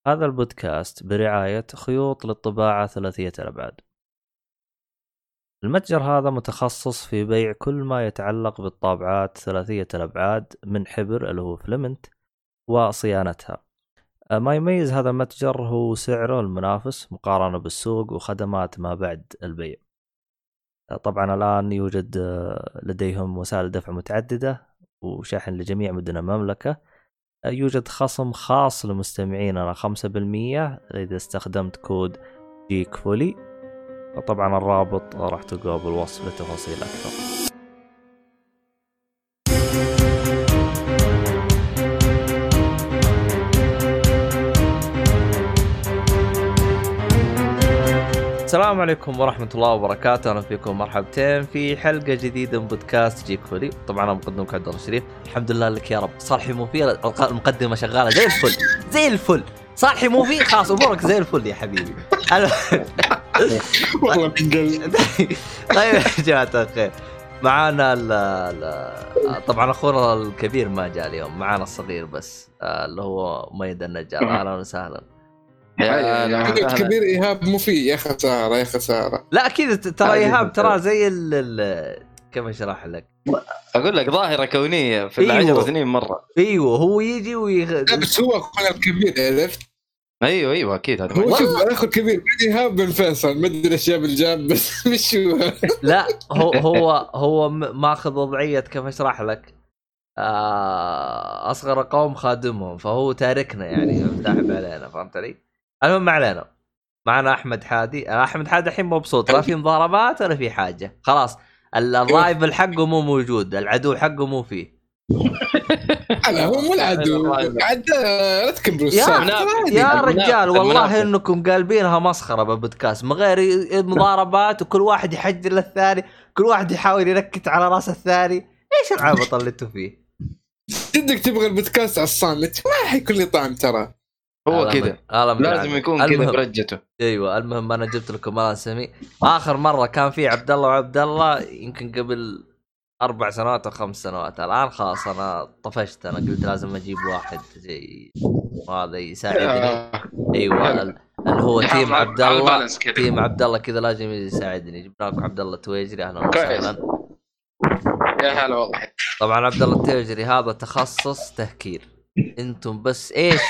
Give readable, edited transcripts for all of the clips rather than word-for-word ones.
هذا البودكاست برعاية خيوط للطباعة ثلاثية الأبعاد. المتجر هذا متخصص في بيع كل ما يتعلق بالطابعات ثلاثية الأبعاد من حبر اللي هو فلمنت وصيانتها. ما يميز هذا المتجر هو سعره المنافس مقارنة بالسوق وخدمات ما بعد البيع. طبعا الآن يوجد لديهم وسائل دفع متعددة وشحن لجميع مدن المملكة. يوجد خصم خاص لمستمعيننا 5% إذا استخدمت كود جيك فولي. وطبعا الرابط راح تلقاه بالوصف لتفاصيل أكثر. السلام عليكم ورحمة الله وبركاته. أهلا فيكم مرحبتين في حلقة جديدة من بودكاست جيك فولي. طبعا أنا مقدمك عبد الله الشريف. الحمد لله لك يا رب. صالحي مو فيه المقدمة شغالة زي الفل زي الفل. صالحي مو فيه خلاص أمورك زي الفل يا حبيبي. والله من قلب. طيب يا جماعة الخير معانا طبعا أخونا الكبير ما جاء اليوم. معانا الصغير بس اللي هو ميد النجار. أهلا وسهلا. كبير إيهاب مو فيه. يا خسارة يا خسارة. لا أكيد ترى إيهاب ترى زي كيف أشرح لك؟ أقول لك ظاهرة كونية في أيوه. 10 سنين مرة. أيوه هو يجي بس هو أخونا الكبير عرفت. ايوه اكيد هذا هو شوف الاخ الكبير بعد إيهاب بن فيصل ما ادري الاشياء بالجاب بس مش هو. لا هو ماخذ وضعية كيف اشرح لك اصغر قوم خادمهم فهو تاركنا يعني مفتاحب علينا فهمت علي. المهم ما علينا. معنا احمد حادي الحين مبسوط لا في مضاربات ولا في حاجة خلاص. اللايف الحقه مو موجود العدو حقه مو فيه. لا هو مو العدو عاد لا تكبروا يا رجال والله انكم قالبينها مسخره بالبودكاست من غير مضاربات وكل واحد يحجر للثاني كل واحد يحاول ينكت على راس الثاني. ايش العبط اللي انتوا فيه؟ جدك تبغى البودكاست على الصامت ما حيكون لي طعم ترى. هو كذا لازم يكون كذا برجته. ايوه المهم انا جبت لكم ما اسمي. اخر مره كان في عبد الله وعبد الله يمكن قبل 4 سنوات أو 5 سنوات. الآن خلاص أنا طفشت. أنا قلت لازم أجيب واحد زي هذا يساعدني. أيوة اللي هو تيم عبد الله. تيم عبد الله كذا لازم يساعدني. جبنا لكم عبد الله التويجري. أهلا وسهلا. يا هلا والله. طبعا عبد الله التويجري هذا تخصص تهكير. أنتم بس إيش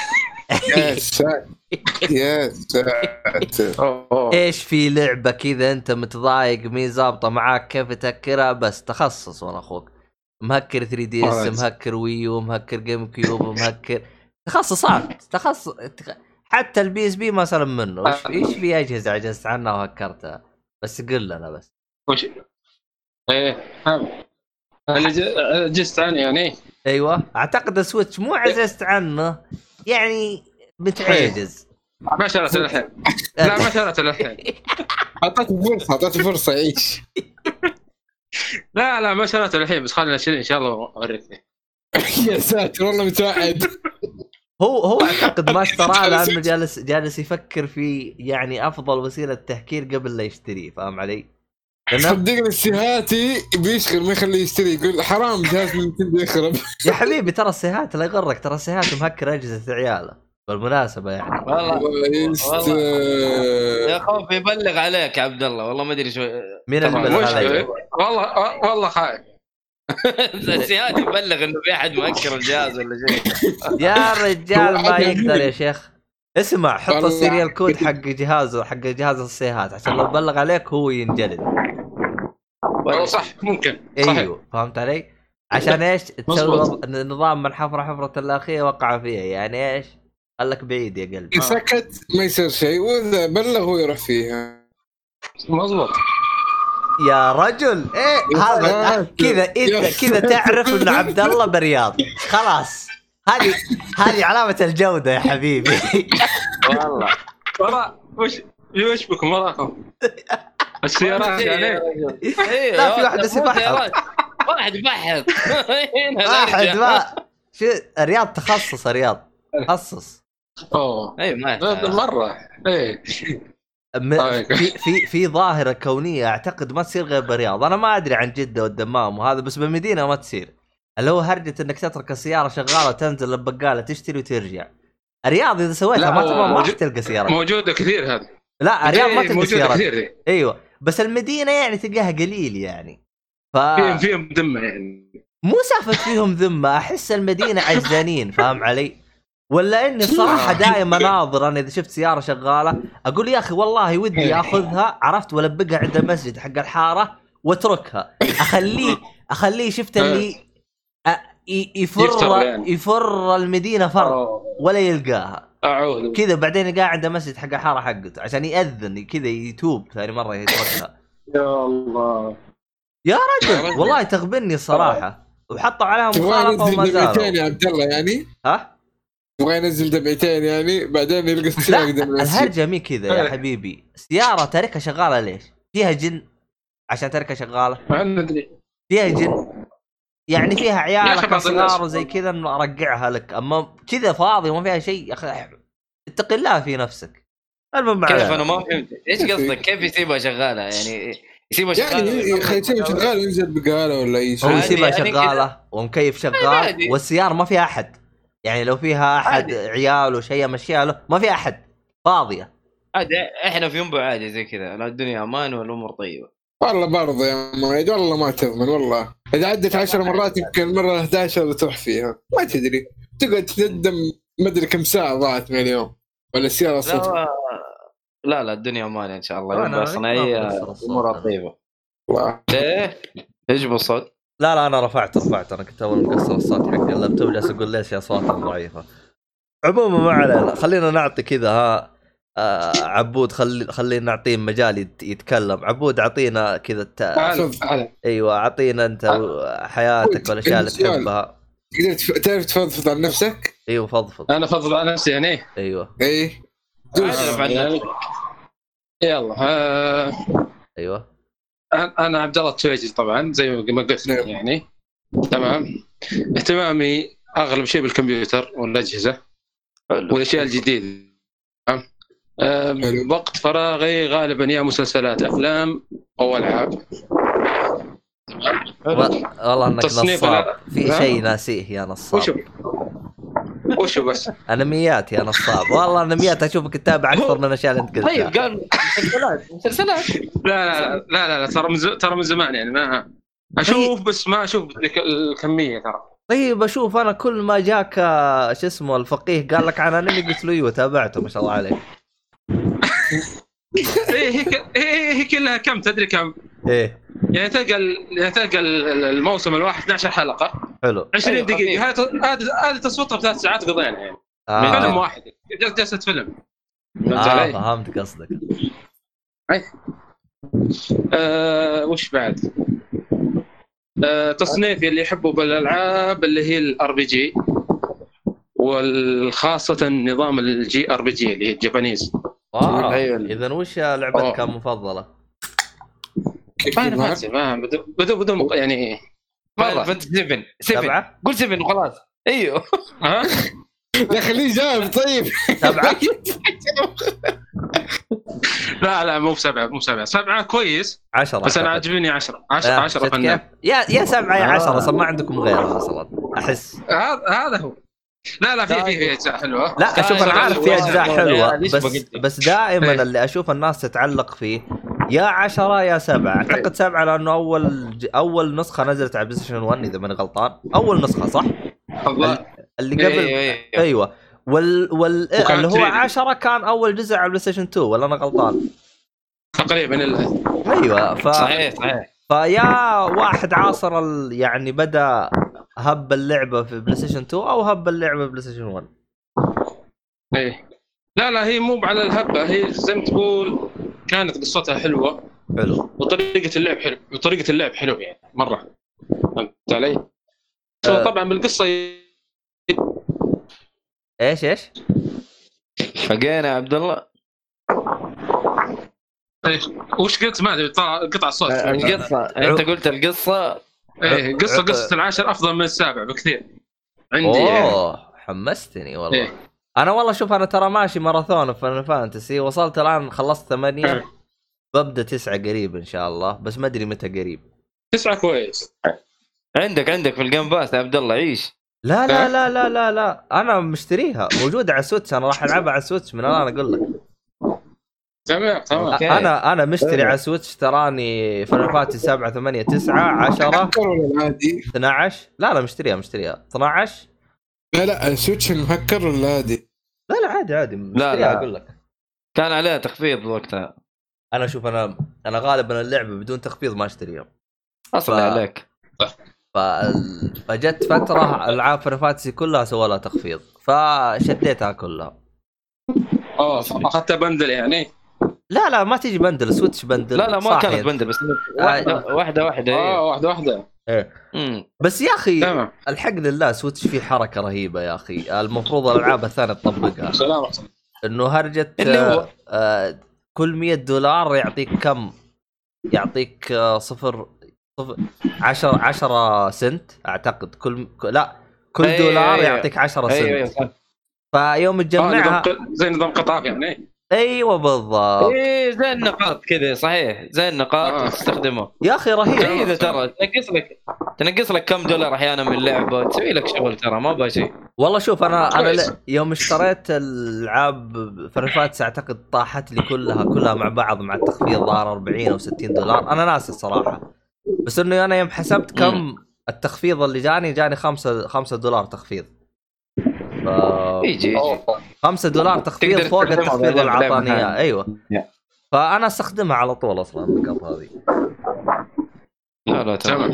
يا ساتر ايش في لعبة كذا انت متضايق مي زابطة معاك كيف تهكرها بس تخصص. وانا اخوك مهكر 3DS مهكر ويو مهكر جيم كيوب مهكر تخصص صعب تخصص. حتى البي اس بي ما سلم منه. ايش في اجهزة عجزت عنها وهكرتها بس قل لنا بس وش ايه عجزت عنه يعني. ايوه اعتقد السويتش مو عجزت عنه يعني متعجز. ما شرت الحين. لا ما شرت الحين. أعطته فرصة يعيش. لا ما شرت الحين بس خلينا نشيل إن شاء الله أوريك. يا ساتر والله متوعد. هو اعتقد ما اشتراه لانه جالس يفكر في يعني افضل وسيله تهكير قبل لا يشتريه. فاهم علي؟ صدقني السيهاتي بيشغل ما يخليه يشتري يقول حرام جهاز من نينتندو يخرب. يا حبيبي ترى السيهات لا يغرك ترى السيهات مهكر اجهزه عياله بالمناسبه يعني. والله يا خوف يبلغ عليك يا عبد الله. والله ما ادري شو مين اللي بلغ عليك. والله خايف. السيهات يبلغ انه في احد مهكر الجهاز ولا شيء. يا رجال ما يقدر يا شيخ. اسمع حط السيريال كود حق جهازه حق جهاز السيهات عشان لو بلغ عليك هو ينجلد. والله صح ممكن. ايوه فهمت علي. عشان ايش تسوي نظام من حفرة الأخية وقع فيها يعني ايش قال لك بعيد يا قلبي. سكت ما يصير شيء واذا بلغ هو يروح فيها. مظبوط يا رجل ايه هذا كذا انت كذا تعرف ان عبد الله برياض خلاص. هذه علامة الجودة يا حبيبي. والله وش بكم وراكم السيارات يعني. لا في واحد سباحة واحد بحث واحد ما شو رياض تخصص رياض تخصص. اي مرة ايه في ظاهرة كونية اعتقد ما تصير غير برياض. انا ما ادري عن جدة والدمام وهذا بس بالمدينة ما تصير. اللي هو هرجة انك تترك السيارة شغالة تنزل للبقالة تشتري وترجع. الرياض اذا سويتها ما تبغى ما تلقى سيارات موجوده كثير هذه. لا الرياض ما تلقى سيارات كثير. ايوه بس المدينه يعني تلقاها قليل يعني فيهم ذمه يعني مو سافت فيهم ذمه احس المدينه عجزانين فاهم علي ولا اني صراحه دائما ناظر انا اذا شفت سياره شغاله اقول يا اخي والله ودي اخذها عرفت ولبقها عند المسجد حق الحاره واتركها اخليه شفت اللي يفر المدينه فر ولا يلقاها كذا بعدين يقع عند مسجد حق الحاره حقته عشان يأذن كذا يتوب ثاني مره يتركها. يا الله يا رجل والله تغبني الصراحه وحطوا عليها مخالفه وما زالوا يا عبد الله يعني ها يبغى ينزل دمعتين يعني بعدين يلقى السيارة الهرجه مي كذا يا حبيبي سياره تاركها شغاله ليش فيها جن عشان تاركها شغاله ما ندري فيها جن يعني فيها عيالك صغار وزي كذا انه ارجعها لك اما كذا فاضي وما فيها شيء يا اخي اتق الله في نفسك. المهم كيف انا ما فهمت ايش قصدك كيف يسيبها شغاله يعني يسيبها شغاله يعني يسيبها شغاله وينزل بقاله ولا اي شيء يسيبها شغاله ومكيف شغال والسياره ما فيها احد يعني لو فيها احد عيال وشيء مشيها له ما في احد فاضيه عادي احنا في ينبع عادي زي كذا لا الدنيا امان والامور طيبه والله برضه يا مايد والله ما تضمن والله اذا عدت 10 مرات يمكن المره 11 تروح فيها ما تدري تقعد تندم ما ادري كم ساعه ضاعت من اليوم ولا السياره صدفه. لا الدنيا امان ان شاء الله يوم صناعيه امور طيبه الله ايه يجيب الصوت. لا انا رفعت انا كنت اول مقصر الصوت حق اللابتوب جالس اقول ليش يا اصواتهم ضعيفه. عموما ما علينا خلينا نعطي كذا ها عبود خلينا نعطيه مجال يتكلم. عبود اعطينا كذا ايوه اعطينا انت حياتك والاشياء اللي تحبها. تعرف تفضفض عن نفسك؟ ايوه فضفض. انا افضل عن نفسي يعني ايوه يلا ايوه انا عبد الله التويجي طبعا زي ما قلت يعني تمام. اهتمامي اغلب شيء بالكمبيوتر والاجهزه والاشياء الجديده. وقت فراغي غالبا يا مسلسلات افلام او العاب. والله انك نصاب في شيء ناسيه يا نصاب. وشو بس انميات يا نصاب والله انميات اشوفك تتابع اكثر من الاشياء اللي انت قلتها. طيب قال مسلسلات لا ترى من زمان يعني ما اشوف بس ما اشوف الكميه ترى. طيب اشوف انا كل ما جاك شو اسمه الفقيه قال لك عن انمي قلت له ايوه تابعته ما شاء الله عليك. هي كلها كم تدري كم ايه يعني تلقى الموسم الواحد 12 حلقه حلو 20 دقيقه. هذه تصويتها ب3 ساعات قضينا يعني فيلم واحد جلسه فيلم. فهمت قصدك. وش بعد تصنيفي اللي يحبوا بالالعاب اللي هي الار بي جي والخاصه نظام الجي ار بي جي اللي هي الجابانيز. اذا وش لعبتك المفضله؟ ما بدون يعني مره فانت 7 قول 7 وخلاص. ايوه ها لا خليه جاوب طيب 7 لا مو 7 كويس 10 بس انا عجبني 10 فنان يا 7 يا 10 اصلا ما عندكم غيره اصلا احس هذا هو. لا في اجزاء حلوه. لا اشوف انا عارف في اجزاء حلوه بس دائما اللي اشوف الناس تتعلق فيه يا 10 يا 7. اعتقد 7 لانه اول نسخه نزلت على بلايستيشن 1 اذا ماني غلطان. اول نسخه صح اللي قبل ايوه اللي هو 10 كان اول جزء على بلايستيشن 2 ولا انا غلطان تقريبا ايوه صحيح فيا واحد عاصر يعني بدا هب اللعبه في بلايستيشن 2 او هب اللعبه في بلايستيشن 1. ايه لا هي مو على الهبه هي زي ما تقول كانت قصتها حلوه وطريقه اللعب حلو يعني مره فهمت علي. طبعا بالقصه ايش فقينا يا عبد الله. وش قلت ما ادري قطع الصوت. القصه انت قلت القصه ايه قصه العاشر افضل من السابع بكثير عندي. حمستني والله. انا والله شوف انا ترى ماشي ماراثون في فانتسي وصلت الان خلصت 8 ببدا 9 قريب ان شاء الله بس ما ادري متى قريب. 9 كويس. عندك في الجيم باس يا عبد الله عيش لا لا لا لا لا لا انا مشتريها موجوده على سويتش، انا راح العبها على سويتش من الان اقول لك. تمام انا مشتري على سويتش، تراني فاينل فانتسي 7 8 9 10 عادي 12. لا مشتريها 12. لا السويتش المهكر ولا عادي؟ لا عادي مشتريها لا. اقول لك. كان عليها تخفيض وقتها. انا شوف انا غالبا اللعبه بدون تخفيض ما اشتريها اصلا عليك. فجت فتره العاب فاينل فانتسي كلها سووا لها تخفيض فشديتها كلها. اخذتها بندل يعني؟ لا ما تيجي بندل، سويتش بندل. لا ما كانت بندل بس واحده واحده. ايه بس يا اخي الحق لله سويتش فيه حركه رهيبه يا اخي، المفروض الالعاب الثانيه تطبقها. سلام. انه هرجه كل $100 يعطيك كم؟ يعطيك 10 سنت اعتقد. كل دولار يعطيك 10 سنت. فيوم تجمعها زي نظام قطاع يعني. ايوه بالضبط. زي النقاط كذا صحيح، زي النقاط تستخدمه يا اخي رهيب. اذا ترى تنقص لك كم دولار احيانا من اللعبه، تسوي لك شغل ترى ما بشيء. والله شوف انا يوم اشتريت الالعاب فاينل فانتسي اعتقد طاحت لي كلها مع بعض مع التخفيض ظهر 40 أو $60. انا ناسي الصراحه، بس انه انا يوم حسبت كم التخفيض اللي جاني $5 تخفيض. يجي $5 تخفيض فوق التخفيض اللي عطاني اياه. ايوه فانا استخدمها على طول اصلا النقاط هذه. لا تمام.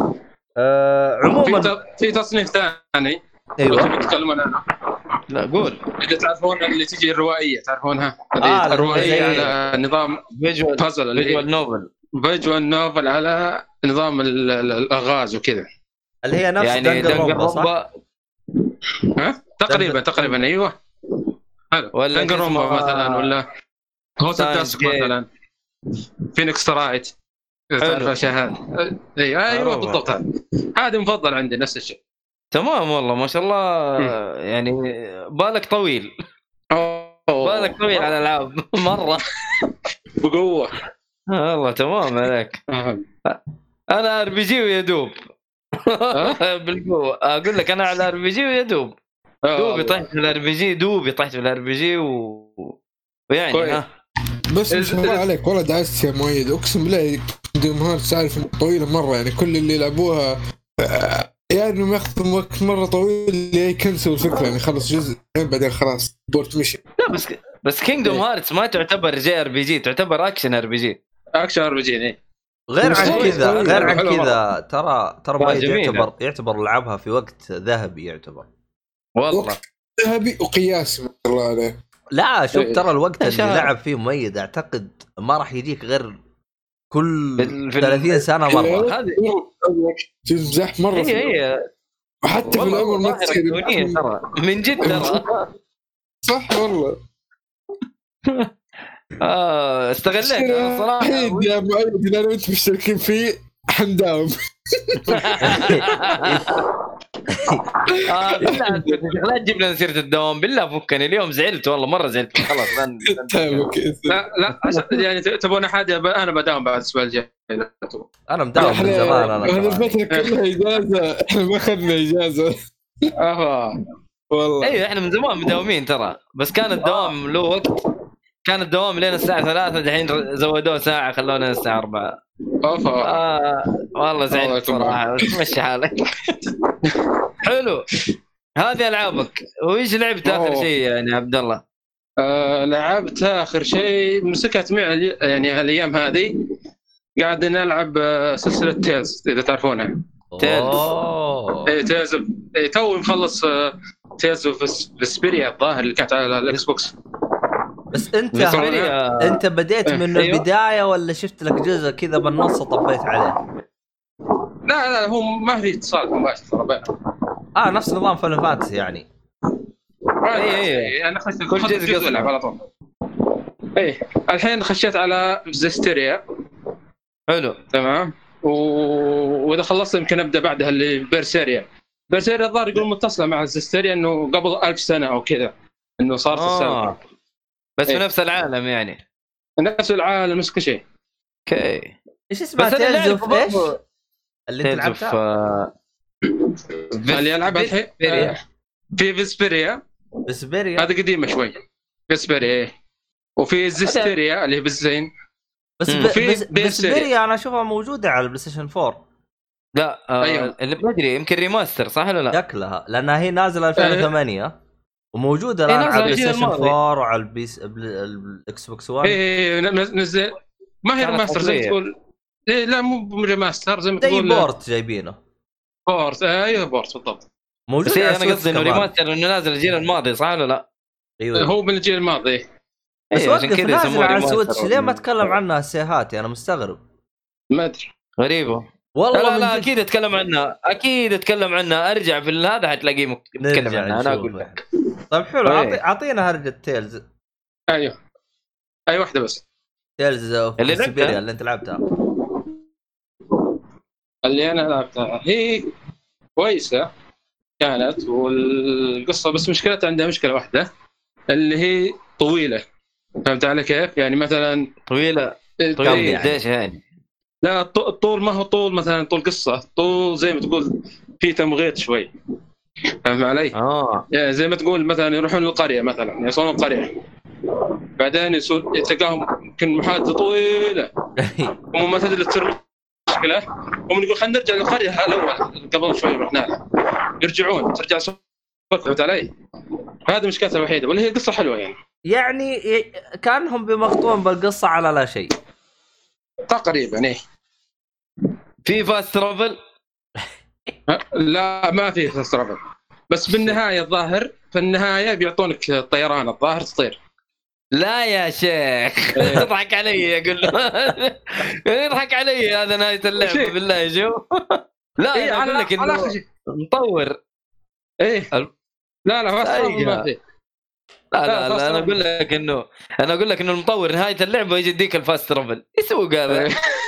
عموما في تصنيف ثاني. ايوه تتكلمون عنه. لا قول. اللي تعرفون اللي تجي الروائيه، تعرفونها؟ الروائيه على نظام فيجوال بازل، فيجوال نوفل على نظام الالغاز وكذا، اللي هي نفس يعني دنجرومبا صح؟ تقريبا ايوه. ولا دنجرومبا مثلا، ولا هوس الداسك مثلا، فينيكس رايت. تعرف الاشياء هذه؟ ايوه بالضبط. هذا مفضل عندي نفس الشيء. تمام والله ما شاء الله. يعني بالك طويل. بالك طويل على الالعاب مره بقوه. والله تمام عليك. انا ار بي جي ويدوب بالقوه. اقول لك انا على ار بي جي ويدوب دوبي طحت في الار بي جي. طحت في الار بي جي ويعني بس ما شاء الله عليك والله دعست يا مؤيد. اقسم بالله كينجدم هارتس عارف طويله مره، يعني كل اللي يلعبوها يعني انهم ياخذوا وقت مره طويل يكنسلوا الفكره، يعني خلص جزء بعدين خلاص بورت مشي. لا بس كينجدم هارتس ما تعتبر جي ار بي جي، تعتبر اكشن ار بي جي. اكشن ار بي جي غير عن كذا ترى ما يعتبر لعبها في وقت ذهبي يعتبر. والله ذهبي وقياسي ما شاء الله عليه. لا شوف ترى الوقت اللي لعب فيه مؤيد اعتقد ما راح يجيك غير كل 30 سنه مره. هذه تمزح مره. هي وحتى في العمر ما تصير ترى من جد ترى صح والله. استغليت صراحه يا مؤيد اللي انا وانت مشتركين فيه حنداوم. لا تجيب لنا سيره الدوام بالله، فكني اليوم زعلت والله مره زعلت خلاص. لا يعني تبون حاجه انا بداوم بعد الاسبوع الجاي. انا مداوم من زمان. انا هذه الفتره كلها اجازه، احنا ما اخذنا اجازه. والله ايوه احنا من زمان مداومين ترى، بس كان الدوام له وقت. كان الدوام لين الساعه 3، الحين زودوه ساعه خلونا الساعه 4. والله زعلت صراحه، بس مشي حالك. حلو. هذه العابك. وايش لعبت اخر شيء يعني عبد الله؟ لعبت اخر شيء مسكت معي يعني الايام هذه قاعد نلعب سلسله تيلز، اذا تعرفونها. تيلز تو مخلص تيلز فيسبيريا الظاهر اللي كانت على الاكس بوكس. بس انت بديت من البدايه ولا شفت لك جزء كذا بالنص طبيت عليه؟ لا هو ما في اتصال مباشر ترى. نفس نظام فاينل فانتسي يعني. انا خشيت كل جزء العب على طول. الحين خشيت على زستيريا. حلو تمام. واذا خلصت يمكن ابدا بعدها اللي بيرسيريا الظاهر يقول متصله مع زستيريا انه قبل 1000 سنه او كذا، انه صار في السالفه بس في نفس العالم يعني. نفس العالم نفس كل شيء. اوكي ايش اسمها تيلز اوف ايش اللي انت لعبتها؟ اللي يلعبها الحين في فيسبيريا هذا قديمه شوي. فيسبيريا وفي زيستيريا اللي هي بالزين. بس انا اشوفها موجوده على البلاي ستيشن 4. لا أيوه. اللي بدري يمكن ريماستر صح ولا لا؟ شكلها لانها هي نازله 2008 وموجوده الان على البلاي ستيشن 4 وعلى الاكس بوكس 1. نزل ما هي ريماستر زي ما تقول. لا مو ريماستر زي ما تقول بورت جايبينه بورت. ايوه بورت بالضبط موجود. انا قصدي انه ريماستر انه نازل الجيل الماضي صح ولا لا؟ ايوه هو من الجيل الماضي. بس عشان كذا يسموه على السويتش. ليه ما اتكلم عنها السيهاتي؟ انا مستغرب ما ادري غريبه والله. لا اكيد اتكلم عنها ارجع في هذا حتلاقيه نتكلم عنها. انا اقول لك طيب حلو. اعطينا هرجة تيلز. ايوه اي واحده بس. تيلز اللي سيبيريا اللي انت لعبتها. اللي انا لعبتها هي كويسه كانت والقصه، بس مشكلتها عندها مشكله واحده اللي هي طويله. فهمت علي كيف؟ يعني مثلا طويله قديش يعني؟ لا الطول ما هو طول مثلا طول قصه، طول زي ما تقول في تمغيط شوي. فاهم علي؟ يعني زي ما تقول مثلا يروحون القريه مثلا يوصلون القريه بعدين يتلقاهم يمكن محادثه طويله وما تدري تصير مشكله ومن يقول خلينا نرجع للقريه الاول قبل شوي رحنا لها يرجعون ترجع فهمت علي؟ هذه مشكلتها الوحيده ولا هي قصه حلوه يعني كانهم بمقطون بالقصه على لا شيء تقريبا. ايه في فاست ترافل؟ لا ما في فاست ترافل، بس بالنهايه الظاهر في النهايه بيعطونك طيران الظاهر تطير. لا يا شيخ يضحك علي اقول له يضحك علي هذا نهايه اللعبه بالله شو. لا إيه انا اقول لك انه مطور. ايه لا فاست ترافل ما في. لا انا اقول لك انه المطور نهايه اللعبه يجي يديك الفاست ترافل يسوق هذا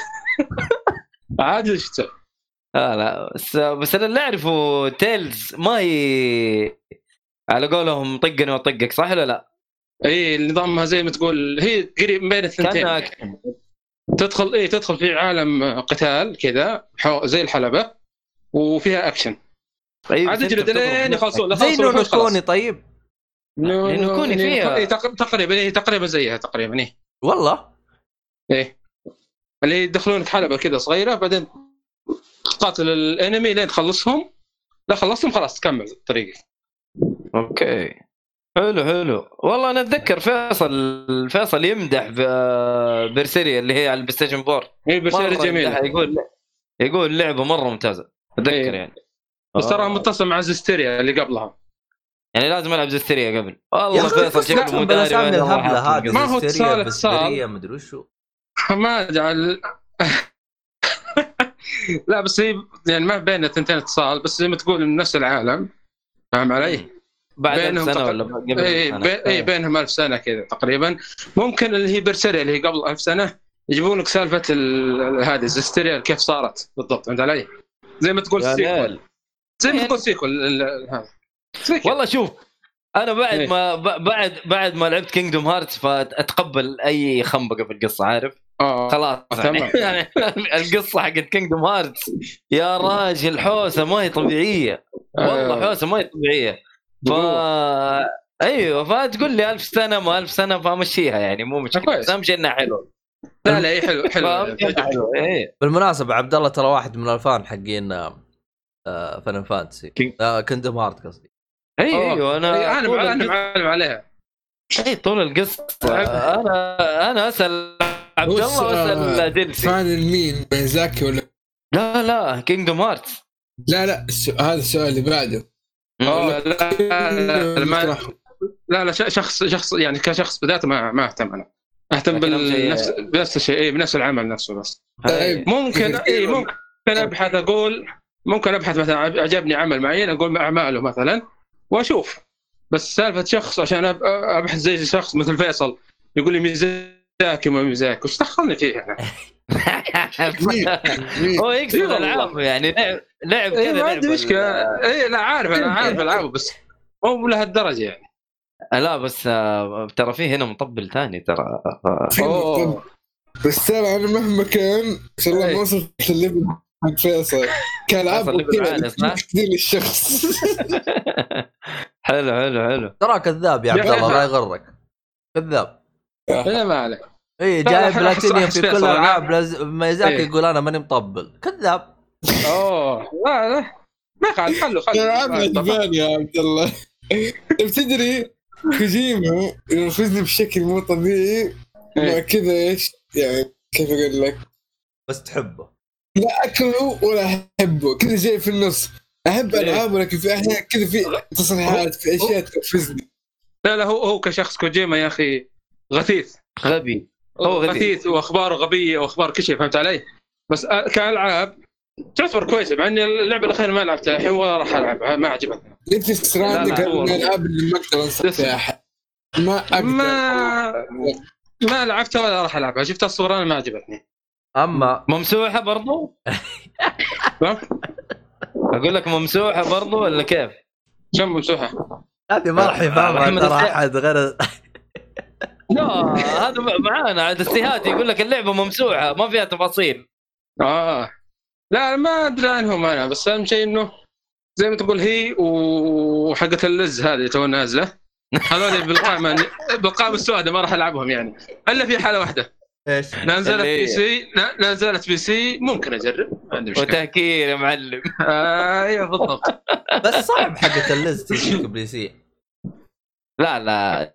عادي شفته. لا بس انا اللي اعرفه تيلز ما هي على قولهم طقني وطقك صح ولا لا؟ اي نظامها زي ما تقول هي قريب بين الثنتين. تدخل في عالم قتال كذا زي الحلبة وفيها اكشن. طيب عاد يجلد لين يخلصون زي نونوكوني. طيب نونوكوني فيها تقريبا زيها تقريبا. ايه والله ايه اللي يدخلونك حلبة كذا صغيرة بعدين قاتل الانمي لين تخلصهم. لا خلصتهم خلاص تكمل طريقك. اوكي حلو والله. انا اتذكر فيصل يمدح بيرسيريا اللي هي على البلاي ستيشن 4. هي بيرسيريا جميله. يقول لعبه مره ممتازه اتذكر يعني. بس ترى متصل مع زيستيريا اللي قبلها يعني لازم العب زيستيريا قبل. والله فيصل شكله مداري ما هو اتصال ما ادري وشو ما جعل لا بس هي يعني ما بين الثنتين اتصال بس زي ما تقول من نفس العالم. فاهم علي؟ بعد سنه ولا قبل بينهم 1000 سنه كذا تقريبا. ممكن اللي هي برسيريا اللي هي قبل 1000 سنه يجيبون لك سالفه هذه زيستيريا كيف صارت بالضبط. انت علي زي ما تقول سيكول زي ما تقول سيكول هذا. والله شوف انا بعد ما لعبت كينجدوم هارتس فاتقبل اي خنبقه في القصه عارف. خلاص يعني القصه حقت كينجدوم هارتس يا راجل حوسه ما هي طبيعيه والله حوسه ما هي طبيعيه. ايوه فتقول لي 1000 سنه ما 1000 سنه فامشيها يعني مو مشكله بس اهم شيء انها حلو. لا اي حلو إيه. بالمناسبه عبد الله ترى واحد من الفان حقين فان فانتسي كينجدوم هارت قصدي. ايوه انا معلم عليها. اي طول القصه انا اسال عبد الله واسال دلسي. فان المين ميزاكي ولا لا كينجدوم هارتس. لا هذا السؤال اللي بعده. لا شخص يعني كشخص بذاته ما اهتم. انا اهتم بنفس الشيء بنفس العمل نفسه بس. ممكن ابحث مثلا عجبني عمل معين اقول اعماله مثلا واشوف. بس سالفه شخص عشان ابحث زي شخص مثل فيصل يقول لي ميزاكي وما ميزاكي وش دخلني فيه يعني. هو يقصد العاب يعني لعب كذا ما عندي مشكله. لا عارف العابه بس مو لهالدرجه يعني. لا بس ترى فيه هنا مطبل ثاني ترى. بس ترى انا مهما كان ان شاء الله ما وصلت الليفل حق فيصل كالعاب كثير للشخص. حلو ترى كذاب يا عبد الله، لا يغرك كذاب. لا ما عليك. ايه جايب بلاتينيوم في كل الالعاب ميزاك يقول انا ماني مطبل، كذاب. لا ما قال خلوا العاب عجباني يا عبد الله. تدري كوجيما ينرفزني بشكل مو طبيعي مع كذا. ايش يعني كيف اقول لك؟ بس تحبه؟ لا اكله ولا احبه، كذا جاي في النص. احب العاب ولكن في احيان كذا في تصريحات في اشياء تنرفزني. لا هو كشخص كوجيما يا اخي غثيث غبي. هو غثيث واخباره غبيه واخبار كل شيء، فهمت علي؟ بس كالعاب تعتبر كويسه، مع اني اللعبه الاخيره ما لعبتها الحين ولا راح العبها، ما عجبتني. انت ستراندنج من الالعاب اللي ما اقدر انصحها. ما لعبتها ولا راح العبها، شفت الصوره انا ما عجبتني. اما ممسوحه برضو. اقول لك ممسوحه برضو ولا كيف؟ شو ممسوحه؟ هذه ما راح يفهمها ترى احد غير. لا هذا معانا عاد استهاتي يقول لك اللعبه ممسوحه ما فيها تفاصيل. لا ما ادري عنهم انا، بس اهم شيء انه زي ما تقول هي وحقه اللز هذه تو نازله، هذول بالقائمه السوداء ما راح العبهم يعني، الا في حاله واحده. ايش؟ نزلت بي سي ممكن اجرب، ما عندي مشكله. وتهكير يا معلم. ايوه بالضبط. بس صعب حقه اللز تجيك بي سي. لا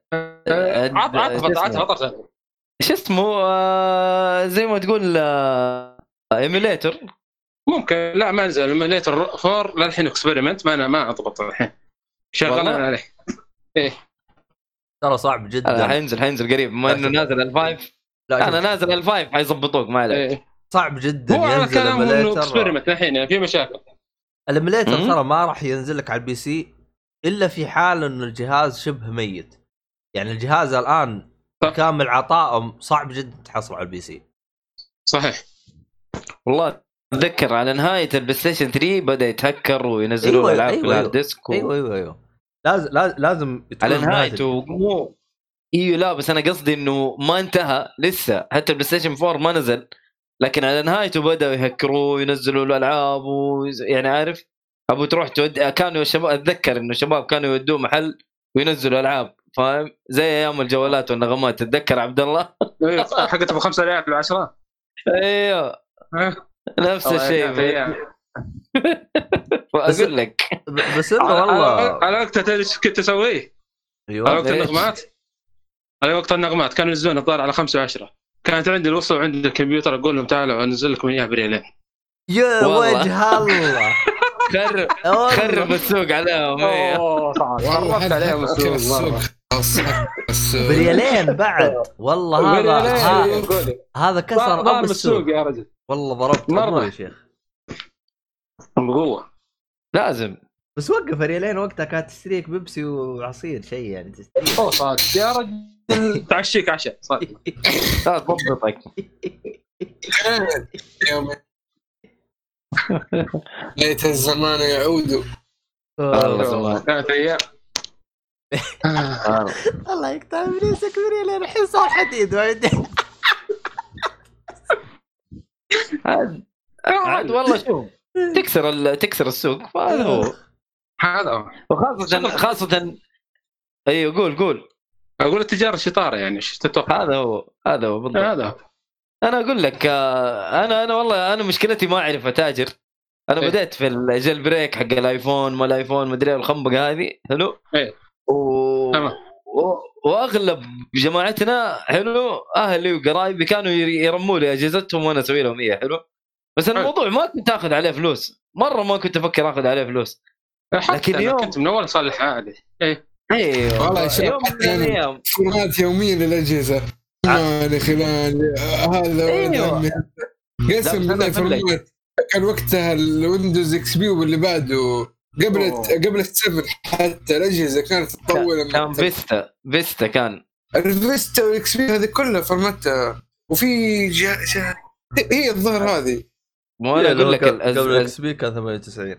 عطر ايش اسمه زي ما تقول ايميليتر ممكن. لا ما نزل ايميليتر 4 للحين اكسبيرمنت، ما اضبط الحين شغال عليه. ايه ترى صعب جدا. حينزل قريب، ما انه نازل الفايف. لا انا نازل الفايف حيظبطوك ما عليك. إيه. صعب جدا ينزل ايميليتر اكسبيرمنت الحين يعني في مشاكل. الايميليتر ترى ما راح ينزل لك على البي سي الا في حال انه الجهاز شبه ميت. يعني الجهاز الان كامل عطائه صعب جدا تحصل على البي سي. صحيح والله اتذكر على نهايه البلاي ستيشن 3 بدا يتهكر وينزلوا الالعاب في الهارد ديسك ايوه لازم على نهايته مو لا بس انا قصدي انه ما انتهى لسه، حتى البلاي ستيشن 4 ما نزل، لكن على نهايته بداوا يهكروا وينزلوا الالعاب يعني عارف ابو تروح كانوا الشباب اتذكر انه الشباب كانوا يودوه محل وينزلوا العاب، فاهم؟ زي ايام الجوالات والنغمات، تتذكر عبد الله؟ حقت ابو 5 ريال ب10. ايوه نفس الشيء. اقول لك بس انه والله على وقتها ايش كنت اسوي؟ ايوه على وقت النغمات كانوا ينزلون الظاهر على 5 و10. كانت عندي الوصل عند الكمبيوتر اقول لهم تعالوا انزل لكم اياه بريالين. يا وجه الله خرب السوق عليهم. خربت عليهم السوق بريالين بعد. والله هذا كسر ابو السوق يا رجل. والله ضربت مره يا شيخ بقوه. لازم بس وقف ريالين وقتها كانت تشتريك بيبسي وعصير شيء يعني تشتري. صادق يا رجل تعشيك عشاء صادق. لا تضبطك ليت الزمان يعود. كانت ايام. الله يقطع بريسك بريالين الحين صار حديد عاد والله شوف تكسر السوق، فهذا هو هذا. وخاصة ايوه قول اقول التجارة شطارة يعني ايش تتوقع؟ هذا هو بالضبط. هذا انا اقول لك انا والله انا مشكلتي ما اعرف اتاجر. انا بدأت في الجيل بريك حق الايفون ما الايفون مدري الخنبقة هذه حلو. واغلب جماعتنا حلو اهلي وقرايبي كانوا يرموا لي اجهزتهم وانا اسوي لهم اياها حلو. بس الموضوع ما كنت اخذ عليه فلوس مره، ما كنت افكر اخذ عليه فلوس، لكن اليوم كنت من اول صالح عادي. ايوه والله يوم من الايام فورمات يوميه للاجهزه خلال هذا قسم بالله فورمات. كان وقتها الويندوز اكس بي واللي بعده قبل السبب حتى الاجهزه كانت تطول. كان فيستا كان الفيستا والاكس بي هذه كلها فورماتها. وفي هي الظهر هذه مو انا اقول لك قبل الاكس بي كان 98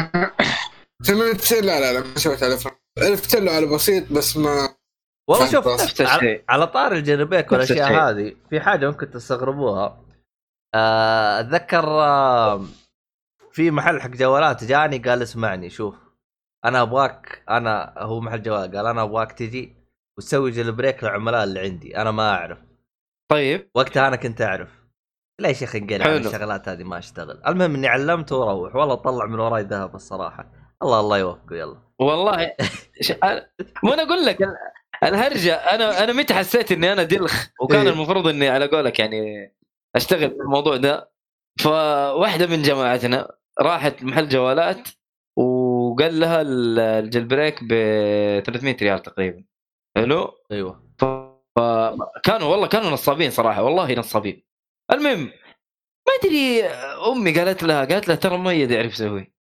لا ما سويت على عرفت له على بسيط بس ما والله. شوف على طار الجنبيك والاشياء هذه في حاجه ممكن تستغربوها. اتذكر في محل حق جوالات جاني قال اسمعني شوف انا ابغاك، انا هو محل جوال قال انا ابغاك تجي وتسوي جيل بريك للعملاء اللي عندي، انا ما اعرف. طيب وقتها انا كنت اعرف لا يا شيخ انقلع عن الشغلات هذه ما اشتغل. المهم اني علمته وروح والله طلع من وراي ذهب الصراحه. الله يوفقه. يلا والله مو انا اقول لك الهرجه، انا متى حسيت اني انا دلخ وكان المفروض اني على قولك يعني اشتغل في الموضوع ده. فواحده من جماعتنا راحت محل جوالات وقال لها الجيل بريك ب 300 ريال تقريبا. حلو ايوه. كانوا نصابين صراحه، والله نصابين. المهم ما ادري امي قالت لها ترى ميد يعرف يسوي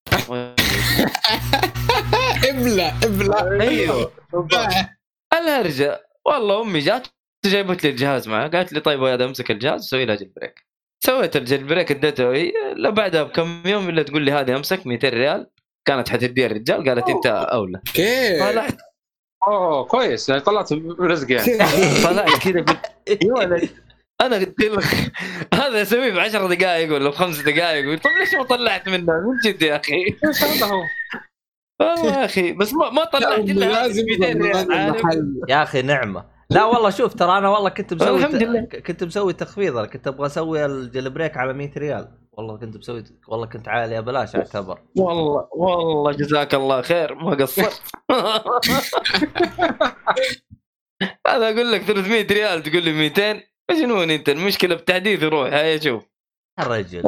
ابلع ايوه الهرجه. والله امي جات جايبت لي الجهاز معها، قالت لي طيب يا امسك الجهاز وسوي له جيل بريك. سويت الجيل بريك اديته هي، لا بعدها بكم يوم الا تقول لي هذه امسك 200 ريال كانت حتديها الرجال. قالت انت اولى. طلعت كويس يعني طلعت رزق يعني. طلعت كذا قلت انا قلت لك هذا اسويه ب 10 دقائق ولا ب5 دقائق. طب ليش ما طلعت منه من جد يا اخي؟ ايش هذا هو والله يا اخي بس ما طلعت الا لازم 200 ريال يا اخي نعمه. لا والله شوف ترى انا والله كنت مسوي الحمد لله. كنت مسوي تخفيض. انا كنت ابغى اسوي الجيل بريك على 100 ريال والله كنت مسوي، والله كنت عالي بلاش اعتبر. والله جزاك الله خير ما قصرت. هذا اقول لك 300 ريال تقول لي 200 مجنون انت. المشكله بتحديث روح. هيا شوف الرجل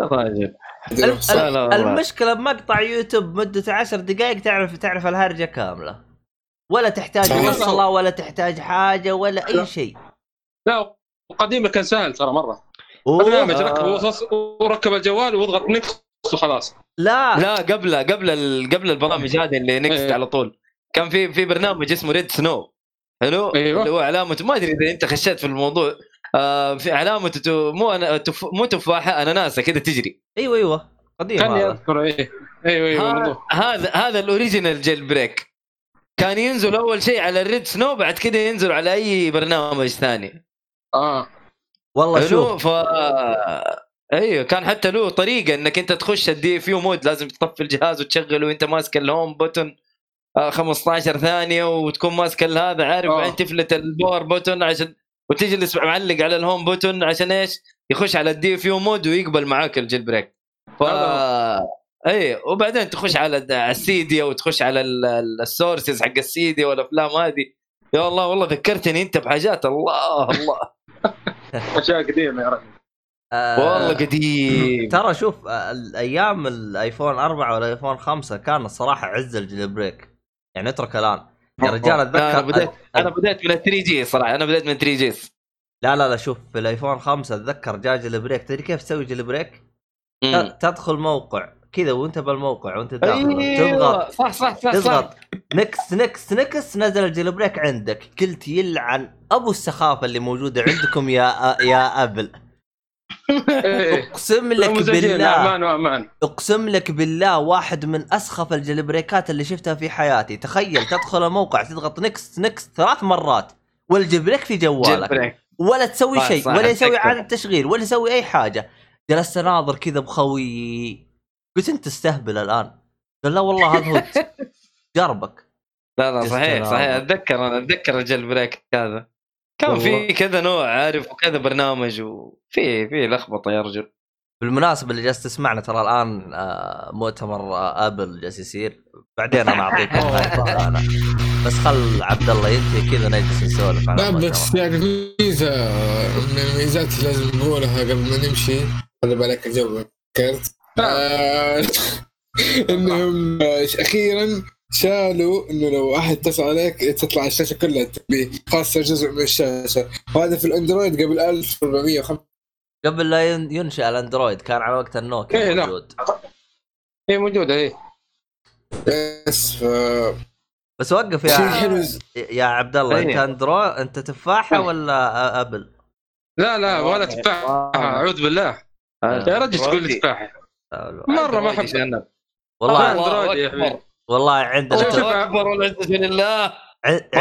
المشكله بمقطع يوتيوب مدته 10 دقائق تعرف الهرجه كامله، ولا تحتاج وصله ولا تحتاج حاجه ولا اي شيء. لا قديما كان سهل ترى مره. برنامج ركب وصص وركب الجوال واضغط نكست وخلاص. لا قبل البرامج هذه اللي نكست على طول كان في برنامج اسمه ريد سنو. حلو. أيوة. اللي هو علامه، ما ادري اذا انت خشيت في الموضوع. في علامه مو تفاحه اناناسه كذا تجري. ايوه قديم هذا. ايوه هذا الاوريجينال جيل بريك. كان ينزل اول شيء على الريد سنو، بعد كده ينزل على اي برنامج ثاني. والله شوف ايوه كان حتى له طريقه انك انت تخش الدي فيو مود، لازم تطفي الجهاز وتشغله وانت ماسك الهوم بوتن 15 ثانيه وتكون ماسك هذا عارف بعدين تفلت الباور بوتن عشان وتجلس معلق على الهوم بوتن عشان ايش يخش على الدي فيو مود ويقبل معاك الجيل بريك. اي وبعدين تخش على السيدي او تخش على السورسز حق السيدي والافلام هذه. يا الله والله ذكرتني انت بحاجات. الله اشياء قديمه يا رجل. والله قديم. ترى شوف الايام الايفون 4 ولا الايفون 5 كان الصراحه عز الجيل بريك يعني. اترك الان يا رجال اتذكر انا بدأت من 3 جي صراحه. انا بدأت من 3 جي. لا شوف في الايفون 5 اتذكر جاء جيل بريك. تدري كيف تسوي جيل بريك؟ تدخل موقع كذا وانت بالموقع وانت داخل تضغط صح تضغط نكست نزل الجيل بريك عندك. قلت يلعن ابو السخافه اللي موجوده عندكم يا ابل. اقسم لك بالله اقسم لك بالله واحد من اسخف الجيل بريكات اللي شفتها في حياتي. تخيل تدخل الموقع تضغط نكست 3 مرات والجيل بريك في جوالك ولا تسوي شيء ولا يسوي اعاده تشغيل ولا يسوي اي حاجه. جلست اناظر كذا بخوي قلت انت تستهبل الان. قال لا والله هذا هو جربك. لا صحيح اتذكر الجيل بريك هذا كان في كذا نوع عارف وكذا برنامج وفي لخبطه يا رجل. بالمناسبه اللي جالس تسمعنا ترى الان مؤتمر ابل جالس يصير. بعدين انا اعطيك انا بس خل عبد الله ينتهي كذا نجلس نسولف. لا بس يعني ميزه من الميزات اللي لازم نقولها قبل ما نمشي. خلي بالك الجو كرت انهم اخيرا شالوا انه لو احد اتصل عليك تطلع الشاشه كلها تبي خاصه جزء من الشاشه. وهذا في الاندرويد قبل 1405 قبل لا ينشأ الاندرويد كان على وقت النوكيا موجود. ايه موجوده بس وقف يا عبد الله. انت اندرويد انت تفاحه ولا ابل؟ لا ولا تفاحه اعوذ بالله يا رجل تقول لي تفاحه مره ما احب والله اندرويد يا حبيبي. والله عندنا اكبر والعزة لله.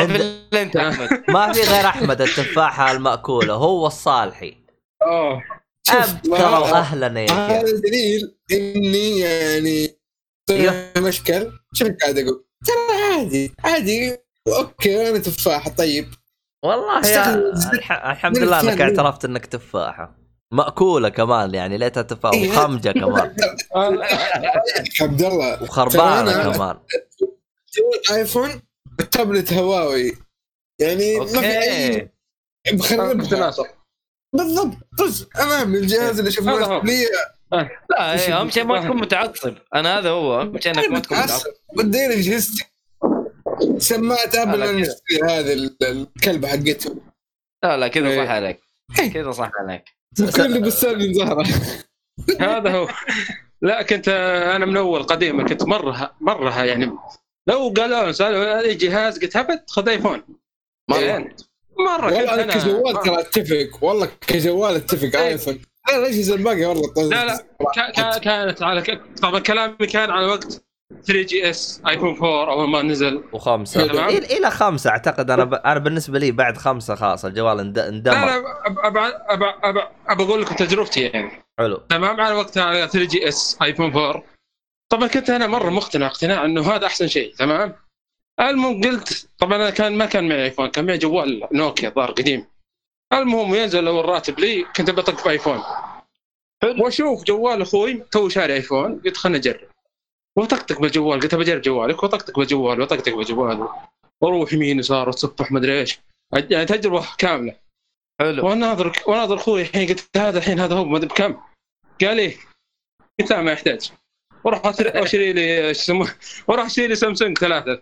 ما في غير احمد التفاحه المأكوله هو الصالحي. ابتر واهلا يا هذا دليل اني يعني مشكل. شو قاعد اقول؟ ترى عادي اوكي انا تفاحه. طيب والله يا الحمد لله انك اعترفت انك تفاحه مأكولة كمان، يعني ليتها تفاحة وخمجة كمان عبد الله وخربانة كمان. ايفون التابلت هواوي يعني ما في اي تناسق بالضبط. طز امام الجهاز اللي شفناه لي. لا اهم شيء ما تكون متعصب. انا هذا هو اهم شيء انك ما تكون متعصب. بدينا جهزت سماعة ابل المشتري هذا الكلبة حقته. لا كذا صح عليك، كذا صح عليك. كل بستان من ظهره هذا هو. لا كنت انا من اول قديما كنت مرها يعني لو قالوا سالوا اي جهاز قلت هبت خذ ايفون مرة والله كجوال ترى اتفق. والله كجوال اتفق ايفون. لا الاجهزه الباقيه والله لا كانت على طبعا كلامي كان على وقت 3GS ايفون 4 اول ما نزل و5 الى 5 اعتقد. انا بالنسبه لي بعد 5 خلاص الجوال اندمج. لا ابى اقول لكم تجربتي يعني. حلو تمام. على وقتها على 3GS ايفون 4 طبعا كنت انا مره مقتنع اقتناع انه هذا احسن شيء. تمام. المهم قلت طبعا انا ما كان معي ايفون، كان معي جوال نوكيا ضار قديم. المهم ينزل لو الراتب لي كنت بطق في ايفون. واشوف جوال اخوي تو شاري ايفون قلت خلنا نجرب وطقطق بالجوال. قلت بجرب جوالك وطقطق بالجوال وطقطق بالجوال واروح يمين يسار وتصفح مدري ايش يعني تجربه كامله. حلو. وناظر اخوي الحين قلت هذا الحين هذا هو ما ادري بكم. قال لي قلت ما يحتاج. وراح اشتري لي وراح اشتري لي سامسونج 3.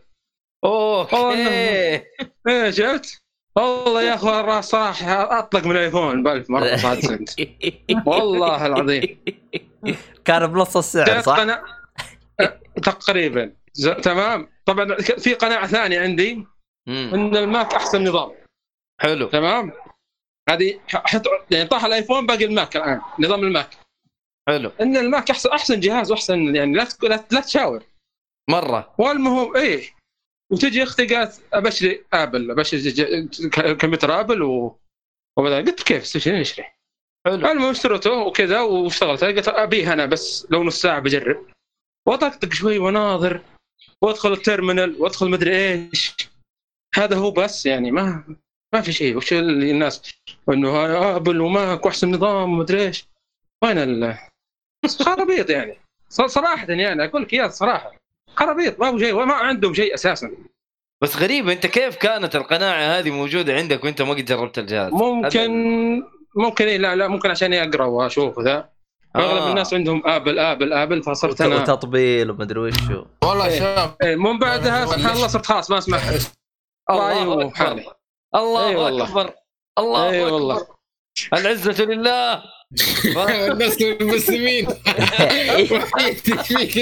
ايه شفت والله يا اخوان الراس صراحه اطلق من الايفون ب1000 مره صاد سنت والله العظيم. كان بنص السعر صح تقريبا. تمام. طبعا في قناعه ثانيه عندي ان الماك احسن نظام. حلو. تمام. هذه يعني طاح الايفون باقي الماك الان نظام الماك. حلو. ان الماك احسن جهاز واحسن يعني لا تشاور مره. والمهم ايه وتجي اختي قالت ابشري ابل ابشري كمبيوتر ابل وبدا قلت كيف نشتري. حلو. المهم اشتريته وكذا واشتغلت. قلت ابيه انا بس لو نص ساعه بجرب وطقطق شوي وناظر وادخل التيرمينال وادخل مدري ايش. هذا هو بس يعني ما في شيء. وش اللي الناس انه ابل وماك واحسن نظام مدري ايش وين خرابيط يعني صراحه يعني اقول لك يا صراحه خرابيط ما هو شيء وما عندهم شيء اساسا. بس غريب انت كيف كانت القناعه هذه موجوده عندك وانت ما قد جربت الجهاز؟ ممكن لا ممكن عشان اقرا واشوف ذا. اغلب الناس عندهم ابل فصرت انا وتطبيل وما ادري وش. والله شباب من بعدها سبحان الله صرت خلاص ما اسمع الله حالي. الله اكبر. الله اكبر. العزه لله. الناس المسلمين وحياتك فيك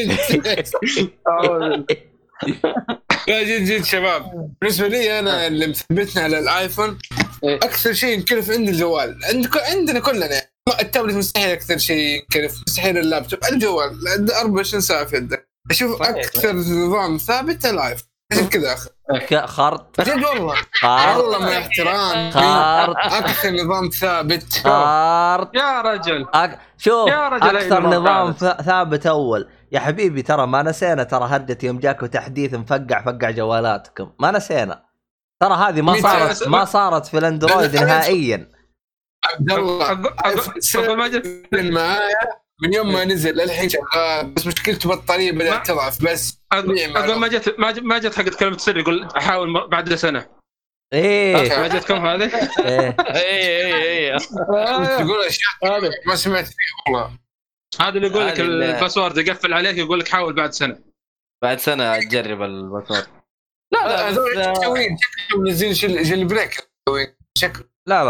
لا جد شباب. بالنسبه لي انا اللي مثبتنا على الايفون اكثر شيء ينكرف عند الجوال. عندنا كلنا التابلت مستحيل اكثر شيء ينكرف. مستحيل اللابتوب. الجوال 24 ساعه في يدك. اشوف اكثر نظام ثابت الايفون عشان كذا خرط جد والله مع احترام اكثر نظام ثابت خرط يا رجل. شوف يا رجل اكثر نظام ثابت اول يا حبيبي. ترى ما نسينا ترى هرجة يوم جاكوا تحديث مفقع جوالاتكم ما نسينا. ترى هذه ما صارت في الاندرويد نهائيا. عبد الله ما جت معايا من يوم ما نزل الحين شغال بس مشكلته بطارية بدأت تضعف بس. أقول ما جت حقت كلمة سر يقول أحاول بعد سنة. إيه ما جتكم هذه؟ إيه تقول أشياء ما سمعت فيه والله. هذا اللي يقول لك الباسورد يقفل عليك يقول لك حاول بعد سنة تجرب الباسورد. لا هذول تسوين شكل منزلين جل بريك شكل. لا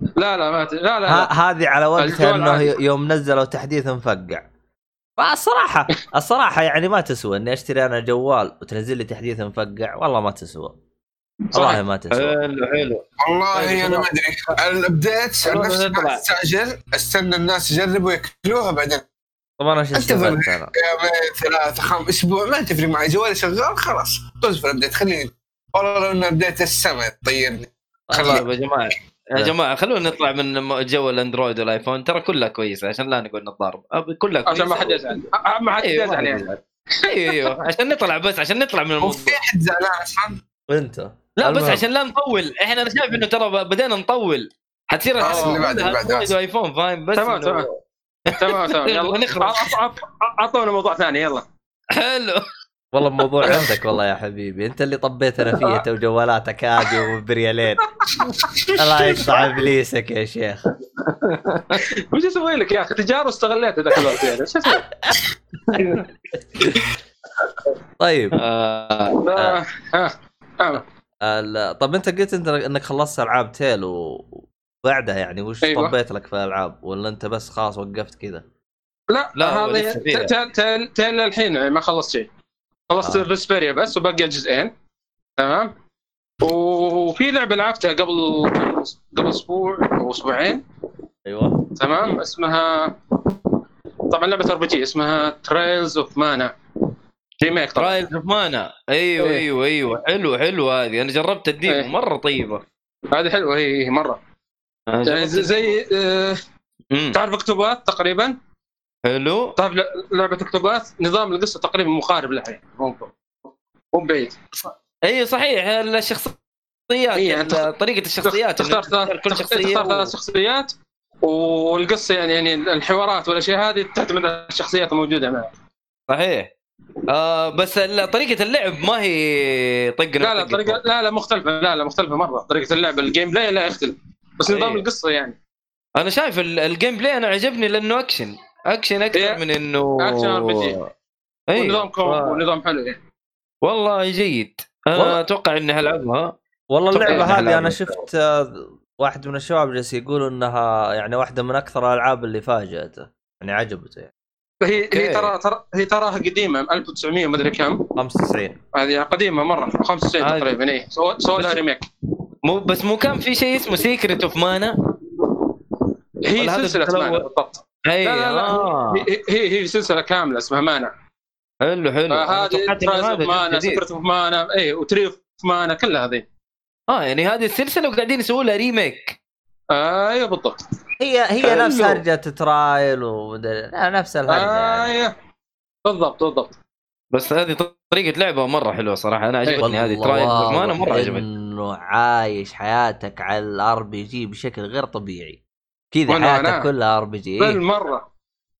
هذه على وقتها انه يوم نزلوا تحديث مفقع. الصراحه يعني ما تسوى اني اشتري انا جوال وتنزل لي تحديث مفقع. والله ما تسوى. والله ما تسوى. حلو والله انا ما ادري الابديت الناس تستعجل استنى الناس يجربوا ياكلوها بعدين. طبعا انا استفدت انا 3 5 اسبوع ما تفرق معي. جوالي شغال خلاص طز في الابديت خليني. والله لو انه ابديت السماء طيرني. خلاص يا جماعه يا جماعه خلونا نطلع من جو الاندرويد والايفون، ترى كلها كويسه عشان لا نقول نتضارب، كلها كويسه عشان ما حد يزعل، ما حد يزعل يعني. ايوه عشان نطلع، بس عشان نطلع من الموضوع. وفي حد زعلان اصلا وانت لا بس عشان لا نطول، احنا انا شايف انه ترى بدينا نطول، حتصير اللي بعد اندرويد وايفون فاهم. بس تمام يلا نخرج. اعطونا موضوع ثاني يلا. حلو والله الموضوع عندك والله يا حبيبي، انت اللي طبيتنا فيه وجوالاتك هذه وبريالين. الله يقطع ابليسك يا شيخ. وش اسوي لك يا اخي؟ تجار واستغليت ذاك الوقت يعني. ايش اسوي؟ طيب طب انت قلت انك خلصت العاب تيل وبعدها يعني وش طبيت لك في الالعاب، ولا انت بس خلاص وقفت كذا؟ لا هذه تيل الحين يعني ما خلصت شيء. خلصت الريسبيريا بس وبقي الجزئين تمام. وفي لعبه لعبتها قبل اسبوع او اسبوعين. ايوه تمام. اسمها طبعا لعبه RPG اسمها ترايلز اوف مانا ريميك. ترايلز اوف مانا ايوه حلو هذه انا جربت الديمو مره طيبه. هذه حلوه هي مره يعني زي تعرف اكتوبات تقريبا. حلو. طيب لعبه اكتوبات نظام القصه تقريبا مقارب لها يعني مو بعيد. اي صحيح الشخصيات طريقه الشخصيات تختار كل شخصيه ثلاث شخصيات والقصه يعني الحوارات والاشياء هذه تعتمد على الشخصيات الموجوده معك. صحيح. بس طريقه اللعب ما هي لا طريقه لا مختلفه. لا مختلفه مره طريقه اللعب. الجيم بلاي لا يختلف بس نظام القصه يعني. انا شايف الجيم بلاي انا عجبني لانه اكشن اكثر من انه اكشن RPG. ونظام ونظام حلو يعني. والله جيد. انا اتوقع اني هلعبها. والله اللعبه هذه انا شفت واحد من الشباب جالس يقول انها يعني واحده من اكثر الالعاب اللي فاجأته يعني عجبته يعني. هي تراها قديمه 1900 ما ادري كم 95. هذه قديمه مره 95 تقريبا. اي سووا لها ريميك. مو كان في شيء اسمه سيكريت اوف مانا. هي سلسله مانا بالضبط. لا. هي سلسله كامله اسمها مانا. حلو هذه ترايلز مانا سيكريت اوف مانا وتريف مانا كلها هذه. يعني هذه السلسله وقاعدين يسووا لها ريميك. ايوه بالضبط. هي نفس هرجه ترايل نفس الهرجه. ايوه بالضبط. بس هذه طريقه لعبه مره حلوه صراحه. انا عجبتني هذه ترايل مانا مره عجبتني. انه عايش حياتك على الار بي جي بشكل غير طبيعي كذا. حياتك كلها ار بي جي بالمره.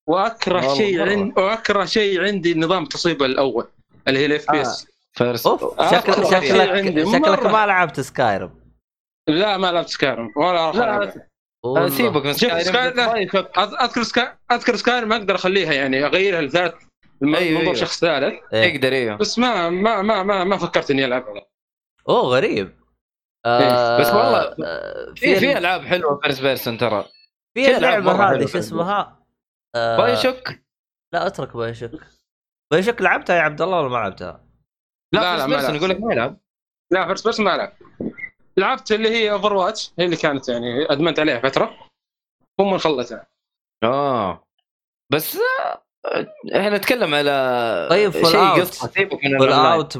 واكره شيء عندي نظام التصويب الاول اللي هي الاف بي اس. شكلك ما لعبت سكايرم. لا ما لعبت سكايرم ولا راح سيبك من سكايرم. اذكر سكايرم ما اقدر اخليها يعني اغيرها لذات منظور شخص ثالث. يقدر ايوه بس ما فكرت اني العبها. غريب. بس والله في العاب حلوه فيرست بيرسون ترى. في اللعبه هذه شو اسمها بايشوك. لا اترك بايشوك لعبتها يا عبد الله ولا ما لعبتها؟ لا ما لعبت. يقول لك ما يلعب. لا فيرست بيرسون ما لعب. لعبت اللي هي اوفر واتش هي اللي كانت يعني ادمنت عليها فتره ثم خلصتها. بس احنا نتكلم على طيب شيء قصه. سيبك من فول اوت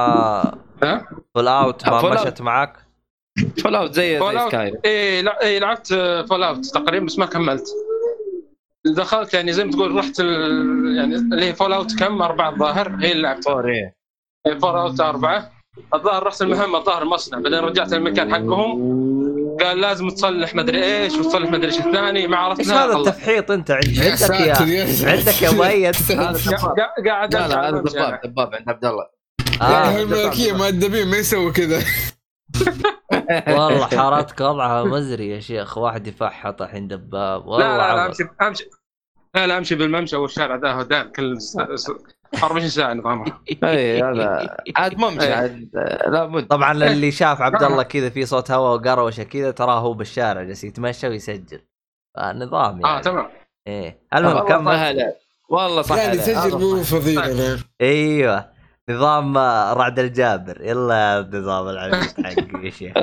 ما مشت معك. فول اوت زي سكاي. ايه لعبت فول اوت تقريبا بس ما كملت. دخلت يعني زي ما تقول رحت يعني اللي هي فول اوت كم 4 الظاهر هي اللي لعبت. فول اوت 4 الظاهر. رحت المهمه الظاهر المصنع بعدين رجعت المكان حقهم قال لازم تصلح مدري ايش وتصلح مدري ايش الثاني ما عرفت. ايش هذا التفحيط انت عندك يا مؤيد؟ قاعد لا هذا دباب عند عبد الله. الملكيه مؤدبين ما يسوي كذا. والله حارتك وضعها مزري يا شيخ. واحد يفحط الحين دباب. لا امشي بالممشى والشارع ده هدان كل 24 ساعه نظامها. اي هذا عاد ممشى عاد لابد. طبعا اللي شاف عبد الله كذا في صوت هواء وقروشه كذا تراه هو بالشارع جالس يتمشى ويسجل. النظام يعني. تمام. ايه المهم كمل. والله صح يعني يسجل مو فضيله. ايوه نظام رعد الجابر. يلا نظام العبيد حق يا شيخ.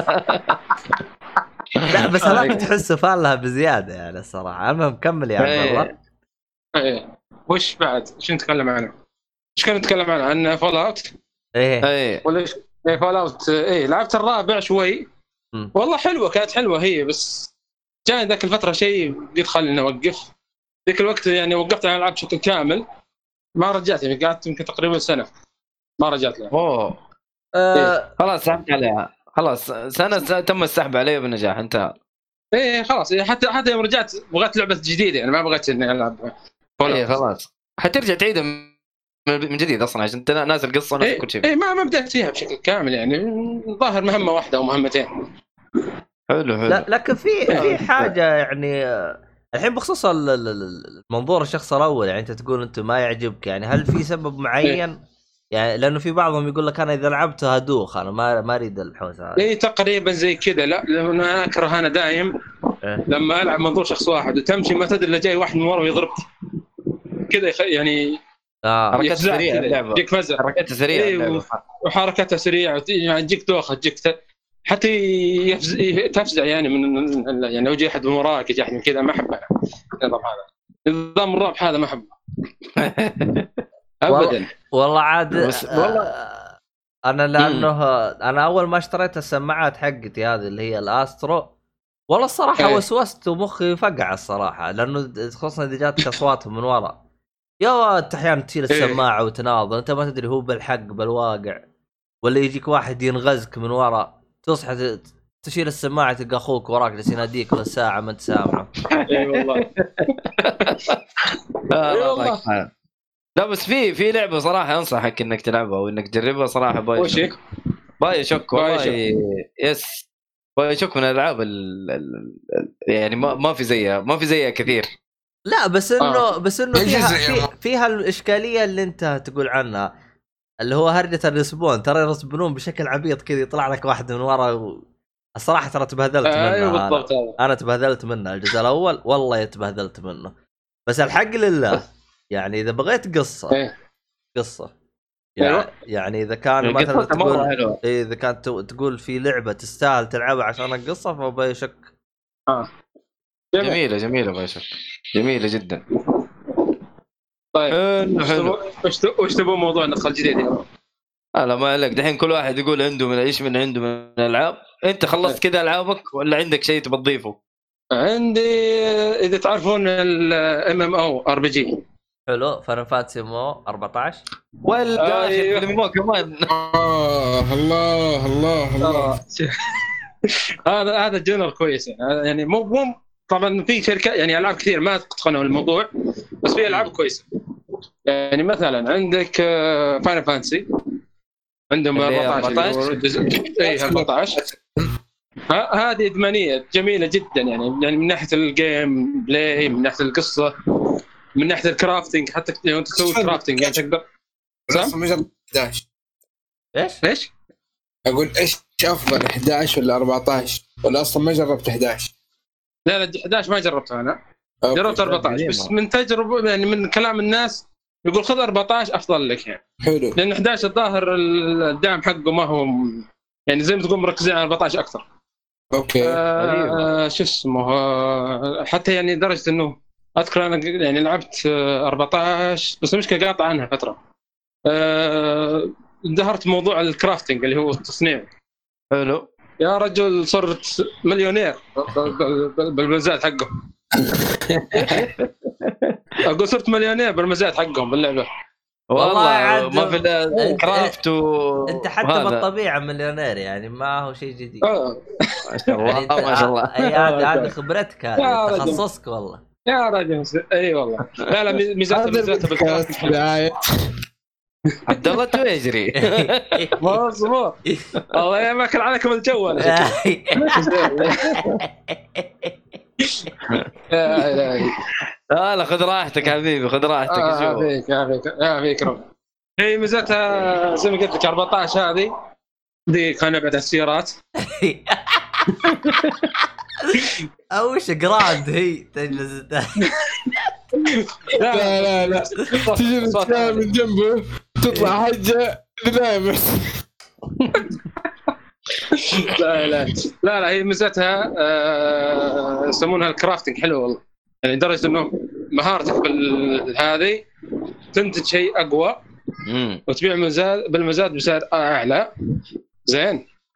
لا بس هذاك تحسه فالها بزياده يعني الصراحه. المهم كمل يا عبد الله. ايه وش بعد ايش نتكلم عنه؟ ايش كنا نتكلم عنه؟ عن فول اوت. ايه ولا ايش؟ فول اوت. ايه لعبت الرابع شوي والله حلوه، كانت حلوه هي، بس جاني ذاك الفتره شيء قلت خليني اوقف. ذيك الوقت يعني وقفت عن الالعاب بشكل كامل، ما رجعت يعني، قعدت يمكن تقريبا سنه ما رجعت لها. خلاص سحبت عليها، خلاص سنه تم السحب عليها بالنجاح، انتهى. ايه خلاص، حتى يوم رجعت بغيت لعبه جديده يعني، ما بغيت اني العب. ايه خلاص حترجع تعيدها من جديد اصلا عشان انت نازل قصه ونازل كل شيء. ايه ما بدأت فيها بشكل كامل يعني، ظاهر مهمه واحده او مهمتين. حلو. لا لكن في حاجه يعني الحين بخصوص المنظور الشخص الاول، يعني انت تقول انت ما يعجبك، يعني هل في سبب معين؟ يعني لانه في بعضهم يقول لك انا اذا لعبتها دوخ، انا ما اريد الحوسه هذه. ايه تقريبا زي كذا. لا انا اكره انا دايم لما العب منظور شخص واحد وتمشي ما تدري الا جاي واحد من ورا ويضربك كذا يعني. حركات سريعه اللعبه، تجيك فزع، حركاتها سريعه إيه وحركاتها سريعه يعني، تجيك دوخه، تجيك حتى تفزع يعني من يعني لو جاي احد من وراك يجي احد من كذا، ما احبه النظام هذا، نظام الرعب هذا ما احبه ابدا. والله عاد انا لانه انا اول ما اشتريت السماعات حقتي هذه اللي هي الاسترو، والله الصراحه وسوست ومخي فقع الصراحه، لانه خصوصا اذا جاتك اصوات من ورا يا احيانا تشيل السماعه وتناظر، انت ما تدري هو بالحق بالواقع ولا يجيك واحد ينغزك من ورا، تصحى تشيل السماعه تلقى اخوك وراك جالس يناديك كل ساعه ما انت سامعه. اي والله. والله لا بس في لعبه صراحه انصحك انك تلعبها وانك تجربها صراحه. باي شوك والله. يس باي شوك من الالعاب يعني ما في زيها كثير. لا بس انه فيها الاشكاليه اللي انت تقول عنها، اللي هو هرجه الرسبون، ترى يرسبونون بشكل عبيط كذا، يطلع لك واحد من ورا. الصراحه ترى تبهدلت منه. انا تبهدلت منه الجزء الاول، والله تبهدلت منه. بس الحق لله يعني اذا بغيت قصه يعني اذا كان مثلا تقول اذا كانت تقول في لعبه تستاهل تلعبها عشان القصه، فبيشك جميله بايشك، جميله جدا. طيب وش تبغى موضوع النسخه الجديده؟ لا ما عليك، دحين كل واحد يقول عنده من ايش من عنده من الالعاب. انت خلصت كذا العابك ولا عندك شيء تبغى تضيفه؟ عندي اذا تعرفون MMO RPG. حلو، فاينل فانتسي 14 ولا MMO كمان. الله هذا جنر كويس يعني، مو طبعا في شركات يعني العاب كثير ما تتقنوا الموضوع، بس في العاب كويسه يعني. مثلا عندك فاينل فانتسي عندهم 14 هذه ادمانيه جميله جدا يعني من ناحيه الجيم بلاي، من ناحيه القصه، من ناحيه الكرافتنج، حتى لو انت تسوي كرافتنج يعني تقدر. اصلا ما جربت 11. ايش اقول ايش افضل 11 ولا 14 ولا اصلا ما جربت 11؟ لا 11 ما جربتها انا. جربت 14 بس من تجربه يعني من كلام الناس يقول خذ 14 افضل لك يعني. حلو. لان 11 الظاهر الدعم حقه ما هو يعني زي ما تقول مركزين على 14 اكثر. اوكي. شو اسمه حتى يعني درجه انه اذكر انا يعني لعبت 14 بس المشكله قاطع عنها فتره. انظهرت موضوع الكرافتنج اللي هو التصنيع. حلو يا رجل صرت مليونير بالمزاد حقه. اقول صرت مليونير بالمزاد حقهم باللعبه. والله ما في كرافت انت حتى بالطبيعه مليونير يعني، ما هو شيء جديد. ما شاء الله يعني ما شاء الله. هذه خبرتك، هذا تخصصك والله يا رجل. اي والله لا ميزات بالكرافت. عبد الله تويجري مظبوط. الله يمكن عليكم الجوال. لا خذ راحتك حبيبي، خذ راحتك. فيك هي ميزتها زي ما قلت لك 14 هذه دي كان بعد السيارات. وش جراند هي تجلس لا تجي من جنبه تطلع حجه دائما. لا هي ميزتها يسمونها الكرافتنج حلو والله يعني، لدرجه انه مهارتك هذه تنتج شيء اقوى وتبيع بالمزاد بسعر اعلى. زين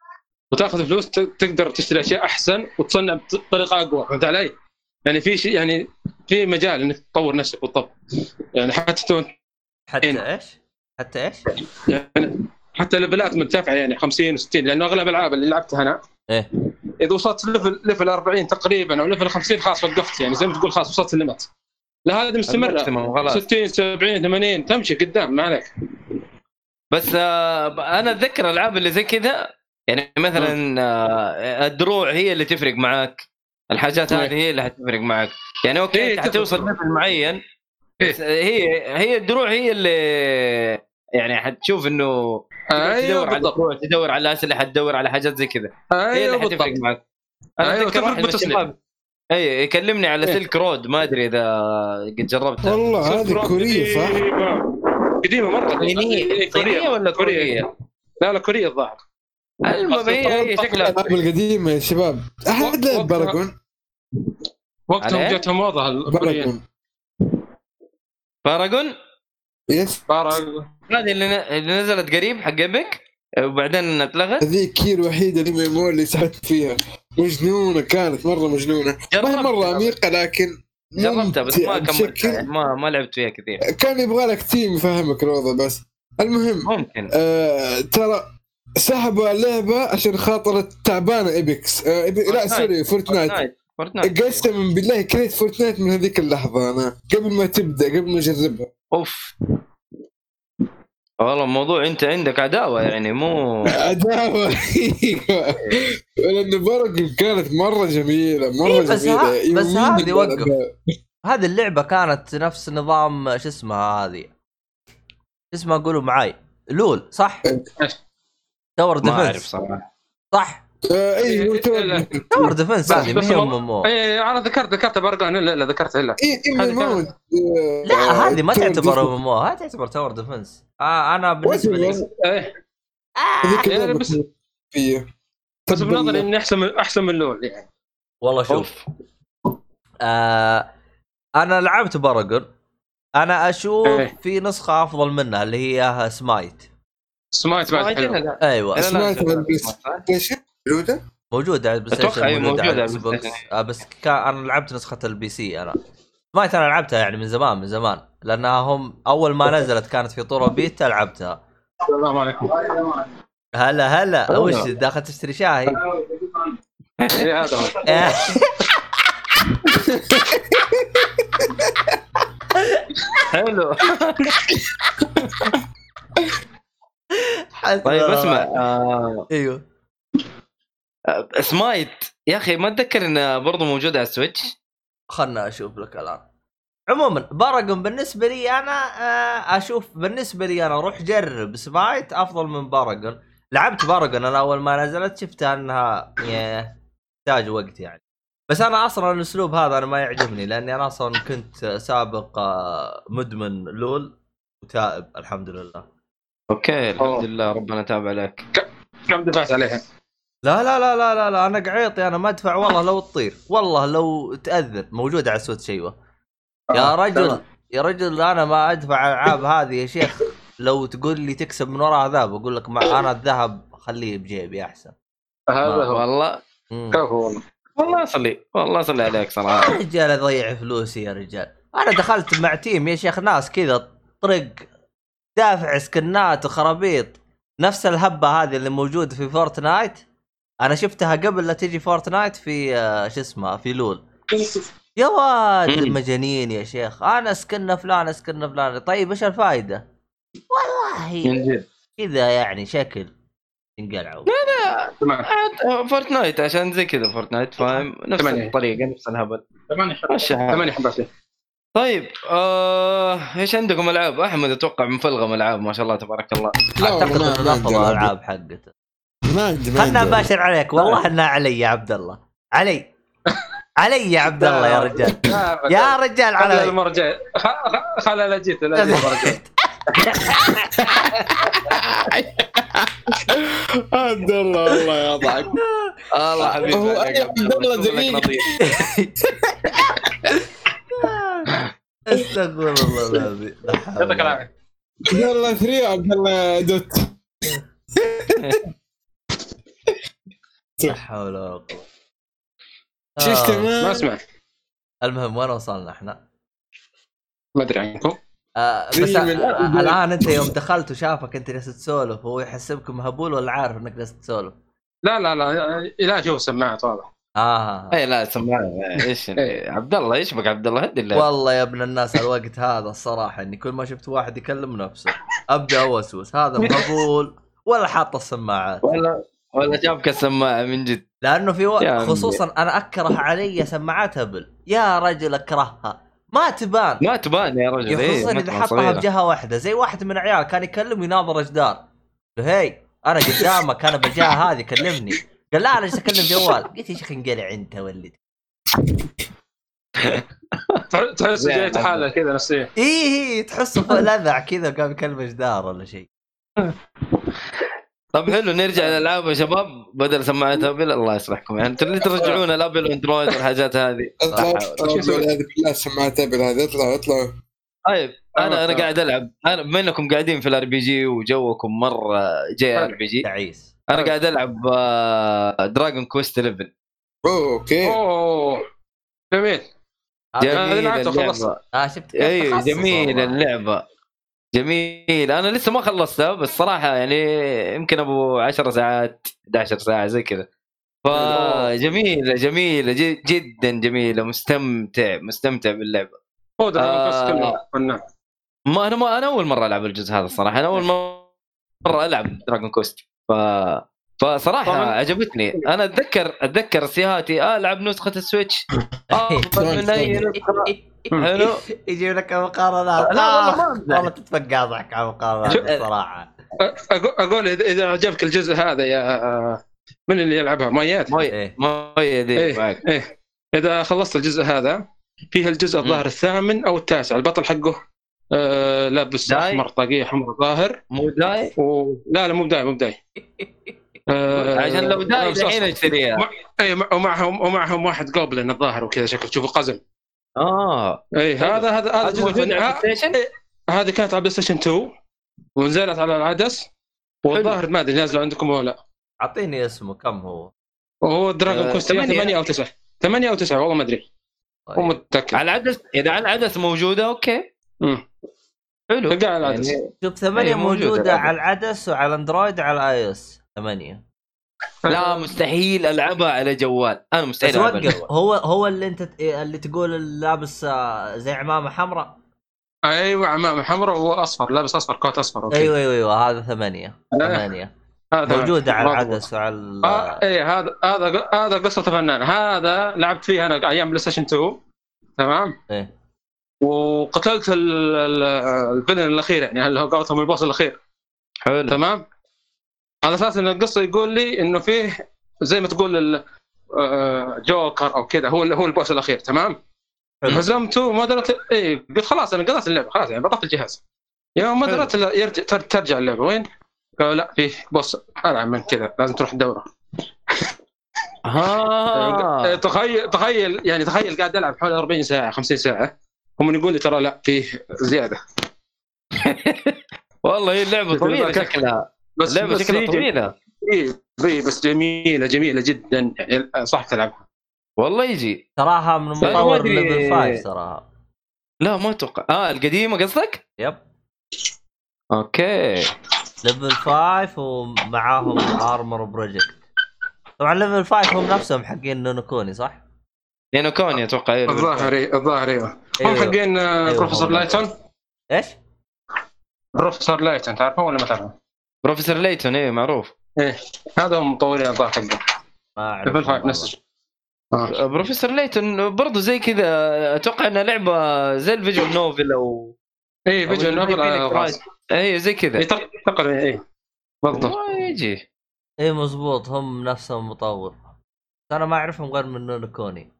وتاخذ فلوس تقدر تشتري اشياء احسن وتصنع بطريقه اقوى. فهمت علي؟ يعني في شيء، يعني في مجال انك تطور نفسك بالضبط. يعني حتى ايش يعني حتى ليفلات مرتفعه، يعني 50 و60، لانه اغلب الالعاب اللي لعبتها انا اذا وصلت ليفل 40 تقريبا او ليفل 50 خلاص وقفت، يعني زي ما تقول خلاص وصلت الليمت. لا هذا مستمر 60 70 80 تمشي قدام ما عليك. بس انا اتذكر الالعاب اللي زي كذا، يعني مثلا الدروع هي اللي تفرق معك، الحاجات هذه هي اللي حتفرق معك. يعني اوكي حتوصل ليفل معين، هي الدروع هي اللي يعني حتشوف انه تدور على الدروع، تدور على الاسلحه، تدور على حاجات زي كذا، هي اللي حتفرق معك. انا اتذكر واحد من الشباب يكلمني على سلك رود، ما ادري اذا قد جربتها. والله هذه كورية صح؟ قديمه مره. كورية ولا كورية؟ لا كورية الظاهر. المهم هي شكلها الألعاب القديمة يا شباب. أحد لعب باراجون؟ وقتهم جاتهم موضة الكوريين. باراجون؟ يس باراجون هذه اللي نزلت قريب حق ايبك وبعدين اتلغت. هذيك هي الوحيدة اللي سحبت فيها، مجنونة، كانت مرة مجنونة، مرة عميقة، لكن جربتها بس ما كملتها، يعني ما لعبت فيها كثير. كان يبغى لك تيم يفهمك الوضع. بس المهم ممكن ترى سحبوا اللعبة عشان خاطر تعبانة ايبكس. لا سوري فورتنايت. قسما بالله كريت فورتنايت من هذيك اللحظة أنا قبل ما تبدأ، قبل ما أجربها. أوف والله الموضوع أنت عندك عداوة، يعني مو عداوة. لأن باراجون كانت مرة جميلة، مرة جميلة. بس هذه وقف، هذه اللعبة كانت نفس نظام شو اسمها هذه، اسمها قولوا معاي لول صح؟ تاور ديفنس. ما أعرف صراحة. صح؟ اي تاور ديفنس هذه مهم. انا ذكرت باراجون. لا ذكرتها لا. لا هذه ما تعتبر مو، هذه تعتبر تاور ديفنس. انا بالنسبه لي بس بنظري اني احسن من لول يعني. والله شوف انا لعبت باراجون، انا اشوف في نسخه افضل منها اللي هي سمايت بعد حلو. ايوه سمايت موجوده على البلاي ستيشن، موجوده على الاكس بوكس. بس انا لعبت نسخه البي سي. انا سمايت انا لعبتها يعني من زمان لانها هم اول ما نزلت كانت في طور بيتا لعبتها. السلام عليكم. هلا وش داخل تشتري شاي؟ هذا حلو. طيب اسمع ايوه سمايت يا اخي ما اتذكر انها برضو موجوده على السويتش. خلنا اشوف لك الان. عموما باراجون بالنسبه لي انا اشوف بالنسبه لي انا روح جرب سمايت افضل من باراجون. لعبت باراجون انا اول ما نزلت شفتها انها تحتاج وقت يعني، بس انا اصلا الاسلوب هذا انا ما يعجبني، لاني انا اصلا كنت سابق مدمن لول وتائب الحمد لله. اوكي الحمد لله ربنا تاب عليك. كم دفعت عليها؟ لا لا لا لا لا, لا انا قعيطي، انا ما ادفع والله لو تطير، والله لو تأذن موجود على سويتش. ايوه يا رجل يا رجل انا ما ادفع العاب هذه يا شيخ. لو تقول لي تكسب من وراء ذهب اقول لك ما انا الذهب خليه بجيبي احسن. هذا والله والله صلي عليك صراحه. يا رجال اضيع فلوسي يا رجال. انا دخلت مع تيم يا شيخ ناس كذا طرق دافع سكنات وخرابيط، نفس الهبه هذه اللي موجوده في فورتنايت انا شفتها قبل لا تيجي فورتنايت في شو اسمه في لول. يا واد مجانين يا شيخ. انا سكننا فلان طيب ايش الفائده؟ والله كذا يعني شكل انقلعوا. لا فورتنايت عشان زي كذا فورتنايت فاهم نفس الطريقه نفس الهبل. 8 حبات. طيب ايش عندكم العاب؟ احمد اتوقع مفلغم العاب ما شاء الله تبارك الله. اعتقد ان افضل الالعاب حقته خلنا باشر عليك. والله انها علي يا عبد الله، علي يا عبد الله يا رجال يا رجال علي المرجع. خلا لا جيت عبد الله والله يضحك. الله حبيبي عبد الله دقيقة. استغفر الله العظيم. يعطيك العافية. عبد الله 3 عبد الله دوت. شفته حول ولا قوة. شفته ما اسمع. المهم وين وصلنا احنا؟ ما ادري عنكم. بس الان انت يوم دخلت وشافك انت جالس تسولف هو يحسبك مهبول ولا عارف انك جالس تسولف؟ لا لا شوف سماعات واضح. اي لا سماعه ايش عبد الله ايش بك عبد الله هدي اللي والله يا ابن الناس الوقت هذا الصراحه اني كل ما شفت واحد يكلم نفسه ابدا اوسوس هذا مهبول ولا حاط السماعات ولا جابك السماعه من جد. لانه في خصوصا انا اكره علي سماعات هبل يا رجل اكرهها ما تبان يا رجل. خصوصا اذا حطها بجهه واحده زي واحد من العيال كان يكلم يناظر جدار هي انا قدامك انا بالجهه هذه كلمني قال لا انا جالس اكلم جوال قلت يا شيخ انقلع انت ولد تحس جايت حاله كذا نفسيه ايه تحسه لذع كذا قام يكلم جدار ولا شيء. طب حلو نرجع للالعاب يا شباب بدل سماعات ابل الله يصلحكم يعني انتوا اللي ترجعون الابل واندرويد والحاجات هذه. هذه كلها سماعات ابل هذه اطلع. طيب انا قاعد العب انا بما انكم قاعدين في الار بي جي وجوكم مره جي ار بي جي تعيس انا قاعد العب دراجون كويست 11. اوكي جميل اللعبه شفت ايوه جميل اللعبه جميل. انا لسه ما خلصتها بس صراحه يعني يمكن ابو 10 ساعات 11 ساعه زي كذا فجميله جدا جميله مستمتع باللعبه. ما انا اول مره العب الجزء هذا الصراحه انا اول مره العب دراجون كوست فصراحه عجبتني. انا اتذكر سيهاتي العب نسخه السويتش افضل من اي نسخه. حلو يجيب لك مقارنات والله تتفقع ضحك على مقارنات صراحه. اقول اذا عجبك الجزء هذا يا من اللي يلعبها ميات دي معك. اذا خلصت الجزء هذا فيه الجزء الظاهر الثامن او التاسع البطل حقه لابس احمر طاقيه حمراء ظاهر مو داي لا مو داي عشان لو داي الحين اشتريها. اي ومعهم واحد جوبلين الظاهر وكذا شكله تشوفه قزم. اي هذا موجود على البلاي ستيشن. هذه كانت على بلاي ستيشن 2 ونزلت على العدس والظاهر ما ادري نازله عندكم ولا لا. اعطيني اسمه كم هو دراجون كوست 8 او 9 8 او 9 والله ما ادري مو متاكد. على العدس اذا على العدس موجوده اوكي حلو تلقى على العدس. شوف 8 موجوده على العدس وعلى اندرويد على اي اس 8. لا مستحيل العبها على جوال انا مستحيل العبها. هو اللي انت اللي تقول لابس زي عمامه حمراء. ايوه عمامه حمراء واصفر لابس اصفر كوت اصفر اوكي. ايوه هذا 8 موجوده على العدس وعلى هذا قصه فنان. هذا لعبت فيه انا ايام بلاي ستيشن 2 تمام. وقتلت الفيلن الاخير يعني اللي هو قاطهم البوس الاخير حلو تمام. على اساس ان القصه يقول لي انه فيه زي ما تقول جوكر او كذا هو البوس الاخير تمام. هزمته ما درت قلت خلاص انا قضيت اللعبه خلاص يعني بطلت الجهاز يوم ما درت ترجع اللعبه وين قالوا لا فيه بوس ألعب من كذا لازم تروح الدوره. تخيل قاعد العب حوالي 40 ساعه 50 ساعه هم يقول لي ترى لا فيه زياده. والله هي اللعبه طويله شكلها اللعبه شكلها طويله بس جميله جدا صح تلعبها والله. يجي صراحه من مطور ليفل 5 صراحه لا ما اتوقع القديمه قصدك. يب اوكي ليفل 5 ومعاهم ارمر بروجكت. طبعا ليفل 5 هم نفسهم حقين نونوكوني صح؟ نونوكوني اتوقع الظاهر ايوه هم حقين بروفيسور لايتون. ايش بروفيسور لايتون تعرفه ولا ما تعرفه؟ بروفيسور لايتون ايه معروف هذا هم مطورين الظاهر حقه ليفل 5 نفس بروفيسور لايتون برضو زي كذا اتوقع انها لعبه زي الفيجوال نوفل او فيجوال نوفل زي كذا تقريبا بالضبط يجي مزبوط هم نفسهم مطور. انا ما اعرفهم غير من نونوكوني.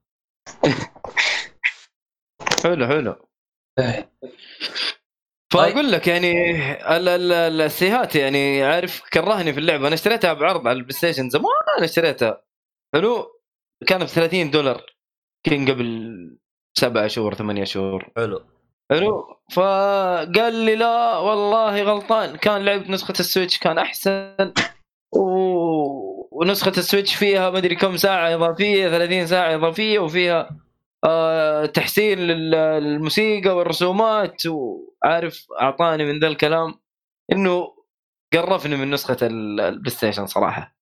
حلو فاقول لك يعني السيهات يعني عارف كرهني في اللعبه. انا اشتريتها بعرض على البلاي ستيشن زمان انا اشتريتها حلو كانت $30 كان قبل 7 شهور 8 شهور حلو فقال لي لا والله غلطان كان لعبت نسخه السويتش كان احسن ونسخه السويتش فيها ما ادري كم ساعه اضافيه 30 ساعه اضافيه وفيها تحسين للموسيقى والرسومات وعارف اعطاني من ذا الكلام انه قرفني من نسخه البلاي ستيشن صراحه.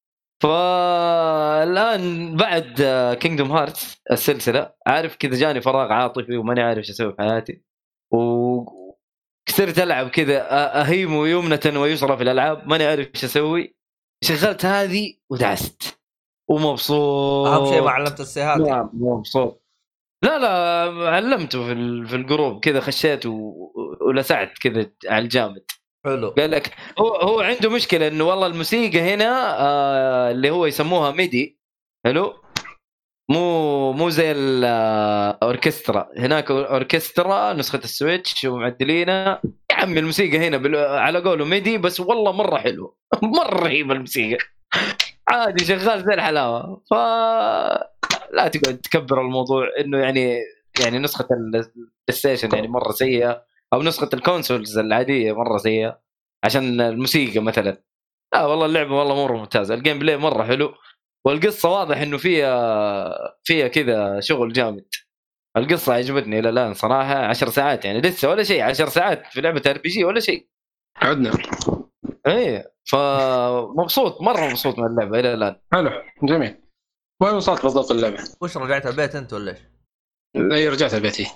فالان بعد كينجدوم هارتس السلسله عارف كذا جاني فراغ عاطفي وماني عارف ايش اسوي في حياتي وكسرت العب كذا اهيم يمنة ويسرى في الالعاب ماني عارف ايش اسوي. شغلت هذه ودعست ومبسوط. اهم شيء ما علمت السيهاتي. نعم مبسوط. لا علمته في الجروب كذا خشيت ولسعت كذا على الجامد. حلو. قال لك هو عنده مشكله انه والله الموسيقى هنا اللي هو يسموها ميدي. حلو. مو زي الاوركسترا هناك. اوركسترا نسخه السويتش ومعدلينها يا عمي. الموسيقى هنا على قوله ميدي بس والله مره حلو مره رهيبه الموسيقى عادي شغال زي الحلاوه. لا تقعد تكبر الموضوع انه يعني نسخه الستيشن يعني مره سيئه او نسخه الكونسولز العاديه مره سيئه عشان الموسيقى مثلا. لا والله اللعبه والله مره ممتازه. الجيم بلاي مره حلو والقصه واضح انه فيها كذا شغل جامد. القصه عجبتني الى الان صراحه. 10 ساعات يعني لسه ولا شيء. 10 ساعات في لعبه ار بي جي ولا شيء. عدنا ايه فمبسوط مره مبسوط من اللعبه الى الان. حلو جميل. وين وصلت بالضبط اللعبه؟ وش رجعت البيت انت ولا ايش؟ اي رجعت بيتي.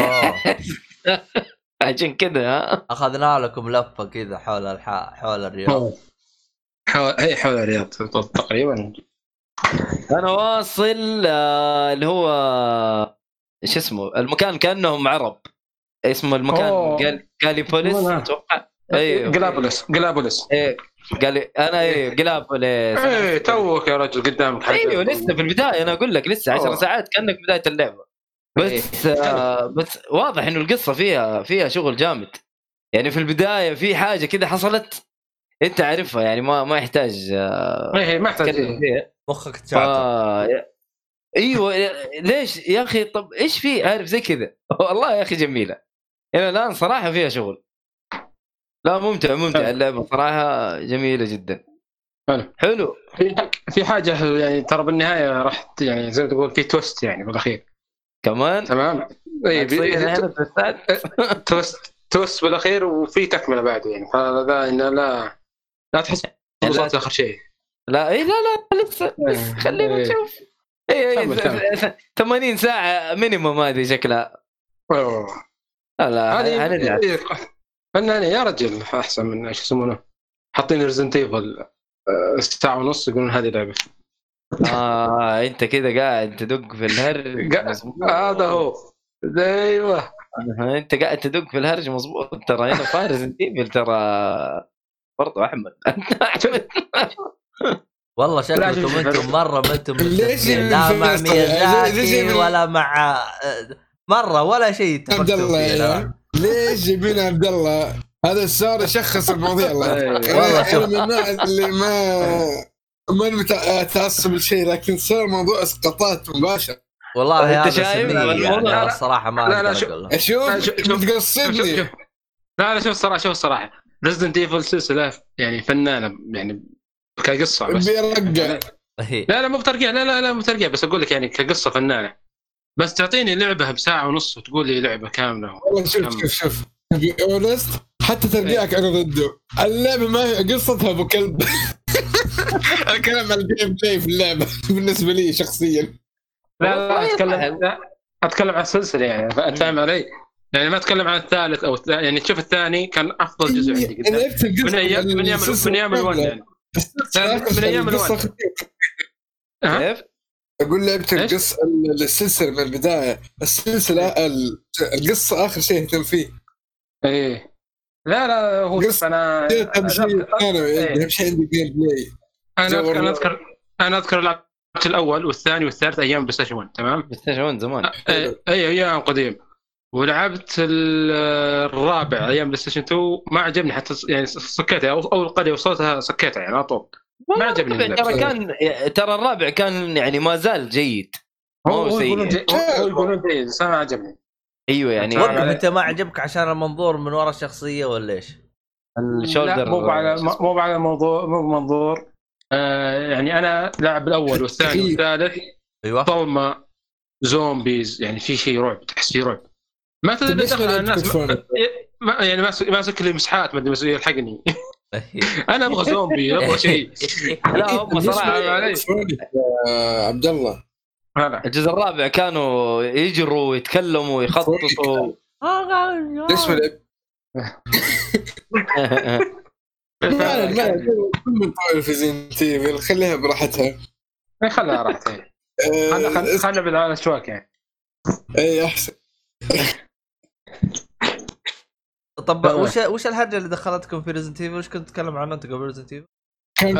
عشان كذا اخذنا لكم لفه كذا حول الرياض. حول الرياض تقريبا. انا واصل اللي هو ايش اسمه المكان كانهم عرب. اسمه المكان جاليبوليس اتوقع. ايوه جلابوليس. ايه قال انا جلابوليس. ايه توك يا رجل قدامك. ايوه لسه في البدايه. انا اقول لك لسه 10 ساعات كانك بدايه اللعبه. بس واضح انه القصه فيها شغل جامد. يعني في البدايه في حاجه كده حصلت انت عارفها يعني ما يحتاج ما يحتاج مخك تشعر. ايوه ليش يا اخي؟ طب ايش في عارف زي كذا. والله يا اخي جميله الى الان صراحه فيها شغل. لا ممتع اللعبه صراحه جميله جدا. حلو. في حاجه يعني ترى بالنهايه راح يعني زي ما تقول في تويست يعني بالاخير كمان. تمام. تويست بالاخير وفي تكمله بعده يعني. فهذا إن لا تحس وصلت اخر شيء. لا لا لسه خلينا نشوف. 80 ساعه مينيموم هذه شكلها. لا هذه فنان يا رجل احسن من ايش يسمونه حاطين ريزنت ايفل ساعه ونص يقولون هذه لعبه. انت كده قاعد تدق في الهرج. هذا هو ايوه انت قاعد تدق في الهرج مظبوط. ترى هنا فارس ايفل ترى برضو احمد. والله شكلكم انتم مره ما انتم لا مع ميازاكي ولا مع مره ولا شيء اتفقتوا فيه. ليش جايبين عبد الله؟ هذا صار يشخص المواضيع. والله شوف من النوع اللي ما متعصب لشيء لكن صار موضوع اسقاطات مباشر. والله هذا سمية يعني الصراحه ما لا شوف تقصدني. لا شوف الصراحه ريزدنت ايفل سلسله يعني فنانه يعني كقصه بس بيرجع. لا مو بترجع. لا مو بترجع بس اقول لك يعني كقصه فنانه. بس تعطيني لعبه بساعه ونص وتقول لي لعبه كامله. والله شوف اونست حتى ترجيعك انا ضده. اللعبه ما هي قصتها ابو كلب. الكلام عن الجيم بلاي في اللعبه بالنسبه لي شخصيا. لا اتكلم عن السلسله يعني فاهم علي يعني. ما اتكلم عن الثالث او يعني تشوف الثاني كان افضل جزء عندي من ايام الون يعني. من ايام الون كيف اقول لعبت القصه السلسله من البدايه. السلسله القصه اخر شيء اهتم فيه. ايه لا هو انا اهم شيء عندي جيم بلاي. انا اذكر لعبت الاول والثاني والثالث ايام بلاي ستيشن 1 تمام. بلاي ستيشن 1 زمان. ايام قديم. ولعبت الرابع ايام بلاي ستيشن 2 ما عجبني حتى يعني سكيتها او القريه وصلتها سكيتها يعني على طول ما عجبني. ترى الرابع كان يعني ما زال جيد. هو يقولون جيد بس ما عجبني. ايوه يعني انت ما عجبك عشان المنظور من وراء الشخصيه ولا ايش؟ الشولدر مو على الموضوع مو منظور يعني انا لاعب الاول والثاني والثالث. ايوه ظلمه زومبيز، يعني في شيء رعب، تحس فيه رعب. ما تدري دخل الناس يعني ماسك لي مسحات، ما ادري مسؤول يلحقني. انا ابغى زومبي، ابغى شيء. لا هم صراحه عبد الله الجزء الرابع كانوا يجروا ويتكلموا ويخططوا. ليش ما من طول في زين تيفل، خليها براحتها. خليها راحتها. خلنا بالاشواك يعني. اي احسن. طب وش الحاجه اللي دخلتكم في ريزنت ايفل؟ وش كنت تتكلم عنه انت قبل ريزنت ايفل؟ كان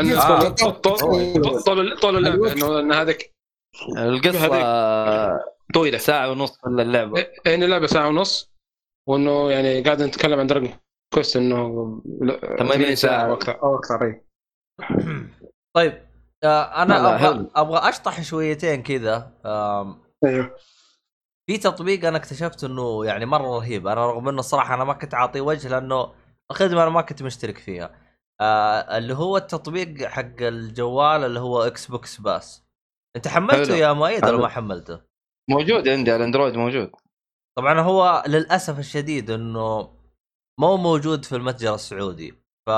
طول اللعبه انه هذاك القصه طويله ساعه ونص ولا اللعبه. يعني اللعبه ساعه ونص، وانه يعني قاعد نتكلم عن دراجون كويست انه 80 ساعه او اكثر. طيب انا ابغى اشطح شويتين كذا. ايوه في تطبيق انا اكتشفت انه يعني مره رهيب. انا رغم انه الصراحه انا ما كنت اعطيه وجه لانه الخدمه انا ما كنت مشترك فيها. اللي هو التطبيق حق الجوال اللي هو اكس بوكس باس. انت حملته يا مؤيد ولا ما حملته؟ موجود عندي على الاندرويد موجود. طبعا هو للاسف الشديد انه مو موجود في المتجر السعودي.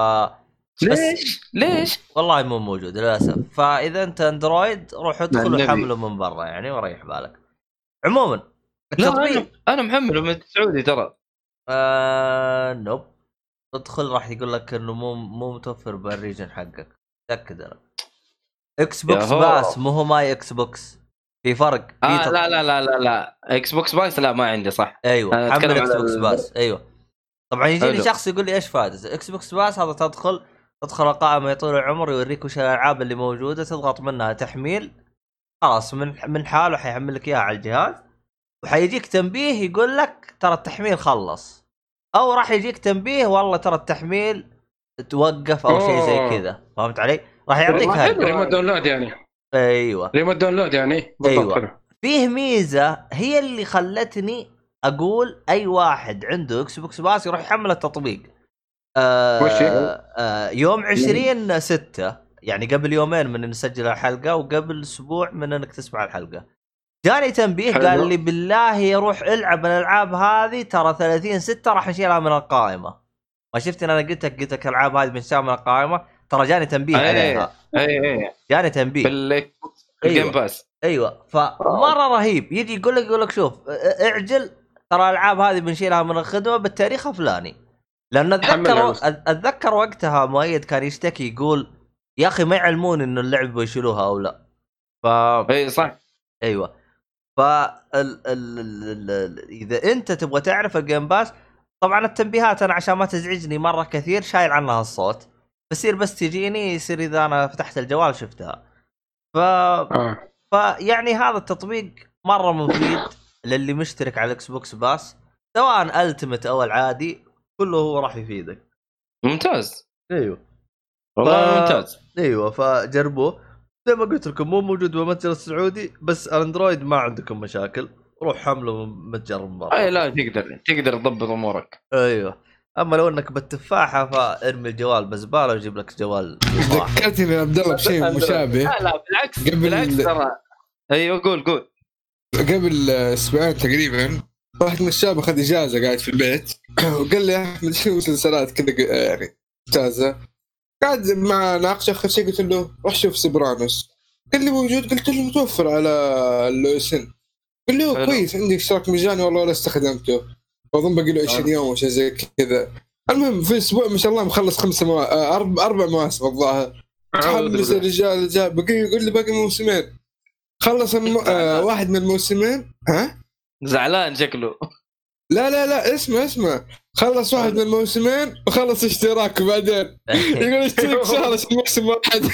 ليش والله مو موجود للاسف. فاذا انت اندرويد روح ادخل وحمله من برا يعني وريح بالك. عموما التطبيق انا محمله من السعودي ترى. نوب. ادخل راح يقول لك انه مو متوفر بالريجن حقك. تاكد انا اكس بوكس باس مو هو ماي اكس بوكس. في فرق في لا اكس بوكس باس لا ما عندي صح. ايوه حمل اكس بوكس باس. ايوه طبعا يجيني شخص يقول لي ايش فائده اكس بوكس باس؟ هذا تدخل القائمه يطول العمر يوريك وش الالعاب اللي موجوده، تضغط منها تحميل خلاص من حاله حيحمل لك اياها على الجهاز، وحيجيك تنبيه يقول لك ترى التحميل خلص، او راح يجيك تنبيه والله ترى التحميل توقف او شيء زي كذا. فهمت علي؟ راح يعطيك هاي ريموت داونلود يعني. ايوه ريموت داونلود يعني بالضبط. أيوة. فيه ميزه هي اللي خلتني اقول اي واحد عنده اكس بوكس باس يروح يحمل التطبيق. يوم 20/6 يعني قبل يومين من نسجل الحلقه وقبل اسبوع من انك تسمع الحلقه جاني تنبيه قال لي بالله يروح العب الالعاب هذه ترى 30/6 راح نشيلها من القائمه. ما شفت انا قلت لك الالعاب هذه بنشيلها من القائمه، ترى جاني تنبيه عليها. اي جاني تنبيه بالجيم باس. ايوه فمره رهيب. يجي يقول لك شوف اعجل ترى الالعاب هذه بنشيلها من الخدمه بالتاريخ الفلاني. لان اتذكر وقتها مؤيد كان يشتكي يقول يا اخي ما يعلمون انه اللعب بيشيلوها او لا. اي صح ايوه. اذا انت تبغى تعرف الجيم باس طبعا التنبيهات انا عشان ما تزعجني مره كثير شايل عنها الصوت، بصير بس تجيني يصير اذا انا فتحت الجوال شفتها. يعني هذا التطبيق مره مفيد للي مشترك على الاكس بوكس باس سواء التيمت او العادي كله هو راح يفيدك. ممتاز. ايوه والله ممتاز. ايوه فجربوه زي ما قلت لكم مو موجود بالمتجر السعودي بس الاندرويد ما عندكم مشاكل روح حمله متجر من برا. اي لا تقدر تضبط امورك. ايوه اما لو انك بالتفاحه فارمي الجوال بزباله وجيب لك جوال. ذكرتني يا عبد الله بشيء مشابه. لا بالعكس ترى. ايوه قول قبل اسبوعين تقريبا واحد من الشباب اخذ اجازه قاعد في البيت وقال لي احمد شو مسلسلات كذا يعني اجازه قاعد مع ناقش اخر شيء قلت له روح شوف سوبرانوس قال لي موجود قلت له متوفر على اللوسن قال له كويس عندي اشتراك مجاني والله ولا استخدمته اظن باقي له 20 يوم وشيء زي كذا. المهم في اسبوع ما شاء الله مخلص 4 مواسم الظاهر تحمس الرجال جاء بقي يقول لي باقي موسمين خلص واحد من الموسمين. ها زعلان شكله. لا اسمع خلص واحد من الموسمين وخلص اشتراك بعدين يقول اشترك شهر عشان موسم واحد.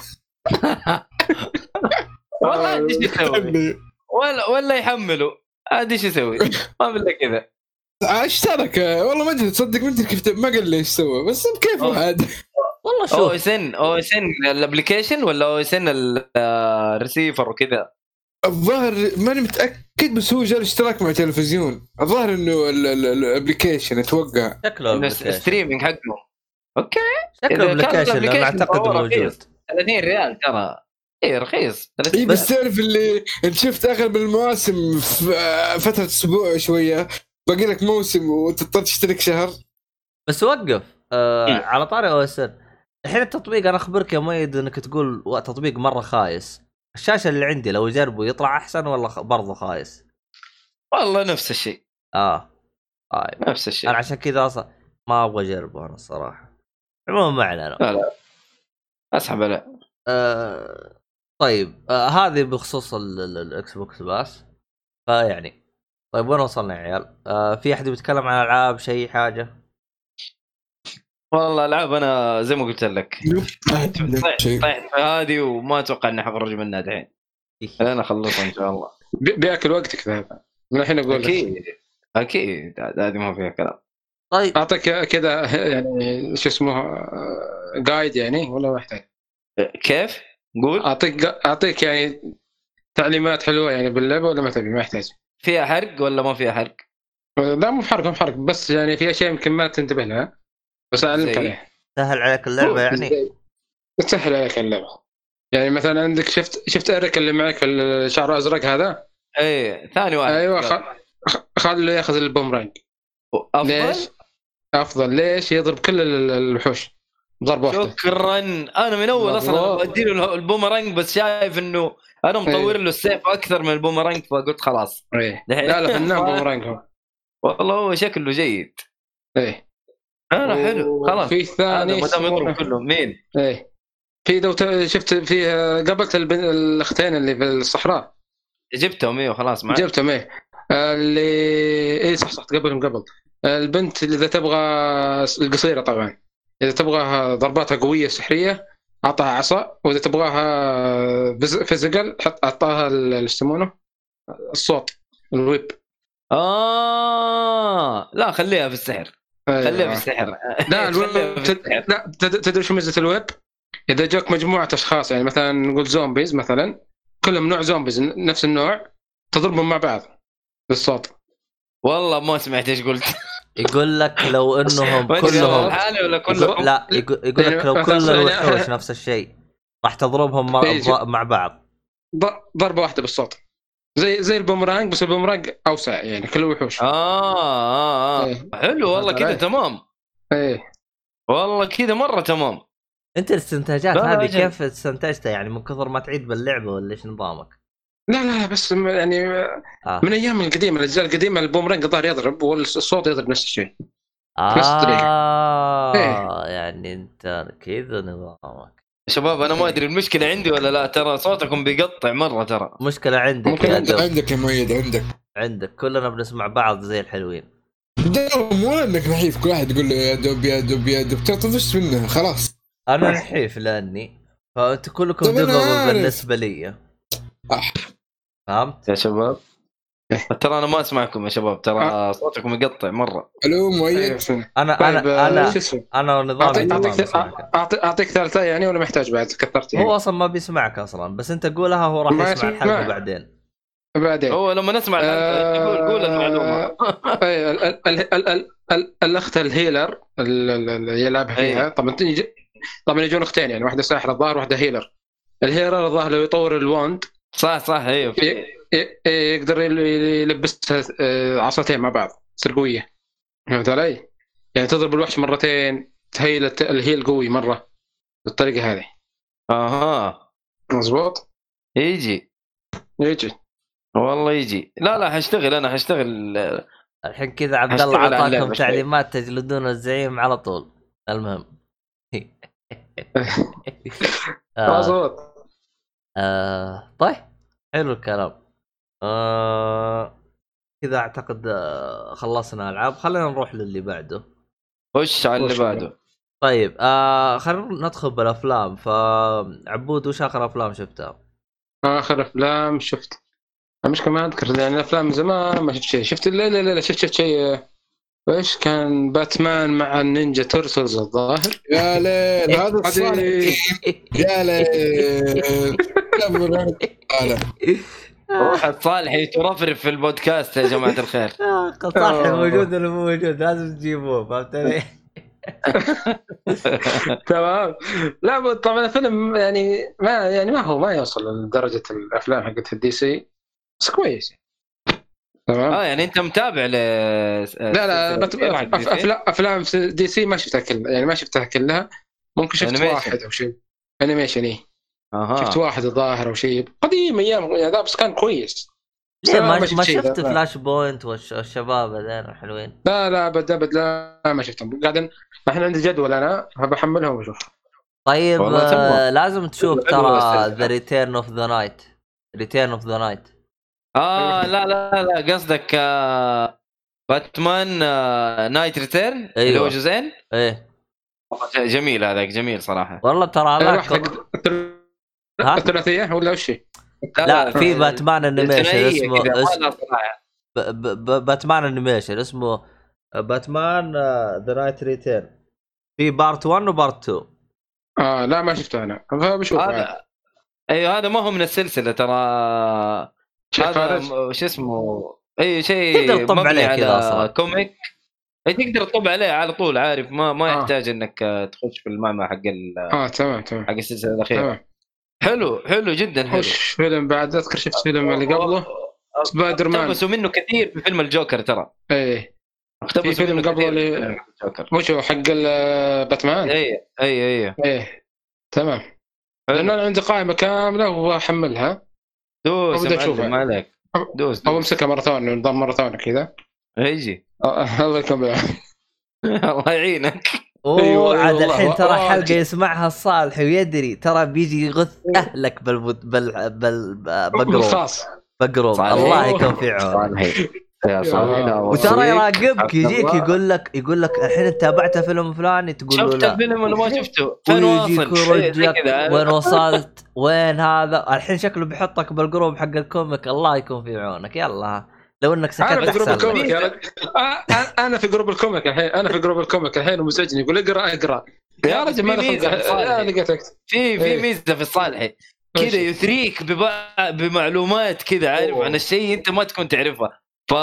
والله عندي شو يسوي ولا يحمله عادي ايش يسوي ما بالله كذا اشترك والله ما ادري تصدق ما ادري كيف ما قال لي ايش سوى بس كيف عاد والله شوف او اس ان الابلكيشن ولا او اس ان الريسيفر وكذا الظاهر ماني متاكد بس هو جاء اشتراك مع تلفزيون الظاهر انه الابلكيشن اتوقع شكله ستريمينج حقه اوكي شكله ابلكيشن انا اعتقد موجود 30 ريال ترى اي رخيص. اي بس تعرف اللي انت شفت اغلب المواسم في فتره اسبوع شويه، باقي لك موسم وتضطر تشترك شهر. بس وقف على طاري OSN الحين التطبيق. انا اخبرك يا مؤيد انك تقول تطبيق مره خايس. الشاشه اللي عندي لو جربوا يطلع احسن ولا برضو خايس؟ والله نفس الشيء. طيب نفس الشيء. انا عشان كذا اصلا ما ابغى اجربه انا الصراحه. عموما ما علينا. لا اسحب عليه. طيب هذه بخصوص الاكس بوكس باس. فيعني طيب وين وصلنا يا عيال؟ في احد بيتكلم عن العاب شيء حاجه؟ والله العاب انا زي ما قلت لك طيب في هذه وما اتوقع اني حخرج منها الحين. انا اخلصها ان شاء الله. بياكل وقتك هذا من الحين اقول اكيد هذه ما فيها كلام. طيب اعطيك كذا يعني شو اسمه جايد يعني ولا محتاج؟ كيف قول؟ اعطيك يعني تعليمات حلوه يعني باللعبه ولا ما تبي؟ ما يحتاج. فيها حرق ولا ما فيها حرق؟ لا مو حرق بس يعني في اشياء يمكن ما تنتبه لها بس اعلمك عليها. سهل عليك اللعبه يعني؟ تسهل عليك اللعبه يعني مثلا عندك شفت اريك اللي معك الشعر الازرق هذا؟ ايه ثاني واحد. ايوه خليه ياخذ البومرانج. افضل ليش يضرب كل الوحوش ضربه واحده. شكرا. انا من اول اصلا اديله البومرانج بس شايف انه انا مطور له السيف اكثر من البومرانج فقلت خلاص. لا فنان بومرانج هو والله هو شكله جيد. ايه انا حلو خلاص. في ثاني ما دام يضرب كلهم مين؟ ايه في لو شفت فيه قبلت الاختين اللي في الصحراء جبتهم ايه وخلاص معي. جبتهم ايه اللي ايه صح قبلهم قبل البنت اللي اذا تبغى القصيره طبعا اذا تبغاها ضرباتها قويه سحريه اعطاها عصا واذا تبغاها فيزيكال اعطاها اللي يسمونه الصوت الويب. لا خليها في السحر. خليها في السحر. لا لا تدري شو ميزه الويب؟ اذا جاك مجموعه اشخاص يعني مثلا نقول زومبيز مثلا كلهم نوع زومبيز نفس النوع تضربهم مع بعض بالصوت. والله ما سمعت ايش قلت. يقول لك لو انهم كلهم ولا كلهم لا يقول لك لو كل الوحوش نفس الشيء راح تضربهم مع بعض ضربه واحده بالصوت زي البومرانج بس البومرانج اوسع يعني كل الوحوش. حلو والله كذا تمام. ايه والله كذا مره تمام. انت الاستنتاجات هذه كيف استنتجتها يعني من كثر ما تعيد باللعبه ولا ايش نظامك؟ لا بس يعني من ايام القديمه الاجزاء القديمه البومرانج الظاهر يضرب والصوت يضرب نفس الشيء. نفس الطريقه. يعني انت كذا نظامك. شباب انا ما ادري المشكله عندي ولا لا ترى صوتكم بيقطع مره ترى. مشكله عندك ممكن عندك يا مؤيد عندك كلنا بنسمع بعض زي الحلوين. مو انك نحيف كل واحد يقول يا دوب تطفش منها خلاص. انا نحيف لاني فانت كلكم دبل بالنسبه لي. فهمت يا شباب؟ ترى انا ما اسمعكم يا شباب ترى صوتكم يقطع مره. الو مؤيد انا نظامي اعطيك ثالثه يعني ولا محتاج بعد كثرت يعني؟ هو اصلا ما بيسمعك اصلا بس انت قولها هو راح يسمع الحلقه بعدين هو لما نسمع قول المعلومه. الاخت الهيلر اللي يلعب فيها طبعا يجون اختين يعني واحده ساحره الظاهر واحده هيلر. الهيلر الظاهر لو يطور الواند صح ايوه يقدر يلبسها عصاتين مع بعض تصير قويه. فهمت علي؟ يعني تضرب الوحش مرتين تهيل الهيل قوي مره بالطريقه هذه. مزبوط. يجي والله يجي. لا حاشتغل الحين كذا عبد الله عطاكم تعليمات تجلدون الزعيم على طول. المهم مزبوط. طيب حلو الكلام. كذا اعتقد خلصنا العاب. خلينا نروح للي بعده. وش على اللي بعده؟ طيب خلينا ندخل بالافلام. فعبود وش اخر افلام شفتها؟ اخر افلام شفت مش كمان اذكر يعني افلام زمان ما شفت شيء. شفت لا شفت شيء ايش كان باتمان مع النينجا تورتلز الظاهر. يا ليل هذا الصالح. يا ليل واحد صالحي ترفرف في البودكاست يا جماعه الخير. صالحي موجود ولا مو موجود لازم تجيبوه. فهمت علي؟ تمام. لا طبعا الفيلم يعني ما يوصل لدرجه الافلام حقت الدي سي، بس كويس. تمام. يعني انت متابع لا افلام في دي سي ما شفتها كلها، يعني ما شفتها كلها، ممكن شفت واحد او شيء انيميشن. ايه شفت واحد الظاهر او شيء قديم ايام هذا، بس كان كويس. ليه ما شفت فلاش بوينت والشباب هذول حلوين؟ لا ابد لا ما شفتهم. قاعدين احنا عندي جدول انا بحملهم واشوف. طيب لازم تشوف ترى ذا ريتيرن اوف ذا نايت. لا قصدك باتمان نايت ريتيرن اللي هو جزئين. ايه جميل، هذاك جميل صراحه والله. ترى هذاك الثلاثيه ولا وش؟ لا في باتمان انيميشن اسمه باتمان انيميشن اسمه باتمان ذا نايت ريتيرن، في بارت 1 وبارت 2. لا ما شفته انا، فبشوف هذا. ايوه هذا ما هو من السلسله ترى، هذا وش اسمه، اي شيء مبني على كوميك، تقدر تطبع عليه على طول، عارف ما يحتاج انك تخش في المعمعة حق تمام حق السلسله الاخيره. حلو جدا. حلو. وش فيلم بعد اذكر شفت فيلم اللي قبله سبايدر مان، اقتبسوا منه كثير في فيلم الجوكر ترى. ايه في فيلم قبله اللي مش هو حق باتمان. ايه تمام. لأن أنا عندي قائمة كاملة وأحملها. دوس ما عليك. دوس. أو امسكها ماراثون، نظام ماراثون كذا. يجي. الله يكمل. الله يعينك. عاد الحين ترى حلقة يسمعها الصالح ويدري ترى بيجي يغث أهلك بقروب. الله يكون في عونك. وترى يراقبك يجيك يقول لك الحين انت تابعت فيلم فلاني، تقول له لا شفت الفيلم ولا ما شفته، فين واصل، وين وصلت، وين هذا. الحين شكله بيحطك بالجروب حق الكوميك. الله يكون في عونك. يلا لو انك سكت انا في جروب الكوميك الحين، الحين ومسجني يقول اقرا يا رجل. ما لقيتك في ميزه في الصالحي كذا، يثريك بمعلومات كذا، عارف عن الشيء انت ما تكون تعرفها،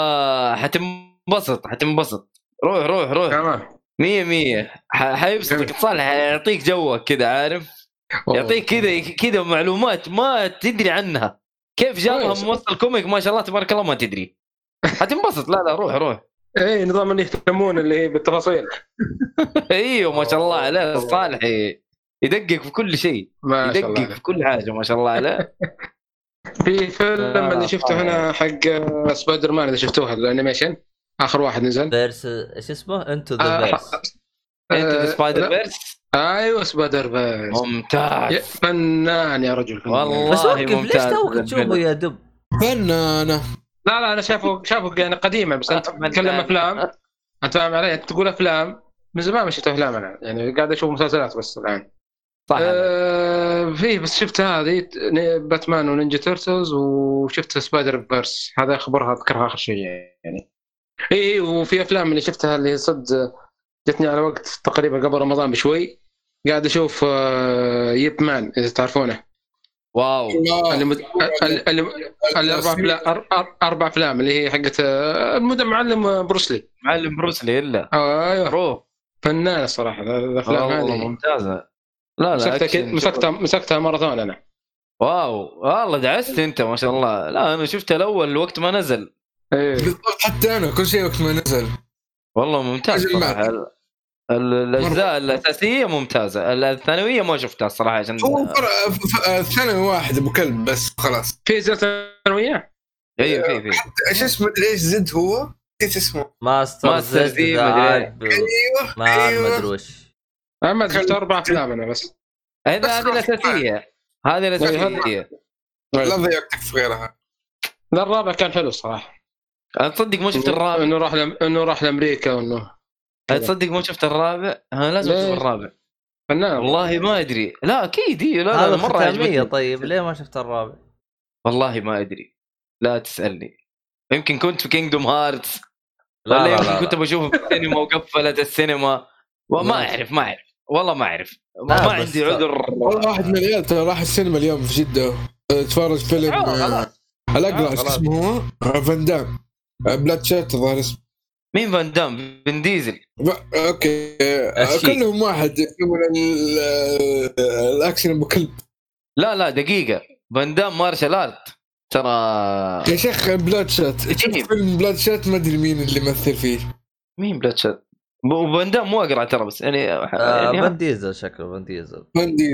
فحتنبسط. روح تمام 100 حيبسطك صالح، يعطيك جوك كذا، عارف يعطيك كذا معلومات ما تدري عنها، كيف جابها ممثل كوميك ما شاء الله تبارك الله ما تدري، حتنبسط. لا روح. ايه نظام اللي يهتمون اللي بالتفاصيل. ايوه ما شاء الله عليه صالح، يدقق في كل شيء، يدقق في كل حاجه ما شاء الله عليه. في فيلم اللي شفته هنا حق سبايدر مان، اذا شفتوه الانيميشن اخر واحد نزل، بيرس ايش اسمه، انتو ذا بيرس، انتو ذا سبايدر بيرس. ايوه سبايدر بيرس ممتاز، فنان يا رجل والله. بس ليش توك تشوفه يا دب؟ فنانه. لا انا شافه يعني قديمه، بس انت تتكلم افلام، انت فاهم علي، انت تقول افلام من زمان ما شفت افلام انا، يعني قاعد اشوف مسلسلات بس الان. صح. فيه بس شفت هذه باتمان ونينجا تيرتلز، وشفت سبايدر بيرس، هذا خبرها اذكرها اخر شيء يعني. ايه وفي افلام اللي شفتها اللي صد جتني على وقت تقريبا قبل رمضان بشوي، قاعد اشوف ييب مان اذا تعرفونه. واو. اربع افلام اللي هي حقت معلم بروسلي الا ايوه روح فنان الصراحه الافلام هذه ممتازه. لا مسكتها ماراثون انا. واو والله دعست انت ما شاء الله. لا انا شفت الاول وقت ما نزل. بالضبط حتى انا كل شيء وقت ما نزل والله ممتاز صراحه. الاجزاء الاساسيه ممتازه، الثانويه ما شفتها الصراحه عشان الثانوي واحد ابو كلب بس خلاص. في ثانويه ايوه في ايش اسمه ايش زد هو ايش اسمه ماستر زد ايوه ما ادري وش. اما شفت 4 افلام انا بس. هذه الاساسيه، هذه الاساسيه. لا ضيعتك في غيرها. لا الرابع كان حلو الصراحه. تصدق ما شفت الرابع، انه راح لامريكا وانه تصدق ما شفت الرابع. لازم اشوف الرابع فنان والله ما ادري. لا اكيد لا مره عجبني. طيب ليه ما شفت الرابع؟ والله ما ادري، لا تسالني. يمكن كنت في كينغدوم هارتس، ولا يمكن كنت بشوفه في السينما وقفلت السينما وما اعرف والله ما اعرف. ما عندي عذر. والله واحد من العيال ترى راح السينما اليوم في جدة تفرج فيلم الأقرع اسمه هو فان دام بلاد شات الظاهر اسمه. مين فان دام؟ فين ديزل. اوكي كلهم واحد يسوون الاكشن ابو كلب. لا دقيقه، فان دام مارشال ارت ترى يا شيخ. بلاد شات، فيلم بلاد شات ما ادري مين اللي مثل فيه. مين بلاد شات؟ فان دام مو اقرا ترى، بس يعني فان ديزل شكله. فان ديزل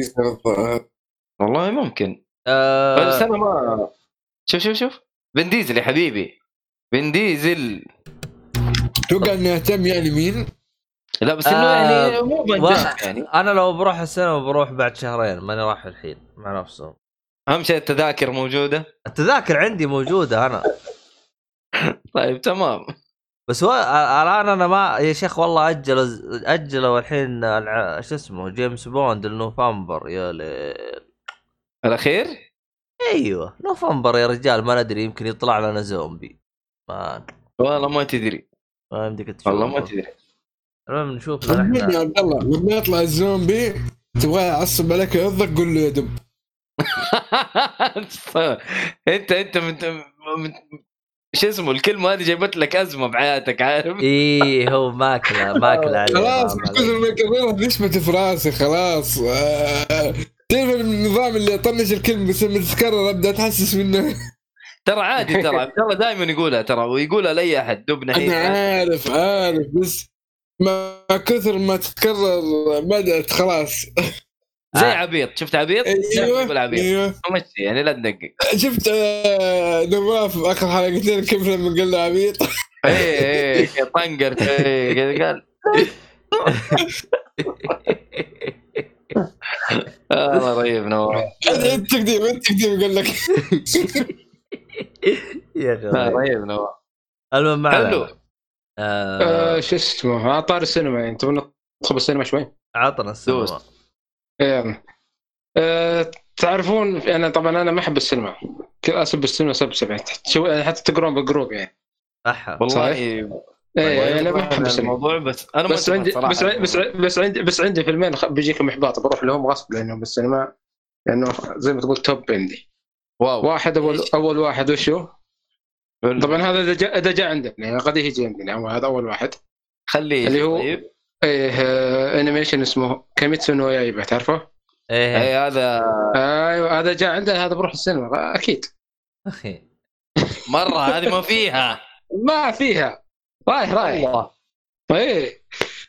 والله ممكن. بس انا ما شوف فان ديزل يا حبيبي، فان ديزل. توقع اني اهتم يعني مين؟ لا بس انه يعني مو يعني انا لو بروح السينما بروح بعد شهرين، ماني رايح الحين مع نفسهم. اهم شيء التذاكر موجوده. التذاكر عندي موجوده انا. طيب تمام. بس هو الان انا ما يا شيخ والله اجلوا الحين شو اسمه جيمس بوند لنوفمبر. يا ليل الاخير. ايوه نوفمبر يا رجال، ما ندري يمكن يطلع لنا زومبي. ما والله ما تدري، ما يمديك تشوف. والله ما تدري. المهم نشوف لنا احنا. يا عبد الله لما يطلع الزومبي تبغى يعصب عليك يضك قول له يا دب. انت شو اسمه الكلمه هذه جايبت لك ازمه بحياتك، عارف؟ ايه هو ماكله عليه. خلاص كثر ما كررها نشمت في راسي خلاص. تعرف النظام اللي طنش الكلمه بس لما تتكرر ابدا اتحسس منه. ترى عادي، ترى دائما يقولها، ترى ويقولها لاي احد. دبنا انا عارف بس ما كثر ما تتكرر بدات خلاص. زي عبيط. شفت عبيط؟ ايوه عبيط مشي يعني لا تدقق. شفت نواف اخر حلقتين كيف لما قال له عبيط. ايه طنقر قال الله رهيب نواف. انت تقديم قال لك يا اخي رهيب نواف. المهم معنا شو اسمه عطار السينما. يعني تبغى ندخل السينما شوي؟ عطنا السينما. تعرفون انا طبعا انا ما احب السينما، كل اسب السينما سبعة حتى تقرون بالجروب يعني. والله ايه انا ما احب الموضوع، بس انا بس عندي فيلمين بيجيكم احباط بروح لهم غصب لانهم بالسينما، لانه زي ما تقول توب عندي. واو. واحد اول واحد وشو طبعا هذا اذا جاء عندنا يعني قد يجي عندنا. هذا اول واحد خليه اللي هو طيب. انيميشن اسمه كيميتسو نو يايبا، تعرفه؟ ايه هذا ايوه هذا جاء عندنا، هذا بروح السينما اكيد. اخي مره هذه ما فيها رايح الله. ايه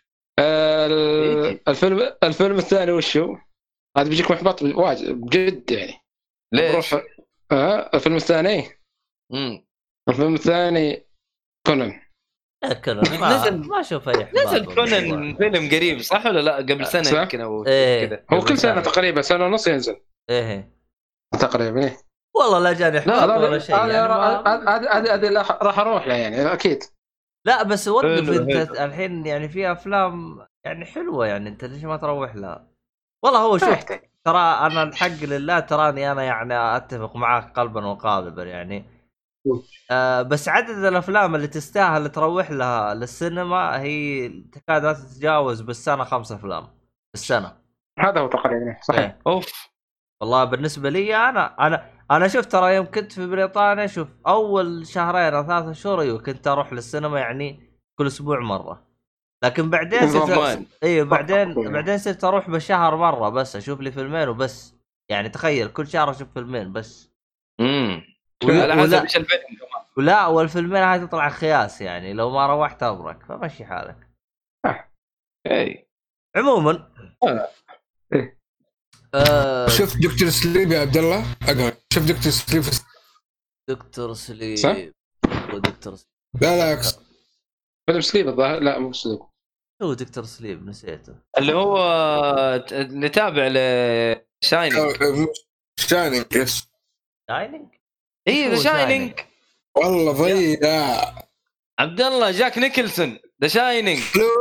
الفيلم الثاني وشو هذا بيجيك محبط واجد بجد يعني. ليش؟ الفيلم الثاني الفيلم الثاني كونان. ما اشوف اي احباط. نزل كونان فيلم قريب صح ولا لا؟ قبل سنه يمكن او كذا. هو كل سنه تقريبا سنه ونص ينزل. ايه تقريبا. إيه والله لا جاني احباط ولا شيء. هذا راح اروح له يعني اكيد. لا بس وقف انت الحين يعني في افلام يعني حلوه، يعني انت ليش ما تروح لها؟ والله هو شوف ترى انا الحق لله تراني انا يعني اتفق معاك قلبا وقالبا يعني. بس عدد الافلام اللي تستاهل تروح لها للسينما هي تكاد لا تتجاوز بالسنه 5 أفلام بالسنه. هذا هو تقريبا صحيح. اوف والله بالنسبه لي انا شفت ترى يوم كنت في بريطانيا، شوف اول شهرين او 3 شهور كنت اروح للسينما يعني كل اسبوع مره، لكن بعدين بعدين صرت اروح بالشهر مره بس اشوف لي فيلمين وبس. يعني تخيل كل شهر اشوف فيلمين بس. على حسب ايش الفيلم كمان. ولا والفيلمين هاي تطلع خياس يعني لو ما روحت ابرك، فمشي حالك. اي عموما شوف دكتور سليب يا عبد الله. شوف دكتور سليب. دكتور سليب ودكتور لا فيلم سليب الظاهر. لا مو سليب، هو دكتور سليب نسيته اللي هو نتابع لشاينينج. شاينينج يس شاينينج. ايه ذا شاينينج والله ضيع عبد الله. جاك نيكلسون ذا شاينينج.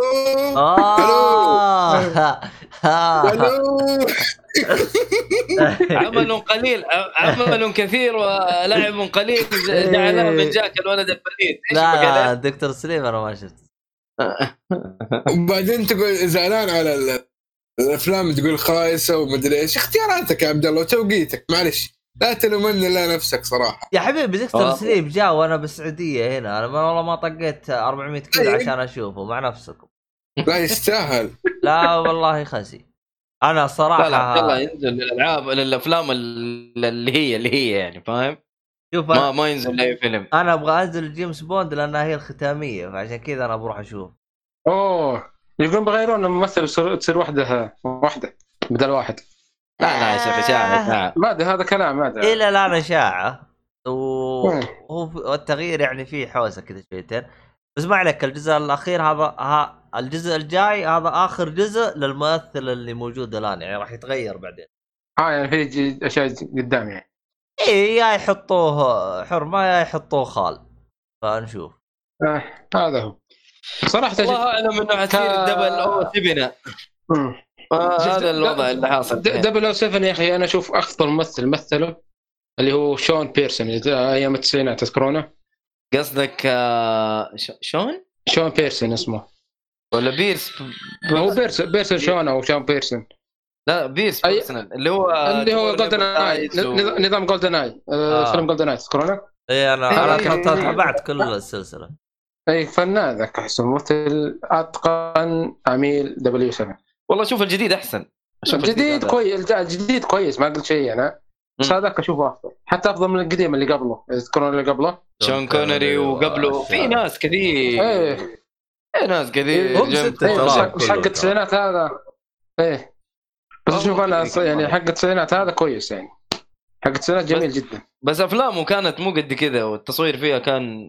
عمل قليل ولعب قليل جعلها من جاك الولد البليد. لا دكتور سليم انا ما شفت. وبعدين تقول زعلان على الافلام تقول خايسه ومدري ايش. اختياراتك يا عبد الله وتوقيتك معلش. لا تلومن الا نفسك صراحه يا حبيبي دكتور سليب جاء وانا بالسعوديه هنا، انا والله ما طقيت 400 كيلو عشان اشوفه مع نفسكم. لا يستاهل. لا والله خسي انا صراحه. لا يلا ينزل الالعاب الافلام اللي هي يعني فاهم. شوف ما ينزل اي فيلم. انا ابغى انزل جيمس بوند لانها هي الختاميه، فعشان كذا انا بروح اشوف. يقولون بغيرون الممثل تصير واحده بدل واحد. لا يا شيخ اشاعه. ما ادري هذا كلام ما ادري. الى الان اشاعه والتغيير يعني فيه حوسه كذا شويتين. بس ما عليك، الجزء الاخير هذا الجزء الجاي هذا اخر جزء للممثل اللي موجود الان، يعني راح يتغير بعدين. يعني في اشياء قدام يعني. ايه يا يحطوه حرمه يا يحطوه خال، فنشوف. هذا هو صراحه. الله اعلم انه حتصير دبل او 7. هذا الوضع اللي حاصل. دبل او 7 يا اخي انا اشوف افضل ممثل مثله اللي هو شون بيرسون ايام التسعينات تذكرونه. قصدك شون بيرسون اسمه ولا بيرس؟ هو بيرسون شون او شون بيرسون. لا بيرس بيرسونال اللي هو جولدن اي نظام جولدن اي فيلم جولدن اي تذكرونه. اي انا تابعت كل السلسله. اي فنان ذاك احسن ممثل اتقن عميل دبليو 7. والله شوف الجديد احسن. الجديد كويس. الجديد كويس ما قلت شيء انا، بس هذاك اشوفه افضل حتى افضل من القديم اللي قبله. تذكرون اللي قبله شون كونري وقبله في ناس كثير. ناس كثير حق التسعينات هذا. بس اشوف انا يعني حق التسعينات هذا كويس يعني. حق التسعينات جميل جدا. بس افلامه كانت مو قد كذا والتصوير فيها كان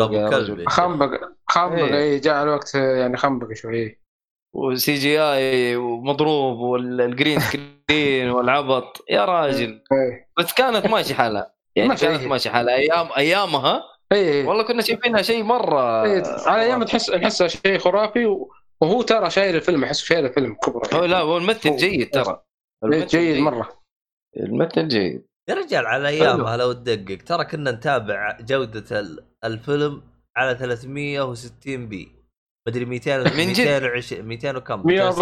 خنبق. جاء الوقت يعني خنبق شوي وسي جي اي ومضروب والجرين سكرين والعبط يا راجل. بس كانت ماشي حالها يعني. كانت ماشي حالها ايامها. والله كنا شايفينها شيء مره على ايام نحسها شيء خرافي وهو ترى شايل الفيلم. احس شايل الفيلم كبره. لا هو الممثل جيد ترى. جيد مره. الممثل جيد يا رجال. على ايامها لو تدقق ترى كنا نتابع جوده الفيلم على 360 بي مدري 200 وكم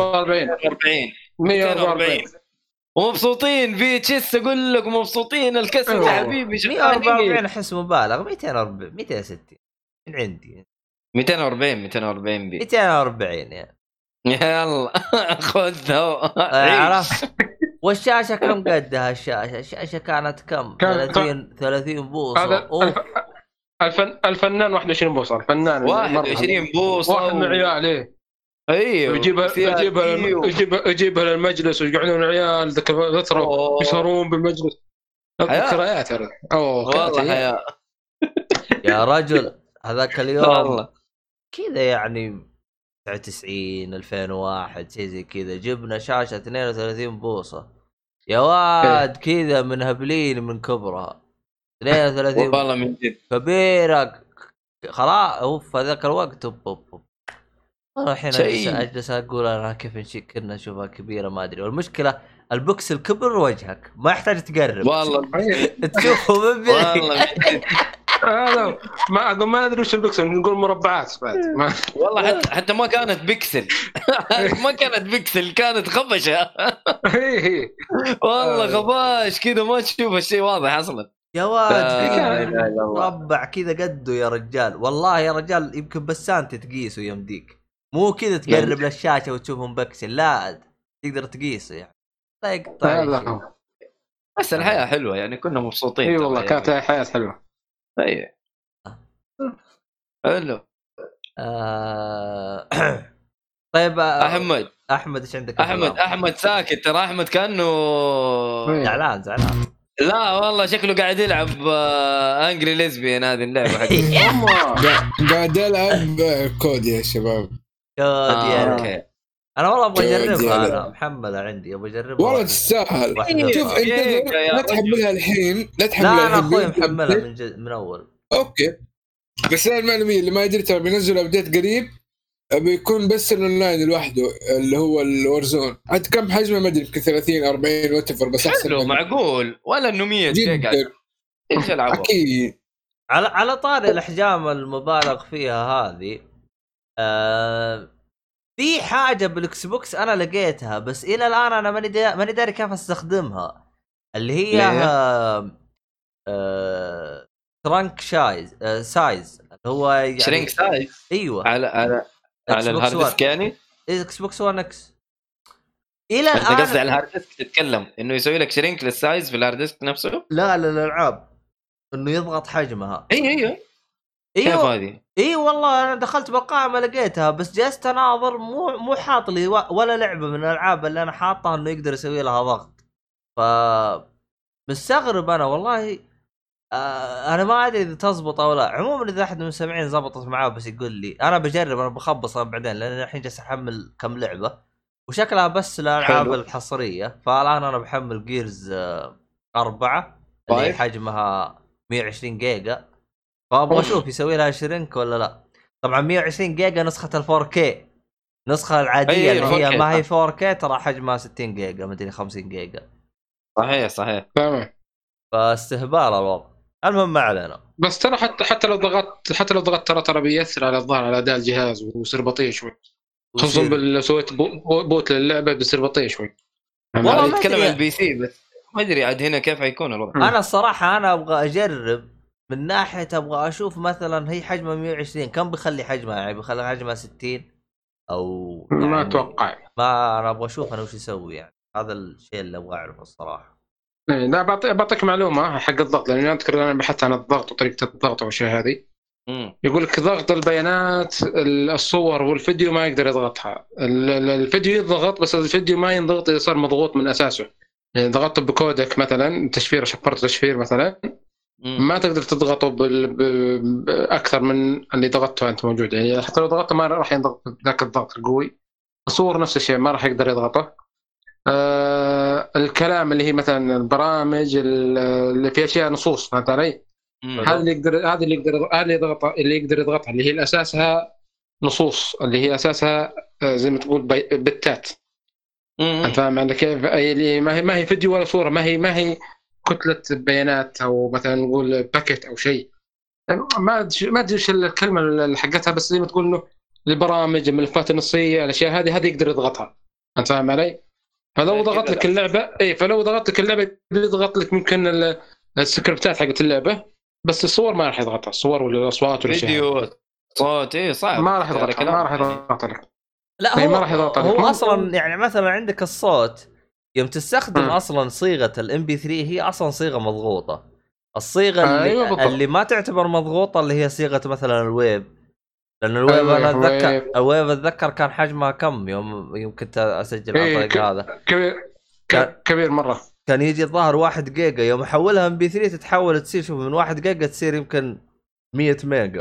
140 ومبسوطين في تشيس. اقول لك مبسوطين الكسر يا حبيبي. 140 احس مبالغ. 240 260 من عندي 240 بي 240 يعني. يلا خذها. عرفت. والشاشه كم قدها؟ الشاشه كانت كم؟ 30 بوصه. الفنان 21 بوصه. الفنان 21 بوصه واحد من عياله. ايوه يجيبها للمجلس ويقعدون عيال ذيك الفتره يسهرون بالمجلس. ذكريات والله حياة يا رجل. هذاك اليوم كذا يعني 99 2001 شيء زي كذا جبنا شاشه 32 بوصه يا واد كذا من هبلين من كبرها 32 والله من جد كبيرة خلاص. اوف هذاك الوقت اوب الحين اجلس اقول انا كيف كنا نشوفها كبيره ما ادري. والمشكله البوكس الكبر وجهك ما يحتاج تقرب والله تشوفه من بعيد. هذا ما اقول ما ادري وش البكسل نقول مربعات بعد والله حتى ما كانت بيكسل. ما كانت بيكسل كانت خبشه. والله غباش كذا ما تشوف الشيء واضح اصلا يا واد. ربع كذا قده يا رجال. والله يا رجال يمكن بس انت تقيسه يمديك مو كذا تقرب للشاشه وتشوفهم بكسل. لا تقدر تقيسه يعني. طيب بس الحياه حلوه يعني كنا مبسوطين. اي والله كانت حياه حلوه. اي حلو. طيب احمد ايش عندك؟ احمد ساكت ترى. احمد كانه زعلان. لا والله شكله قاعد يلعب انجري ليزبيان هذه اللعبه حقتي. قاعد يلعب كود يا شباب. كود يا اوكي. انا والله ابغى اجربها. انا محمد عندي ابغى اجربها والله تستاهل. شوف انت لا تحملها الحين. لا انا اخوي محملها من اول. اوكي بس المعلوميه اللي ما يدري ترى بينزل ابديت قريب بيكون بس الاونلاين لوحده اللي هو الورزون. عاد كم حجمه ما ادري 30 40 واتفر بس احسن معقول ولا انه 100 جيجا. ايش العبوا اكيد. على طاري الاحجام المبالغ فيها هذه في حاجه بالاكس بوكس انا لقيتها بس الى الان انا ماني داري كيف استخدمها اللي هي ترانك سايز اللي هو يعني شرينك سايز. ايوه على الهارد ديسك يعني اكس بوكس 1 اكس. الى انت الان قصدي على الهارد ديسك تتكلم انه يسوي لك شرينك للسايز في الهارد ديسك نفسه؟ لا الالعاب انه يضغط حجمها. ايوه كيف هذه؟ اي والله انا دخلت بالقائمه لقيتها، بس جلست اناظر مو حاط لي ولا لعبه من الالعاب اللي انا حاطها انه يقدر يسوي لها ضغط. ف مستغرب انا والله. انا ما ادري اذا تزبط او لا. عموما اذا احد من المستمعين زبطت معاه بس يقول لي، انا بجرب، انا بخبص بعدين لان الحين جالس احمل كم لعبه وشكلها بس الالعاب الحصريه. فالان انا بحمل جيرز 4 اللي حجمها 120 جيجا، فابغى اشوف يسوي لها شرينك ولا لا. طبعا 120 جيجا نسخه ال4K، نسخه العاديه اللي هي ما هي 4K ترى حجمها 60 جيجا مدري 50 جيجا. صحيح تمام. فاستهبال الوضع. المهم ما علينا. بس ترى حتى لو ضغطت ترى بيأثر على الظاهر على اداء الجهاز ويصير بطيء شوي، خصوصا لو سويت بوت للعبه بيصير بطيء شوي. والله يتكلم عن البي سي بس ما ادري عاد هنا كيف حيكون الوضع. انا الصراحه انا ابغى اجرب من ناحيه، ابغى اشوف مثلا هي حجمها 120 كم بيخلي حجمها، يعني بيخلي حجمها 60 او يعني ما اتوقع. ما انا ابغى اشوف انا وش يسوي. يعني هذا الشيء اللي ابغى اعرفه الصراحه. لا بعطيك معلومه حق الضغط، لان انا اذكر انا بحثت عن الضغط وطريقه الضغط والاشياء هذه. يقول لك ضغط البيانات الصور والفيديو ما يقدر يضغطها. الفيديو يضغط بس الفيديو ما ينضغط اذا صار مضغوط من اساسه. يعني ضغطته بكودك مثلا تشفير، شفرت تشفير مثلا ما تقدر تضغطه اكثر من اللي ضغطته انت موجود. يعني حتى لو ضغطته ما راح ينضغط ذاك الضغط القوي. الصور نفس الشيء ما راح يقدر يضغطه. الكلام اللي هي مثلا البرامج اللي فيها اشياء نصوص فهمت علي؟ هذا اللي يقدر يضغطها اللي هي الاساسها نصوص، اللي هي اساسها زي ما تقول بتات. انت فاهم علي كيف؟ اي اللي ما هي فيديو ولا صوره، ما هي كتله بيانات او مثلا نقول باكيت او شيء. ما ادري ايش الكلمه اللي حقتها، بس زي ما تقول انه البرامج الملفات النصيه الاشياء هذه يقدر يضغطها. انت فاهم علي؟ فلو ضغط لك اللعبه فلو ضغطت لك اللعبه يضغط لك ممكن السكريبتات حقت اللعبه، بس الصور ما راح يضغطها. الصور ولا الاصوات ولا فيديو صوت صعب ما راح يضغط لك. لا هو اصلا يعني مثلا عندك الصوت يوم تستخدم اصلا صيغه الMP3 هي اصلا صيغه مضغوطه. الصيغه اللي ما تعتبر مضغوطه اللي هي صيغه مثلا الويب، لان الويب انا اتذكر الويب اتذكر كان حجمها كم يوم كنت اسجل عن طريق هذا كبير مره. كان يجي الظاهر 1 جيجا، يوم احولها MP3 تتحول تصير شوف من 1 جيجا تصير يمكن 100 ميجا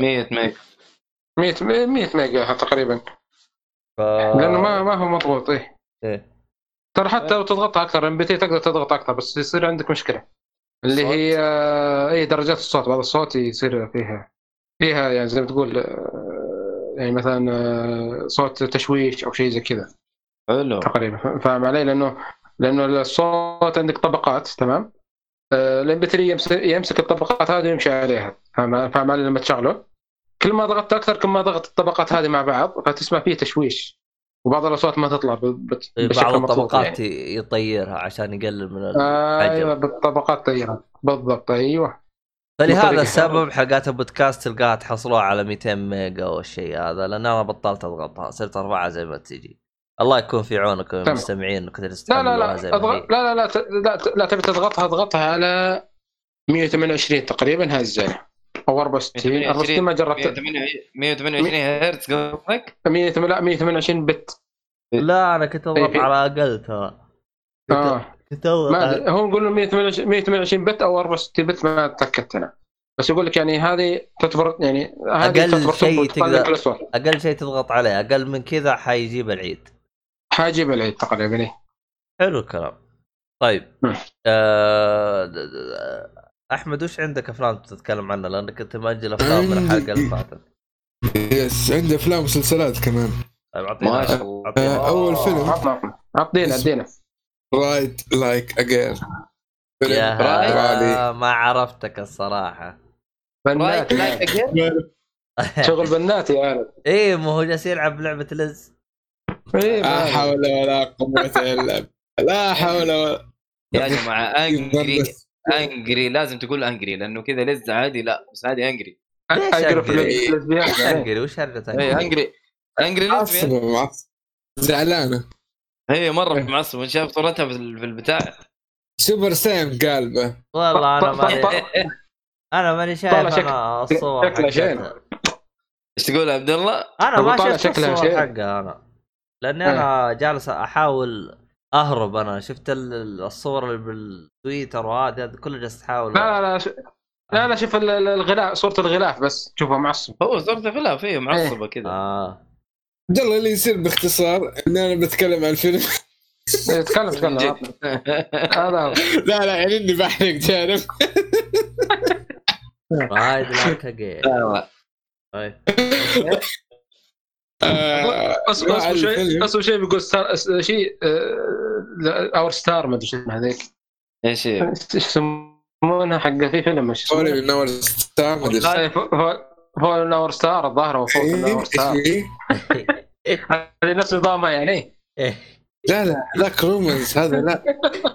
100 ميجا تقريبا. لانه ما هو مضغوط. ايه ترى حتى لو تضغطها اكثر MP3 تقدر تضغط اكثر، بس يصير عندك مشكله اللي هي درجات الصوت. بعض الصوت يصير فيها يعني زي ما تقول يعني مثلا صوت تشويش او شيء زي كذا تقريبا. فاهم علي؟ لانه الصوت عندك طبقات. تمام. الMP3 يمسك الطبقات هذه ويمشي عليها. فاهم علي؟ لما تشغله كل ما ضغطت اكثر كل ما ضغط الطبقات هذه مع بعض فتسمع فيه تشويش، وبعض الاصوات ما تطلع بعض الطبقات يعني يطيرها عشان يقلل من الحجم. ايوه بالطبقات طيرها بالضبط. ايوه فلهذا السبب حقات البودكاست تلقاها تحصلوها على 200 ميجا والشيء هذا، لان انا بطلت اضغطها صرت 4 زي ما تجي. الله يكون في عونكم يا مستمعين انكم تستحملوها زي ما هي. لا تبي اضغطها على 128 تقريبا هالزين او 64 ما جربت. 128 هرتز قصدك؟ 128 بت. لا انا كنت اضغط على اقل ترى. ما هو نقول 128 بت او 64 بت ما تاكدت انا، بس يقول لك يعني هذه تعتبر يعني اقل شيء تقدر اقل شيء تضغط عليه. اقل من كذا حيجيب العيد تقريبا. حلو الكلام. طيب احمد وش عندك افلام تتكلم عنها؟ لانك انت ماجل افلام من الحلقه اللي فاتت. يس عندي افلام ومسلسلات كمان. طيب اعطينا اول فيلم اعطينا رايت لايك اجين. ما عرفتك الصراحه. رايت لايك اجين شغل بنات يا ولد. ايه مو هو جالس يلعب لعبه لز. لا حول ولا قوه الا بالله. لا حول ولا يا جماعه انجري لازم تقول انجري لانه كذا لسه عادي. لا بس عادي انجري. انجري في الليزبيان. انجري وش هرجة اي انجري لسه معصب زعلانه. هي مره معصب. شاف صورتها في البتاع سوبر سايم قلبه. والله انا ماني شايف انا الصور حقتها. ايش تقول يا عبد الله؟ انا ما شفت الصور حقها انا لاني انا جالس احاول اهرب. انا شفت الصور اللي بالتويتر وهذا كله جالس احاول. لا شوف الغلاف، صورة الغلاف بس شوفها معصب. هو صورة الغلاف هي معصبة كذا. عبد الله اللي يصير باختصار ان انا بتكلم عن فيلم. تكلم لا يعني اني بحرق جانب. هاي دلعك هقي. اصل شيء بيقول شيء اور ستار ما ادري شو هذيك. ايش يسمونها حق في فيلم مش سوري اور ستار ما ادري. هو اور ستار الظاهر وفوق اور ستار. هذه نفس نظامها يعني. لا كرومنز هذا لا.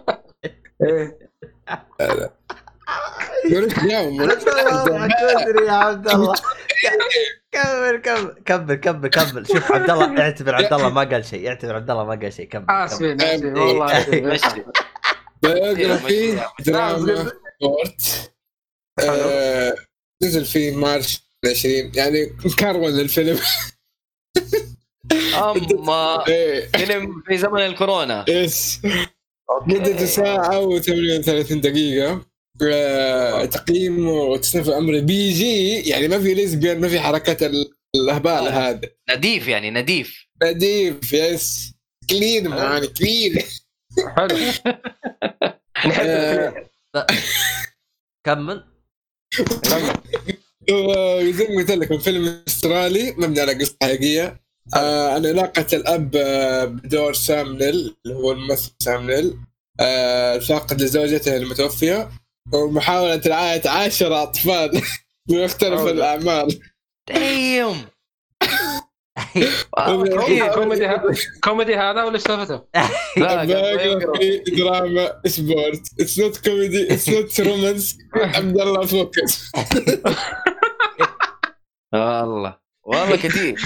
يا عبد الله كمل. شوف عبد الله اعتبر عبد الله ما قال شيء. كمل. اسفين والله. بايوغرافي دراما سبورت نزل في مارس 20 يعني مكرر للفيلم. فيلم في زمن الكورونا. مدة ساعة و38 دقيقة. تقييم وتصنيف الأمر بي جي يعني ما في ليزبيان ما في حركات الأهبال. هذا نظيف يعني نظيف يس كلين معاني كلين. حلو. كمل. زي ما قلت لكم فيلم استرالي مبني على قصة حقيقية عن علاقة الأب بدور سامنيل اللي هو الممثل سامنيل الفاقد لزوجته المتوفية ومحاولة رعاية 10 أطفال بمختلف الأعمال. كوميدي هذا ولا سالفته؟ لا دراما سبورت. It's not comedy, it's not romance. عبد الله فوكس. والله كثير.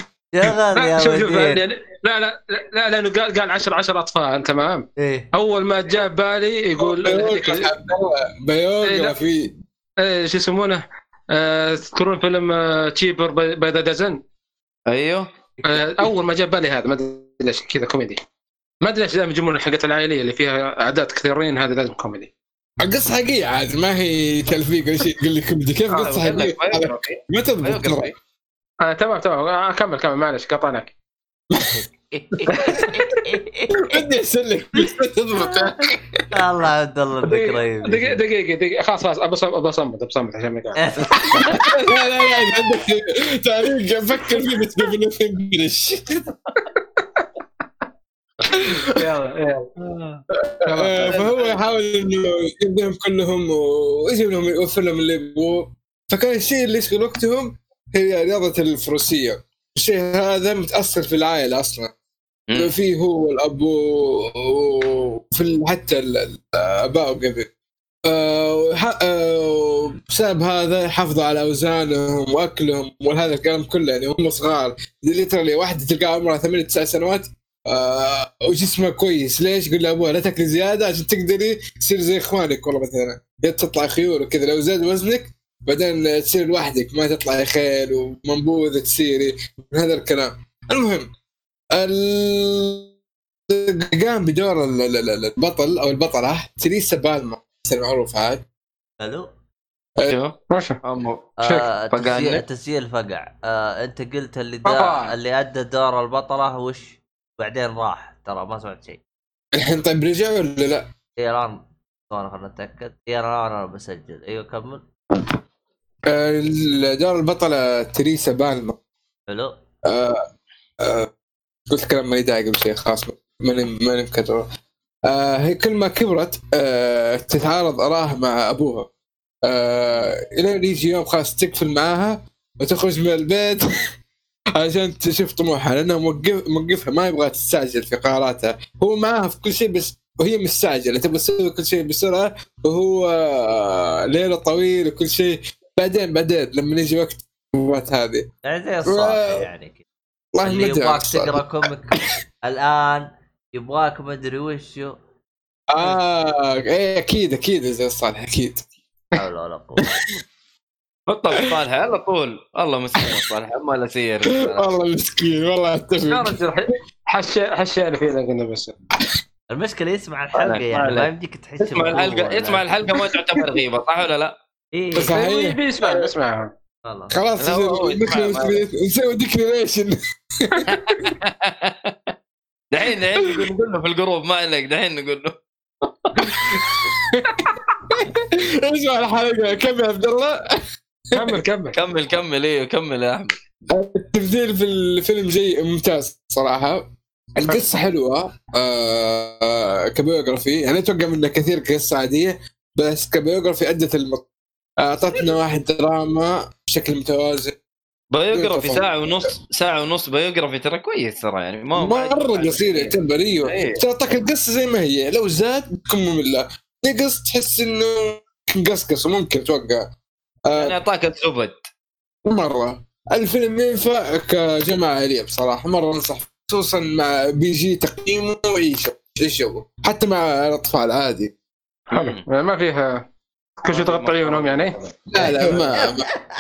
لا لانه قال 10 اطفال تمام. اول ما جاء بالي يقول بايوغرافي ايش يسمونه تذكرون فيلم تشيبر باي ذا دزن؟ ايوه اول ما جاء بالي هذا ما ادري ليش كذا كوميدي. ما ادري ليش دائما يجيبون الحلقات العائليه اللي فيها اعداد كثيرين هذا لازم كوميدي. القصة حقيقية عاد ما هي تلفيق ولا شيء. يقول لي كوميدي كيف قصة حقيقية ما تضبط. تمام كمل معلش قطعناك. بدي اسلك تضبط. الله عبد الله قريب. دقيقة خلاص بصمت عشان ما قاعد. لا عندك تاريخ افكر فيه بس قبل انجلش. فهو يحاول انه يجيبهم كلهم ويجيب لهم يوفر لهم اللي يبغوه. فكان الشيء اللي يشغل وقتهم هي رياضة الفروسية. الشيء هذا متأثر في العائلة أصلاً. فيه هو الأب وفي حتى الآباء قبل. بسبب هذا حافظوا على أوزانهم وأكلهم وهذا الكلام كله. يعني هم صغار ليترالي واحدة تلقى عمرها 8-9 سنوات وجسمها كويس. ليش؟ يقول لأبوها لا تأكل زيادة عشان تقدري تصير زي إخوانك. والله مثلا تطلع خيول وكذا لو زاد وزنك بعدين تصير لوحدك ما تطلعي خيل ومنبوذة تصيري من هذا الكلام. المهم قام بدور البطل أو البطلة تريسا بالما المعروف هذا. الو ايوه تسجيل فقع. انت قلت اللي ادى دور البطلة وش بعدين راح ترى ما سمعت شيء الحين. طيب رجع ولا لا؟ الان خلنا نتاكد. انا بسجل. ايوه كمل. دور البطلة تريسا بالما. حلو. قلت كلام ما يداعي قبل شيء خاص ما نكتره. هي كل ما كبرت تتعارض آراءها مع أبوها إلى يجي يوم خاص تقفل معاها وتخرج من البيت عشان تشوف طموحها لأنه موقفها ما يبغى تستعجل في قراراتها. هو معاها في كل شيء بس وهي مستعجله تبغى تسوي كل شيء بسرعه، وهو ليله طويل وكل شيء. بعدين لما يجي وقت المباراه هذه يعني زي الصالح يعني كذا. والله اللي ما ادري يبغاك تقرا كوميك الان يبغاك ما ادري وشو. ايه اكيد زي الصالح اكيد. حول ولا قوه. حطه في صالح على طول. الله مسكين صالح ما لا سير. والله مسكين والله اتفق. حشينا فيه لكن بس المشكله يسمع الحلقه يعني ما يمديك تحس. اسمع الحلقه ما تعتبر غيبه صح ولا لا؟ ايه صحيح اسمع خلاص نسوي ديكليريشن. دحين نقول له في الجروب ما عليك. دحين نقول له اسمع الحلقه. كمل عبد الله. كمل ايه كمل يا احمد. التمثيل في الفيلم جاي ممتاز صراحه. القصه حلوه كبيوغرافي يعني اتوقع منه كثير قصه عاديه، بس كبيوغرافي ادت اعطتنا واحد دراما بشكل متوازن. بايوغرافي ساعة ونص بايوغرافي ترى كويس ترى يعني مرة قصير يعتبر. ايوه ترى طاق القصة زي ما هي، لو زاد بتكون مملة. نقص تحس انه قص وممكن توقع يعني اعطاك الزبد مرة. الفيلم ينفع كجماعة عائلية بصراحة، مرة انصح، خصوصا مع بيجي تقييمه ويشوفه حتى مع الاطفال عادي. حلو ما فيها كل شيء تغطي عيونهم يعني. لا ما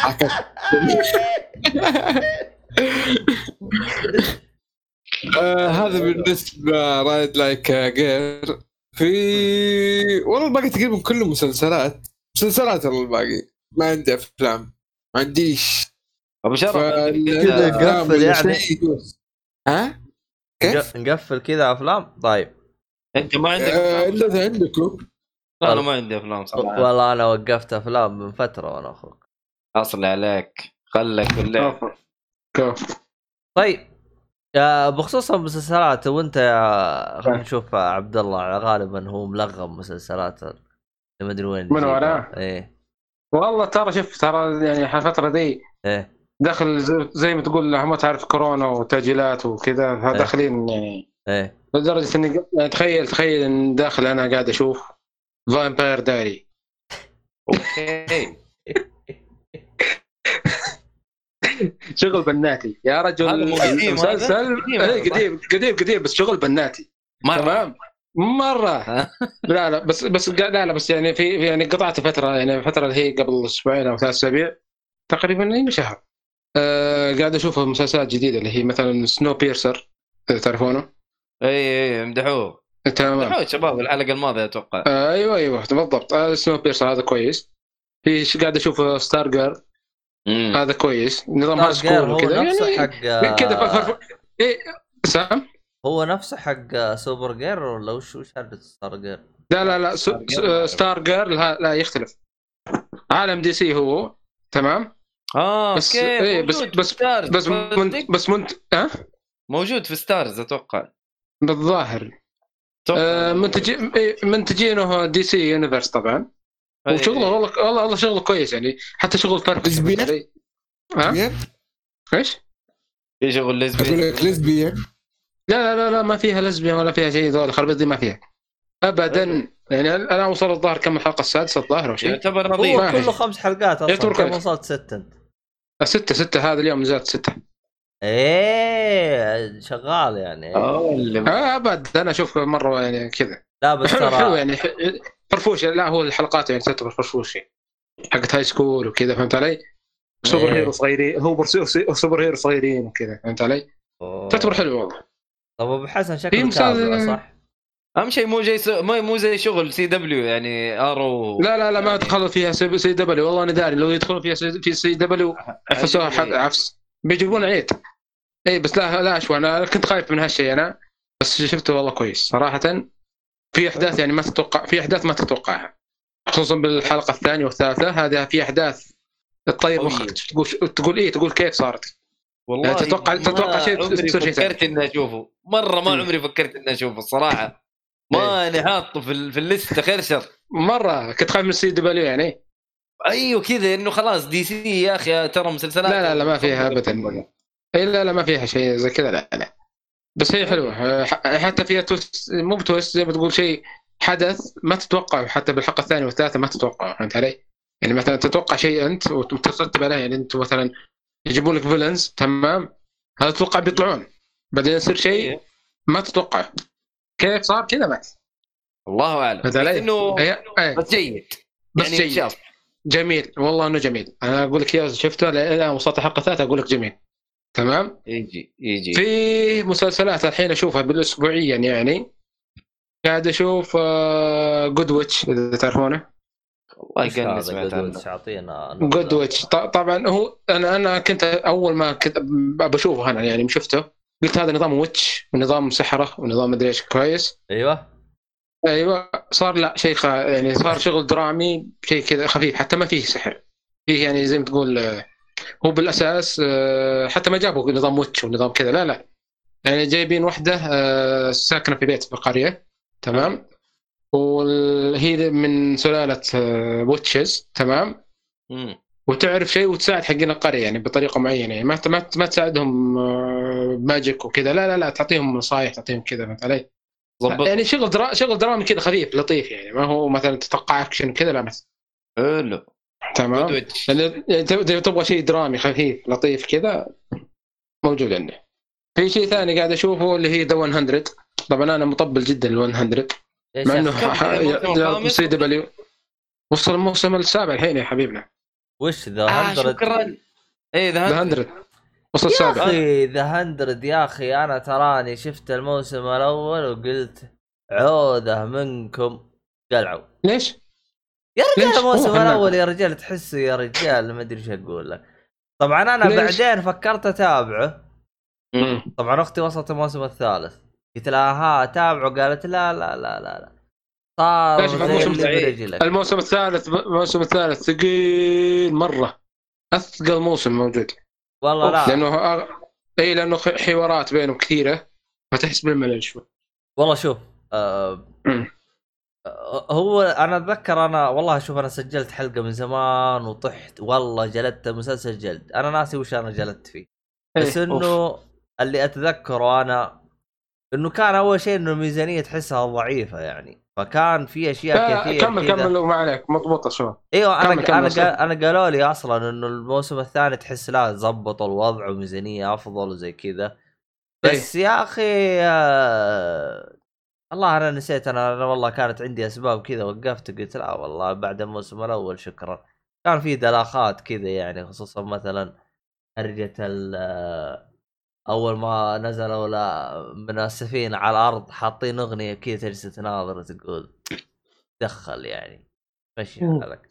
هذا بالنسبة رايد لايك غير. في والله باقي تقريبا كله مسلسلات الباقي ما عندي افلام، ما عنديش. ابو شرف كذا نقفل يعني. ها كيف نقفل كذا افلام؟ طيب انت ما عندك الا اذا عندكم. انا ما عندي افلام صراحه. والله انا وقفت افلام من فتره وانا اخوك. اصلي عليك خلك بالله. طيب بخصوص المسلسلات وانت خلينا نشوف عبد الله غالبا هو ملغم مسلسلات ما ادري وين من وراه. ايه والله ترى شوف ترى يعني الفتره دي ايه داخل زي ما تقول ما تعرف كورونا وتاجيلات وكذا داخلين يعني ايه لدرجه اني يعني تخيل ان داخل انا قاعد اشوف فامباير دايري. اوكي شغل بناتي يا رجل. المسلسل قديم بس شغل بناتي تمام مره. لا بس يعني في يعني قطعت فتره يعني الفتره اللي هي قبل اسبوعين او 3 اسابيع تقريبا شهر. قاعد اشوف مسلسلات جديده اللي هي مثلا سنو بيرسر تعرفونه؟ اي مدحوه تمام شباب الحلقه الماضيه اتوقع. ايوه بالضبط. سنو بيرسر هذا كويس. في قاعد اشوف ستار جير هذا كويس. نظام هاي سكول وكذا يعني حق كذا ايه سام هو نفسه حق سوبر جير ولا وش حرب ستار جير؟ لا ستار جير لا يختلف. عالم دي سي هو تمام. بس إيه بس موجود في ستارز اتوقع بالظاهر. منتجينه دي سي يونيفرس طبعا. وشغله والله شغله كويس يعني حتى شغل ترك ايش في شغل ليزبيان. لا ما فيها ليزبيان ولا فيها شيء. ذول الخربيط دي ما فيها ابدا يعني. انا وصل الظاهر كم الحلقه السادسه الظاهر او شيء يعتبر نظيف. هو كله 5 حلقات اصلا. كم وصلت 6 انت؟ 6 هذا اليوم نزلت 6. ايه شغال يعني. ابد انا اشوف مره يعني كذا. لا بس ترى حلو يعني فرفوش. لا هو الحلقات يعني تعتبر فرفوش حقت هاي سكول وكذا فهمت علي. سوبر هيرو صغيرين هو سوبر هيرو صغيرين وكذا فهمت علي. تعتبر حلو والله. طب ابو حسن شكله كامل صح. اهم شيء مو زي شغل سي دبليو يعني ارو. لا ما دخلوا فيها سي دبليو. والله انا داري لو يدخلوا فيها في سي دبليو عفسوها عفس بيجيبون عيد. اي بس لا شو انا كنت خايف من هالشيء انا بس شفته والله كويس صراحه. في احداث يعني ما تتوقع. في احداث ما تتوقعها خصوصا بالحلقه الثانيه والثالثه. هذا في احداث تطير مخك تقول كيف صارت. والله يعني تتوقع شيء فكرت اني اشوفه مره. ما عمري فكرت اني اشوفه الصراحه. ما انا حاطه في الليسته خير مره. كنت خايف من السي دبليو يعني. ايوه كذا انه خلاص دي سي يا اخي ترى مسلسلات. لا ما فيها ابدا. لا ما فيها شيء زي كذا. لا بس هي حلوه حتى فيها تويست، مو بتويست زي ما تقول شيء حدث ما تتوقع، حتى بالحلقه الثانيه والثالثه ما تتوقع. فهمت علي؟ يعني مثلا تتوقع شيء انت وترتب عليه، يعني انت مثلا يجيبوا لك فيلنز تمام، هذا تتوقع بيطلعون، بعدين يصير شيء ما تتوقع. كيف صار كذا معك؟ الله اعلم، بس انه بس جيد، بس يعني جيد جميل والله انه جميل. انا اقول لك يا شفته الان وصلت الحلقه الثالثه اقول لك جميل تمام. يجي في مسلسلات الحين اشوفها بالاسبوعيا، يعني قاعد اشوف جود ويتش اذا تعرفونه. والله قال سمعت عنه. اعطينا جود ويتش. طبعا هو انا كنت اول ما كنت بشوفه انا يعني شفته قلت هذا نظام ويتش ونظام سحره ونظام مدري ايش كويس. ايوه صار لا شيء يعني صار شغل درامي شيء كذا خفيف، حتى ما فيه سحر فيه، يعني زي ما تقول هو بالاساس حتى ما جابوا نظام ويتش ونظام كذا، لا يعني جايبين وحده ساكنه في بيت في قريه تمام، وهي من سلاله ويتشز تمام، وتعرف شيء وتساعد حقين القريه يعني بطريقه معينه، يعني ما تساعدهم ماجيك وكذا، لا تعطيهم نصايح تعطيهم كذا. فهمت علي؟ يعني شغل درامي كذا خفيف لطيف، يعني ما هو مثلا تتوقع اكشن كذا، لا بس حلو تمام. يعني تبغى شيء درامي خفيف لطيف كذا موجود عنده. في شيء ثاني قاعد اشوفه اللي هي ذا 100. طبعا انا مطبل جدا ال 100 مع انه سي دبليو وصل الموسم السابع الحين يا حبيبنا. وش ذا 100؟ شكرا. ايه ذا 100 وصل السابع يا اخي. ذا 100 يا اخي انا تراني شفت الموسم الاول وقلت عوذة منكم قلعوا. ليش يا رجال الموسم الاول يا رجال تحسه يا رجال ما ادري ايش اقول لك. طبعا انا بعدين فكرت اتابعه. طبعا اختي وصلت الموسم الثالث قلت لها تابعه، قالت لا صار زي اللي برجلك. الموسم الثالث ثقيل مره، اثقل موسم موجود والله. لا لانه حوارات بينهم كثيره فتحس بالملل شوي. والله شوف هو انا اتذكر انا والله شوف انا سجلت حلقه من زمان وطحت والله جلدت مسلسل جلد، انا ناسي وش انا جلدت فيه بس انه اللي اتذكره انا انه كان اول شيء انه الميزانيه تحسها ضعيفه يعني، فكان في اشياء كثير. كمل ما عليك مضبوطه شو. ايوه انا قالوا لي اصلا انه الموسم الثاني تحس لا ضبطوا الوضع وميزانيه افضل وزي كذا، بس يا اخي الله انا نسيت. انا والله كانت عندي اسباب كذا وقفت قلت لا والله بعد الموسم الاول شكرا. كان في دلاخات كذا يعني، خصوصا مثلا هرجة اول ما نزلوا من السفينه على الارض حاطين اغنيه كذا تجلس تناظر تقول دخل يعني مشي حالك.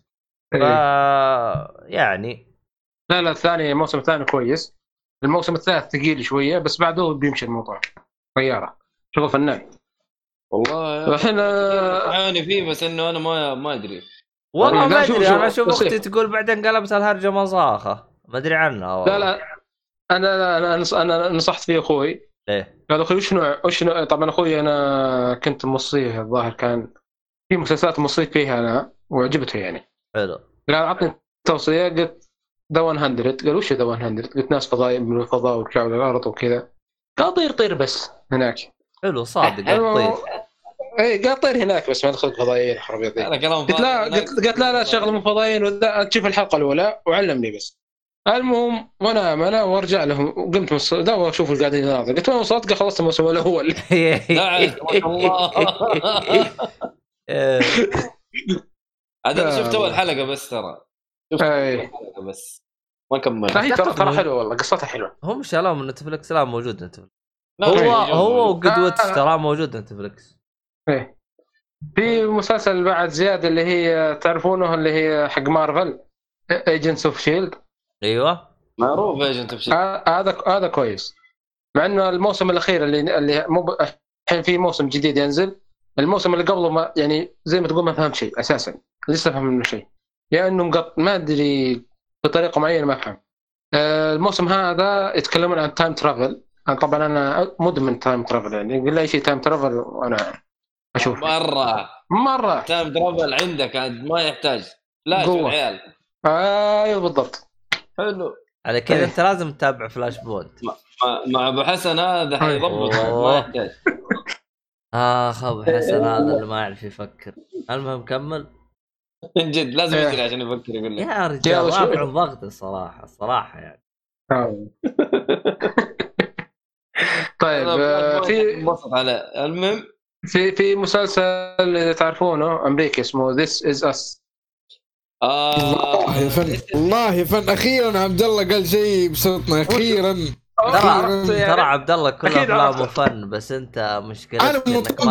يعني لا الثاني الموسم الثاني كويس، الموسم الثالث ثقيل شويه بس بعده بيمشي الموضوع طياره شغل فنان والله. احنا عاني فيه بس انه انا ما ادري والله ما ادري. انا اشوف اختي تقول بعدين قلبت الهرجه مصاخه ما ادري عنها والله. لا انا نصحت فيه اخوي. ايه قال اخوي وش نوع طبعا اخوي انا كنت مصيه الظاهر كان في مسلسلات مصيه فيها انا وعجبته يعني. حلو. قال اعطني توصيه قلت ذا 100. قال وش ذا 100؟ قلت ناس فضائيين من الفضاء ورجعوا للارض وكذا. قال طير بس هناك. حلو صادق طير. اي قال طير هناك بس ما دخلت فضائيين حرب يضيق. قلت لا شغله من فضائيين تشوف الحلقه الاولى وعلمني بس. المهم وانا وارجع لهم قمت من ده واشوف اللي قاعدين يناظر قلت ما وصلت خلصت الموسم الاول. لا الله هذا شفت اول حلقه بس ترى شفت حلقه بس ما كملت. هي ترى حلوه والله قصتها حلوه. هم شالوه من نتفلكس. لا موجود نتفلكس. هو وقدوتش ترى موجود نتفلكس. ايه في مسلسل بعد زياده اللي هي تعرفونه اللي هي حق مارفل ايجنتس اوف شيلد. ايوه معروف ايجنت اوف شيلد. هذا كويس مع انه الموسم الاخير اللي مو الحين في موسم جديد ينزل. الموسم اللي قبله ما يعني زي ما تقول ما فهم شيء اساسا لسه فهم منه شيء يعني انه ما ادري بطريقه معينه ما فهم. الموسم هذا يتكلمون عن تايم ترافل. طبعا انا مدمن تايم ترافل يعني يقول لي شيء تايم ترافل وانا اشوف مره تايم ترافل عندك ما يحتاج لا شو العيال. ايوه بالضبط. حلو على كذا انت لازم تتابع فلاش بوينت. مع ابو حسن هذا حيضبط ما يحتاج. ابو حسن هذا اللي ما يعرف يفكر. المهم كمل. من جد لازم يجري عشان يفكر يقول لك يا رجال رافع الضغط الصراحه يعني. طيب في انبسط على المهم في مسلسل اللي تعرفونه امريكي اسمه This Is Us. الله يا فن، الله يا فن، اخيرا عبد الله قال شيء بصوتنا اخيرا. ترى عبد الله كل افلامه فن، بس انت مشكلتك انا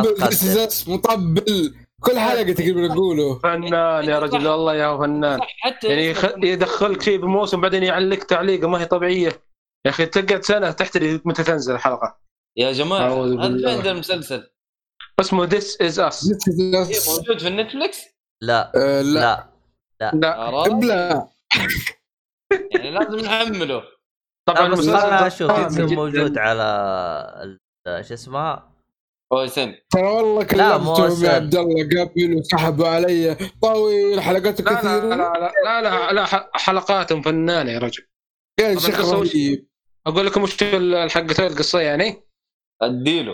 مطبل كل حلقه تقريبا نقوله فنان يا رجل والله يا فنان. يعني يدخلك شيء بموسم بعدين يعلق تعليقه ما هي طبيعيه يا اخي. تقعد سنه تحتري متى تنزل الحلقه يا جماعه. هذا عند المسلسل اسمه This Is Us. موجود في النتفليكس؟ لا لا لا لا يعني لازم نحمله طبعا. المسلسل شوف يمكن موجود على شو اسمها OSN. ترى والله كلمتهم يا عبد الله قبل وسحبوا علي طويل حلقاته كثيره. لا حلقاتهم فنانه يا رجل. يا شيخ اقول لكم وش الحلقه القصه يعني. اديله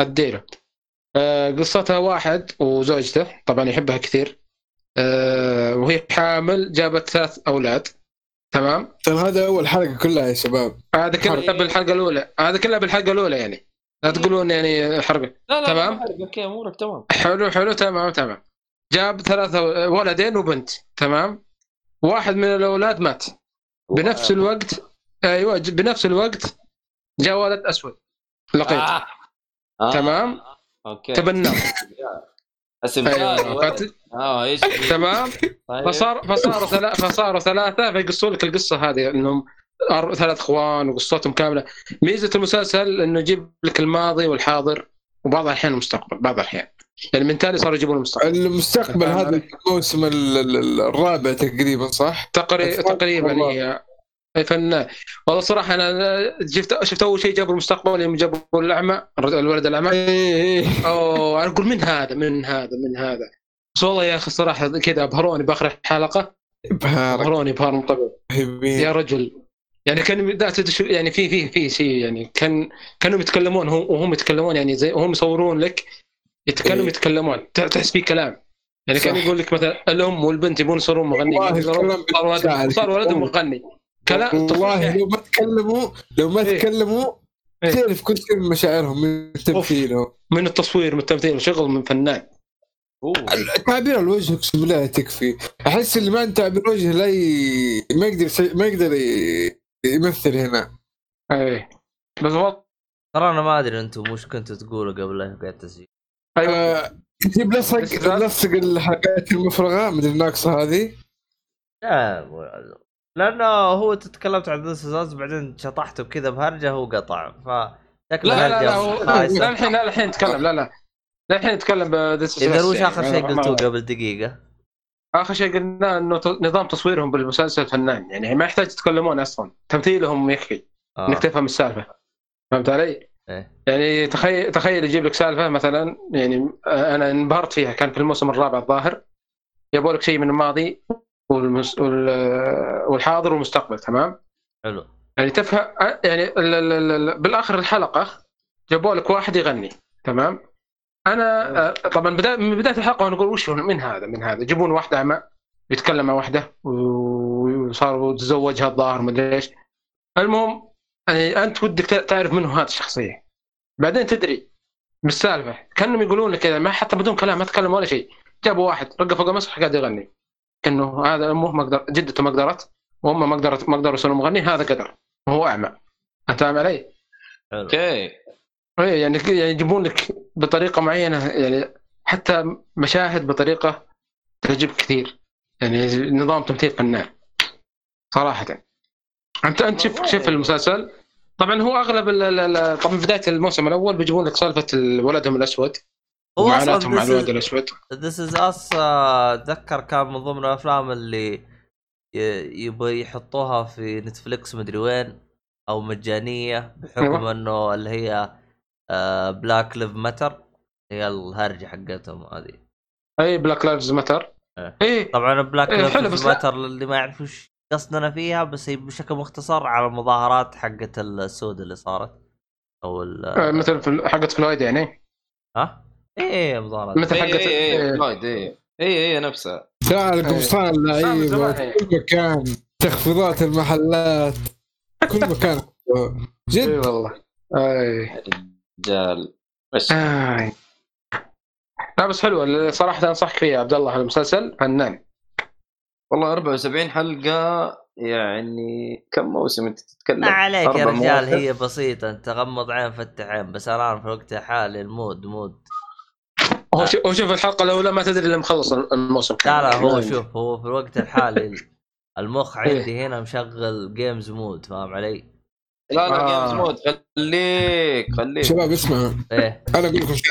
قصتها واحد وزوجته طبعا يحبها كثير، وهي حامل، جابت 3 أولاد. تمام. هذا أول حلقة كلها يا شباب. هذا كلها بالحلقة الأولى. هذا كلها بالحلقة الأولى يعني. لا تقولون يعني حرقة. لا تمام. اوكي امورك تمام. حلو تمام. جاب 3 ولدين وبنت. تمام. واحد من الأولاد مات بنفس الوقت. أيوة بنفس الوقت جاء ولد أسود لقيت. تمام. اوكي تبنى. ايش تمام. فصاروا 3 فيقصوا لك القصه هذه انهم 3 اخوان وقصتهم كامله. ميزه المسلسل انه يجيب لك الماضي والحاضر وبعض الاحيان المستقبل. بعض الاحيان يعني من تالي صاروا يجيبون المستقبل هذا الموسم الرابع تقريبا صح؟ تقريبا هي فنان والله صراحه. انا شفت اول شيء جابوا المستقبل يوم جابوا الاعمى، الولد الاعمى. انا اقول من هذا بس والله يا اخي صراحه كذا ابهروني باخر حلقه. ابهروني بهار طبيعي يا رجل. يعني كان يعني في شيء يعني كانوا يتكلمون وهم يتكلمون يعني زي وهم يصورون لك يتكلمون تحس فيه كلام يعني. كان يقول لك مثلا الام والبنت يبون يصيرون مغنيين، صار ولدهم مغني. كلام والله لو ما تكلموا تعرف كل شيء من مشاعرهم، من تمثيله، من التصوير، من التمثيل، شغل من فنان. تعبير الوجه اقسم بالله تكفي. احس اللي ما عنده تعبير وجه لا ما يقدر يمثل هنا. اي بالضبط. ترى انا ما ادري انتم وش كنتوا تقولوا قبل لا يبدا التسجيل. تجيب لصق الحلقات المفرغه من الناقصه هذه. لانه هو تتكلمت عن ذا سوزاز بعدين شطحته بكذا بهرجه هو قطع لا الحين نتكلم. لا الحين نتكلم اذا وش اخر شيء قلتوه قبل دقيقه؟ اخر شيء قلنا انه نظام تصويرهم بالمسلسل فنان يعني ما يحتاج تتكلمون اصلا، تمثيلهم يكفي انك تفهم السالفه. فهمت علي؟ يعني تخيل يجيب لك سالفه مثلا يعني انا انبهرت فيها. كان في الموسم الرابع الظاهر يبغوا لك شيء من الماضي والحاضر والمستقبل. تمام. حلو. يعني تفهم يعني بالاخر الحلقه جابوا لك واحد يغني. تمام. انا طبعا من بدايه الحلقه وانا اقول وش من هذا يجيبون واحده اعمى يتكلم مع واحده وصاروا تزوجها الظاهر ما ادري ايش. المهم يعني انت ودك تعرف منه هذه الشخصيه بعدين تدري بالسالفه. كانوا يقولون لك كذا ما حتى بدون كلام ما تكلم ولا شيء. جابوا واحد رقى فوق المسرح قاعد يغني انه هذا امه ما قدر، جدته ما قدرت، وامه ما قدروا يصيروا مغني، هذا قدر وهو اعمى. فاهم علي؟ اوكي. يعني يجيبون لك بطريقه معينه يعني حتى مشاهد بطريقه تعجب كثير يعني. نظام تمثيل فنان صراحه. انت شوف المسلسل طبعا هو اغلب طبعا بدايه الموسم الاول بيجيبون لك سالفه ولدهم الاسود ومعاناتهم مع الولد الاسود. This is Us اتذكر كان من ضمن الافلام اللي يبغى يحطوها في نتفليكس مدري وين او مجانيه بحكم انه اللي هي بلاك ليف ماتر هي الهرجه حقتهم هذه. اي بلاك لايفز ماتر. اي طبعا بلاك ليف ماتر اللي ما يعرفوش قصدنا فيها، بس هي بشكل مختصر على المظاهرات حقت السود اللي صارت او مثل في حقت فلويد يعني. ها ايه مظاهرات مثل حقت فلويد. اي نفسها. شارع القمصان اللعيبه في كل مكان، تخفيضات المحلات كل مكان جد والله. اي رجال لا بس حلوه صراحه، انصحك فيها عبد الله. المسلسل فنان والله. 74 حلقه يعني كم موسم انت تتكلم؟ عليك يا رجال، هي بسيطه، انت غمض عين فتح عين. بس الان في وقت حالي المود هو شوف الحلقه الاولى ما تدري الا مخلص الموسم. لا هو شوف، هو في الوقت الحالي المخ عندي هنا مشغل جيمز مود، فاهم علي؟ لا جيمز مود. خليك شباب اسمعوا. ايه انا اقول لكم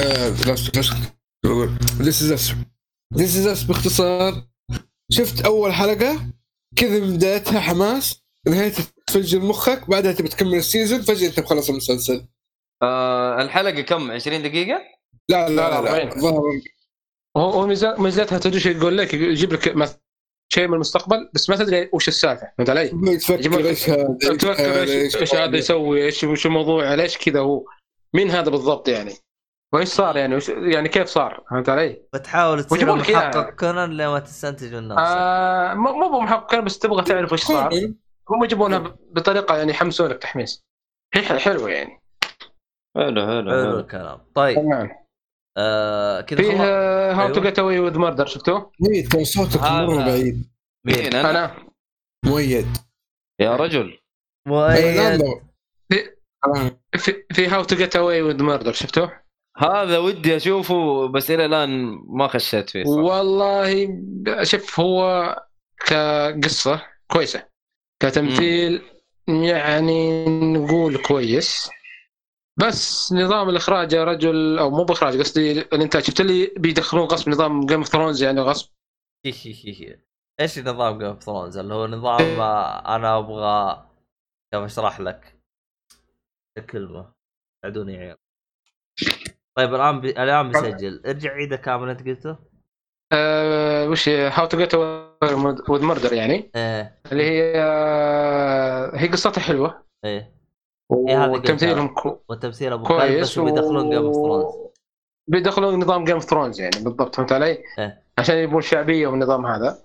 This is us باختصار. شفت اول حلقه كذا من بدايتها حماس، نهايتها تفجر مخك، بعدها تبي تكمل السيزون فجأة انت مخلص المسلسل. الحلقه كم 20 دقيقه؟ لا هو ميزتها تدري يقول لك يجيب لك شيء من المستقبل بس ما تدري وش السالفه، فهمت علي؟ تفكر ايش هذا يسوي، ايش الموضوع، ليش كذا، هو مين هذا بالضبط يعني، وايش صار يعني، يعني كيف صار، فهمت علي؟ بتحاول تصير محقق كونان لما تستنتج من نفسك. مو محقق بس تبغى تعرف ايش صار. هم يجيبونها بطريقه يعني يحمسونك تحميس، هي حلوه يعني. حلو الكلام. طيب كذا فيه هاو تو جيت اواي وذ ماردر، شفتوه؟ مين صوتك مره بعيد؟ مين انا مؤيد يا رجل. مؤيد في هاو تو جيت اواي وذ ماردر، شفتوه؟ هذا ودي اشوفه بس الى الان ما خشيت فيه صح. والله شوف، هو كقصه كويسه، كتمثيل يعني نقول كويس، بس نظام الاخراج يا رجل، او مو باخراج قصدي الانتاج، شفت اللي بيدخلون غصب نظام جيم اوف ثرونز يعني غصب. ايش نظام جيم اوف ثرونز؟ اللي هو نظام انا ابغى كيف اشرح لك الكلمه، عدوني عيال. طيب الان بسجل، ارجع عيده كامل انت قلته. وش هاو تو جيت وذ مردر يعني؟ اللي هي قصتها حلوه. وتمثيلهم والتمثيل ابو كلب، بس بيدخلون جيم اوف ثرونز، بيدخلون نظام جيم اوف ثرونز يعني بالضبط، فهمت علي؟ عشان يبون شعبيه والنظام هذا.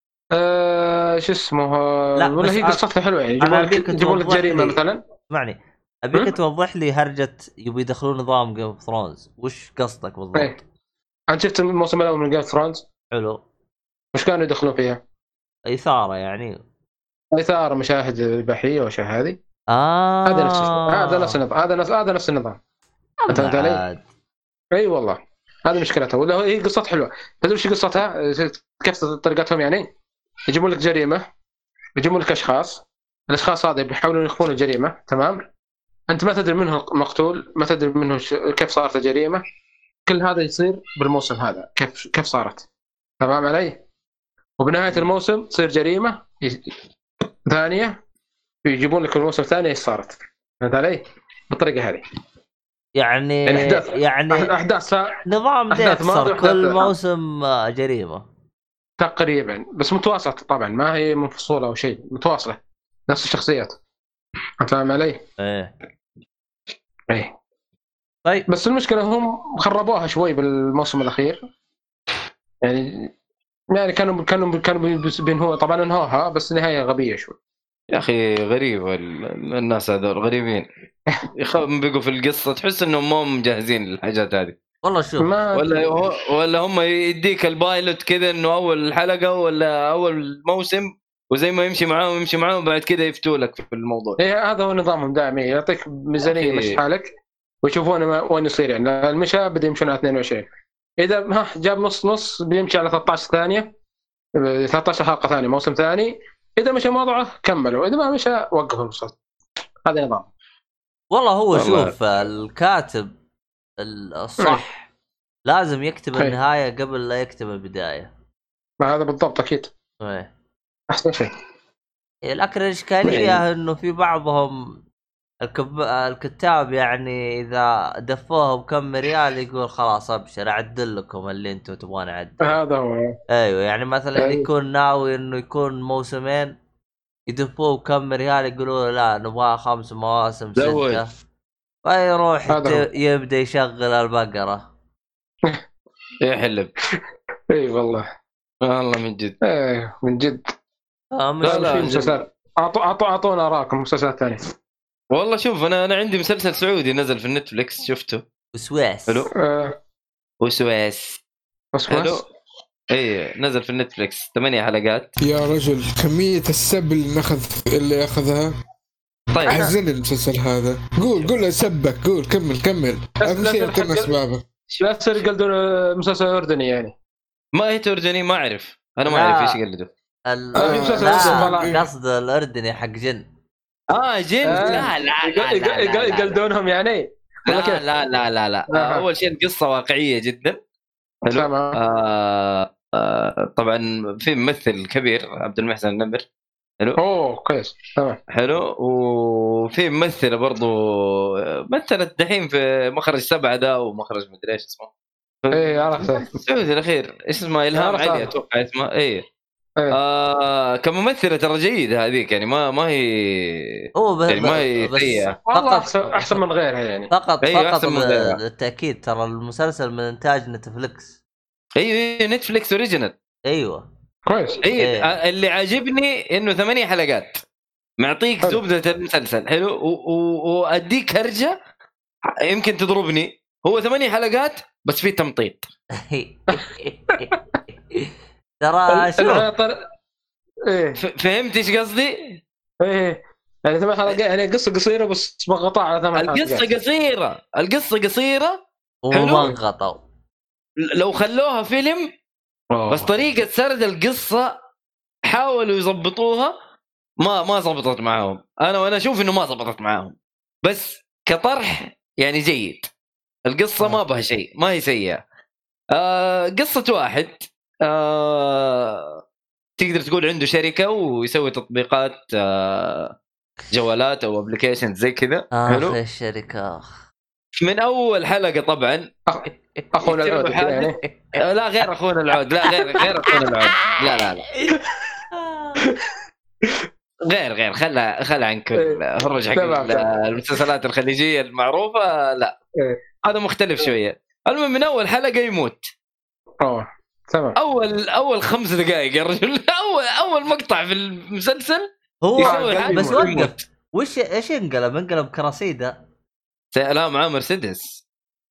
شو اسمه، ولا هي قصتها حلوه يعني، يجيبون لك جريمه مثلا. اسمعني، ابيك توضح لي هرجه يبي يدخلون نظام جيم اوف ثرونز، وش قصدك بالضبط؟ انت شفت الموسم الاول من جيم اوف ثرونز؟ حلو. وش كانوا يدخلون فيها؟ اثاره يعني، اثاره، مشاهد اباحيه واشياء هذه. هذا نفس النظام، هذا نفس النظام، فهمت علي؟ اي والله هذه مشكلتها. ولا هي قصتها حلوه. تدري ايش قصتها؟ كيف طريقتهم يعني؟ يجيبون لك جريمه، يجيبون لك الاشخاص هذا بيحاولون يخفون الجريمه، تمام؟ انت ما تدري منه مقتول، ما تدري منه كيف صارت الجريمه. كل هذا يصير بالموسم هذا كيف صارت، تمام علي؟ وبنهايه الموسم تصير جريمه ثانيه، يجيبون لك الموسم الثاني ايش صارت، فهمت علي؟ بالطريقه هذه يعني احداث نظام ديكستر، كل موسم جريمه تقريبا، بس متواصله طبعا، ما هي منفصوله او شيء، متواصله نفس الشخصيات، فاهم علي؟ ايه طيب. بس المشكله هم خربوها شوي بالموسم الاخير يعني كانوا بينهوا، طبعا انهوها بس نهايه غبيه شوي يا اخي. غريب الناس هذول غريبين يخافون بيقوا في القصه، تحس انهم مو مجهزين للحاجات هذه والله. شوف ولا هم يديك البايلوت كذا انه اول حلقه ولا اول موسم، وزي ما يمشي معاهم بعد كذا يفتوا لك في الموضوع. ايه هذا هو نظامهم دائما، يعطيك ميزانيه مش حالك ويشوفون وين يصير يعني. المشى بدا يمشون على 22، اذا جاب نص بيمشي على 13 ثانيه، 13 حلقه ثانيه موسم ثاني. اذا مشى موضوعه كملوا، اذا ما مشى وقفوا المسلسل. هذا نظام والله. هو شوف الكاتب الصح لازم يكتب النهايه قبل لا يكتب البدايه. ما هذا بالضبط اكيد. احسن شيء. لكن الاشكاليه انه في بعضهم الكتاب يعني اذا دفوه بكم ريال يقول خلاص ابشر اعدل لكم اللي انتم تبغون اعدل. هذا هو. ايوه يعني مثلا يكون ناوي انه يكون موسمين يدفوه كم ريال يقولوا لا نبغى 5 مواسم زود. 6 فيروح هذا يبدا يشغل البقره يحلب. اي والله من جد. ايه من جد. مش لا، في مسلسل اعطونا اراكم مسلسلات ثانيه. والله شوف انا عندي مسلسل سعودي نزل في النتفليكس شفته. وسواس حلو. وسواس. حلو. ايه نزل في النتفليكس 8 حلقات. يا رجل كمية السب اللي أخذها. طيب عزني المسلسل هذا. قول سبك، قول كمل أهم شيء يعطينا أسبابه. لا تصير يقلدون مسلسل أردني يعني. ما هي أردني ما أعرف، أنا ما أعرف إيش يقلدوا. لا قصد الأردني حق جن. جن. لا يقلدونهم يعني. لا. أول شيء القصة واقعية جدا. طبعا في ممثل كبير عبد المحسن النمر. حلو. كويس تمام. حلو. وفي ممثلة برضو مثلت دحين في مخرج 7 ده ومخرج مدري ايش اسمه. ايه عرفت. سعودي الاخير ايش اسمه إلهام علي اتوقع اسمه. ايه. كممثلة ترى جيدة هذيك يعني ما هي يعني ما هي فقط احسن من غيرها يعني. فقط للتأكيد ترى المسلسل من انتاج نتفليكس. ايوه نتفليكس اوريجينال. ايوه كويس. اللي عاجبني انه 8 حلقات معطيك زبدة المسلسل. حلو. واديك هرجة يمكن تضربني. هو 8 حلقات بس فيه تمطيط. ترى فهمت ايش قصدي؟ ايه يعني 8 حلقات يعني قصة قصيرة بس مقطع على 8 حلقات. القصة قصيرة ومنقطع. لو خلوها فيلم بس طريقة سرد القصة حاولوا يضبطوها ما ضبطت معاهم. انا اشوف انه ما ضبطت معاهم بس كطرح يعني جيد. القصة ما بها شيء، ما هي سيئة. قصة واحد تقدر تقول عنده شركة ويسوي تطبيقات جوالات او ابليكيشن زي كذا. حلو. الشركة من اول حلقة طبعا اخونا العود يعني. لا غير اخونا العود. لا غير اخونا العود. لا غير خلى عنك فرج حق المسلسلات الخليجية المعروفة. لا هذا مختلف شوية. المهم من اول حلقة يموت. تمام. اول 5 دقائق يا رجل. اول مقطع في المسلسل هو بس وقف. ايش انقلب كراسيدا؟ لا معاه مرسيدس.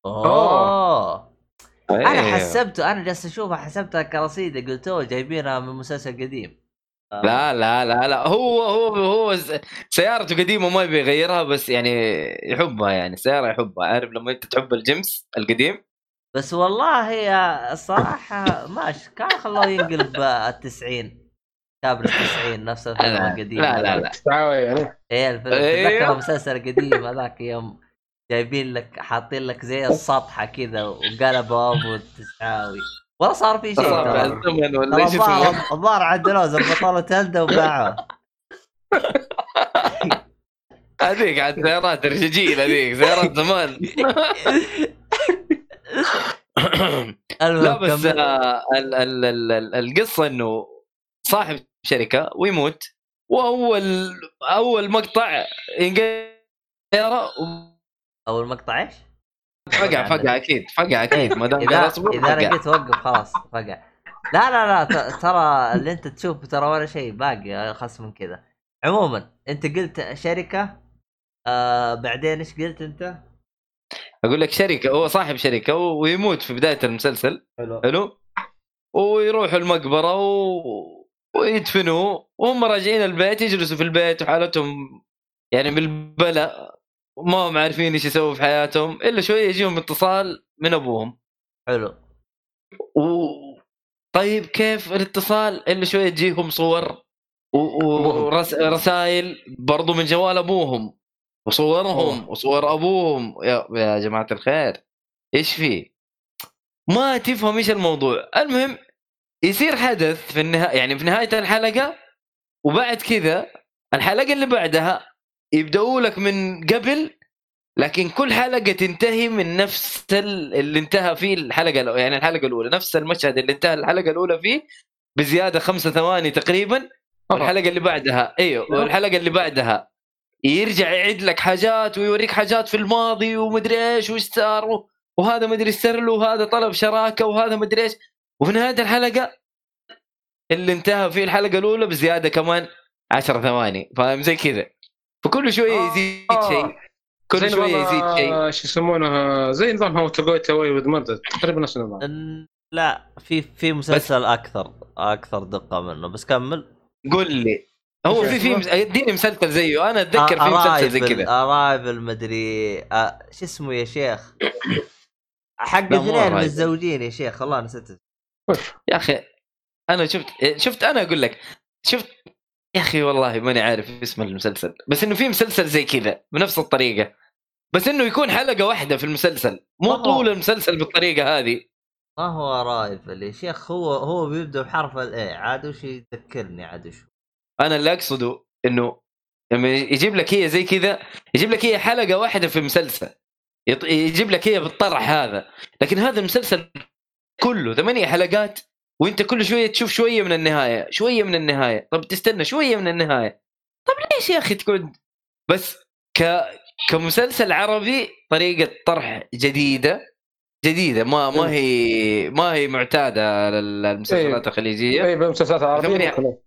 انا حسبته، انا جالس اشوفها حسبتها كراسيدا قلتوه جايبينها من مسلسل قديم. لا هو سيارته قديمه ما يبي يغيرها بس يعني يحبها يعني سياره يحبها. عارف لما انت تحب الجيمس القديم. بس والله هي الصراحه ماشي كان خلوه ينقلب 90 كابل 90 نفس الفيلم القديم. لا تعاوي يعني. ايه الفيلم تذكر المسلسل القديم هذاك يوم جايبين لك حاطين لك زي السطحه كذا وقلب ابو التسعاوي. والله صار في شيء الظاهر عدلوه زبطوا له تلده وباعوه. هذيك عاد سيارات رجاجيل هذيك سيارات زمان. لا بس القصة انه صاحب شركة ويموت واول مقطع ينقرا. اول مقطع ايش؟ فقع اكيد ما دام اذا لقيت وقف خلاص فقع. لا ترى اللي انت تشوفه ترى ولا شيء باقي خاص من كذا. عموما انت قلت شركة بعدين ايش قلت انت؟ اقول لك شركة هو صاحب شركة ويموت في بداية المسلسل. حلو. ويروح المقبرة ويدفنوه وهم راجعين البيت يجلسوا في البيت وحالتهم يعني بالبلاء وما هم عارفين ايش يسووا في حياتهم الا شويه يجيهم اتصال من ابوهم. حلو. طيب كيف الاتصال الا شويه تجيهم صور ورسائل برضو من جوال ابوهم وصورهم وصور ابوهم. يا جماعه الخير ايش فيه؟ ما تفهم ايش الموضوع. المهم يصير حدث في النهايه يعني في نهايه الحلقه وبعد كذا الحلقه اللي بعدها يبدأوا لك من قبل لكن كل حلقة تنتهي من نفس اللي انتهى فيه الحلقة يعني الحلقة الأولى نفس المشهد اللي انتهى الحلقة الأولى فيه بزيادة 5 ثواني تقريبا والحلقه اللي بعدها والحلقه اللي بعدها يرجع يعيد لك حاجات ويوريك حاجات في الماضي ومدري ايش وش صار وهذا مدري صار له وهذا طلب شراكه وهذا مدري ايش، وفي نهايه الحلقه اللي انتهى فيه الحلقه الاولى بزياده كمان 10 ثواني، فاهم زي كذا. فكل شويه يزيد شيء، كل شويه يزيد شيء. شو يسمونه زي نظام هاو تو جو اواي وذ مردر تقريبا نفس النظام. لا في مسلسل اكثر دقه منه، بس كمل. قول لي هو في اديني مسلسل زيه، انا اتذكر في مسلسل زي كذا ارايفل مدري شو اسمه يا شيخ، حق اثنين متزوجين يا شيخ، والله نسيت يا اخي. انا شفت انا اقول لك شفت يا اخي والله ماني عارف اسم المسلسل، بس انه في مسلسل زي كذا بنفس الطريقه، بس انه يكون حلقه واحده في المسلسل، مو طول المسلسل بالطريقه هذه. ما هو رايفل يا شيخ، هو بيبدا بحرف الاي عاد، وش يذكرني عاد شو. انا اللي اقصده انه لما يجيب لك هي زي كذا، يجيب لك هي حلقه واحده في مسلسل، يجيب لك هي بالطرح هذا، لكن هذا المسلسل كله 8 حلقات، وانت كل شويه تشوف شويه من النهايه شويه من النهايه، طب تستنى شويه من النهايه، طب ليش يا اخي تكون بس كمسلسل عربي طريقه طرح جديده ما هي معتاده للمسلسلات الخليجيه. اي بالمسلسلات العربيه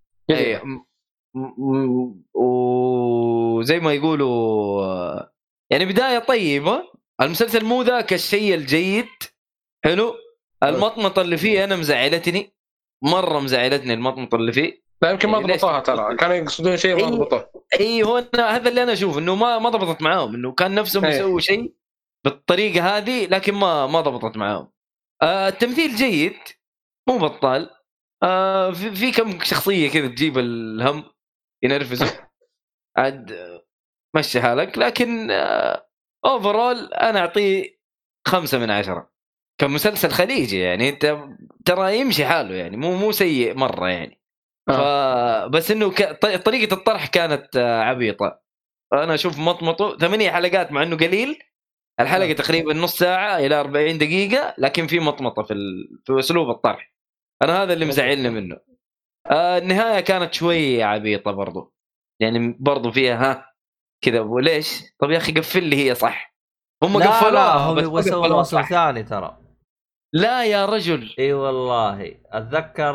وزي ما يقولوا يعني بدايه طيبه المسلسل، مو ذاك الشيء الجيد حلو. المطمطه اللي فيه انا مزعلتني مره، مزعلتني المطمطه اللي فيه. لا يمكن ما ضبطوها ترى، كانوا يقصدون شيء ما ضبطوه. اي هو هذا اللي انا اشوف انه ما ضبطت معاهم، انه كان نفسهم يسووا شيء بالطريقه هذه لكن ما ضبطت معاهم. التمثيل جيد مو بطال، في كم شخصيه كذا تجيب الهم ينرفزوا عاد مشي حالك، لكن اوفرول انا اعطيه 5 من 10 كمسلسل خليجي. يعني انت ترى يمشي حاله، يعني مو سيء مره يعني. بس انه طريقه الطرح كانت عبيطه. انا اشوف مطمطه 8 حلقات مع انه قليل، الحلقه تقريبا نص ساعه الى 40 دقيقه، لكن في مطمطه في اسلوب الطرح. انا هذا اللي مزعلني منه. النهايه كانت شوي عبيطه برضو، يعني برضو فيها كذا وليش. طب يا اخي قفل لي هي صح، هم قفلوها هم يسووا موسم ثاني ترى. لا يا رجل اي والله اتذكر.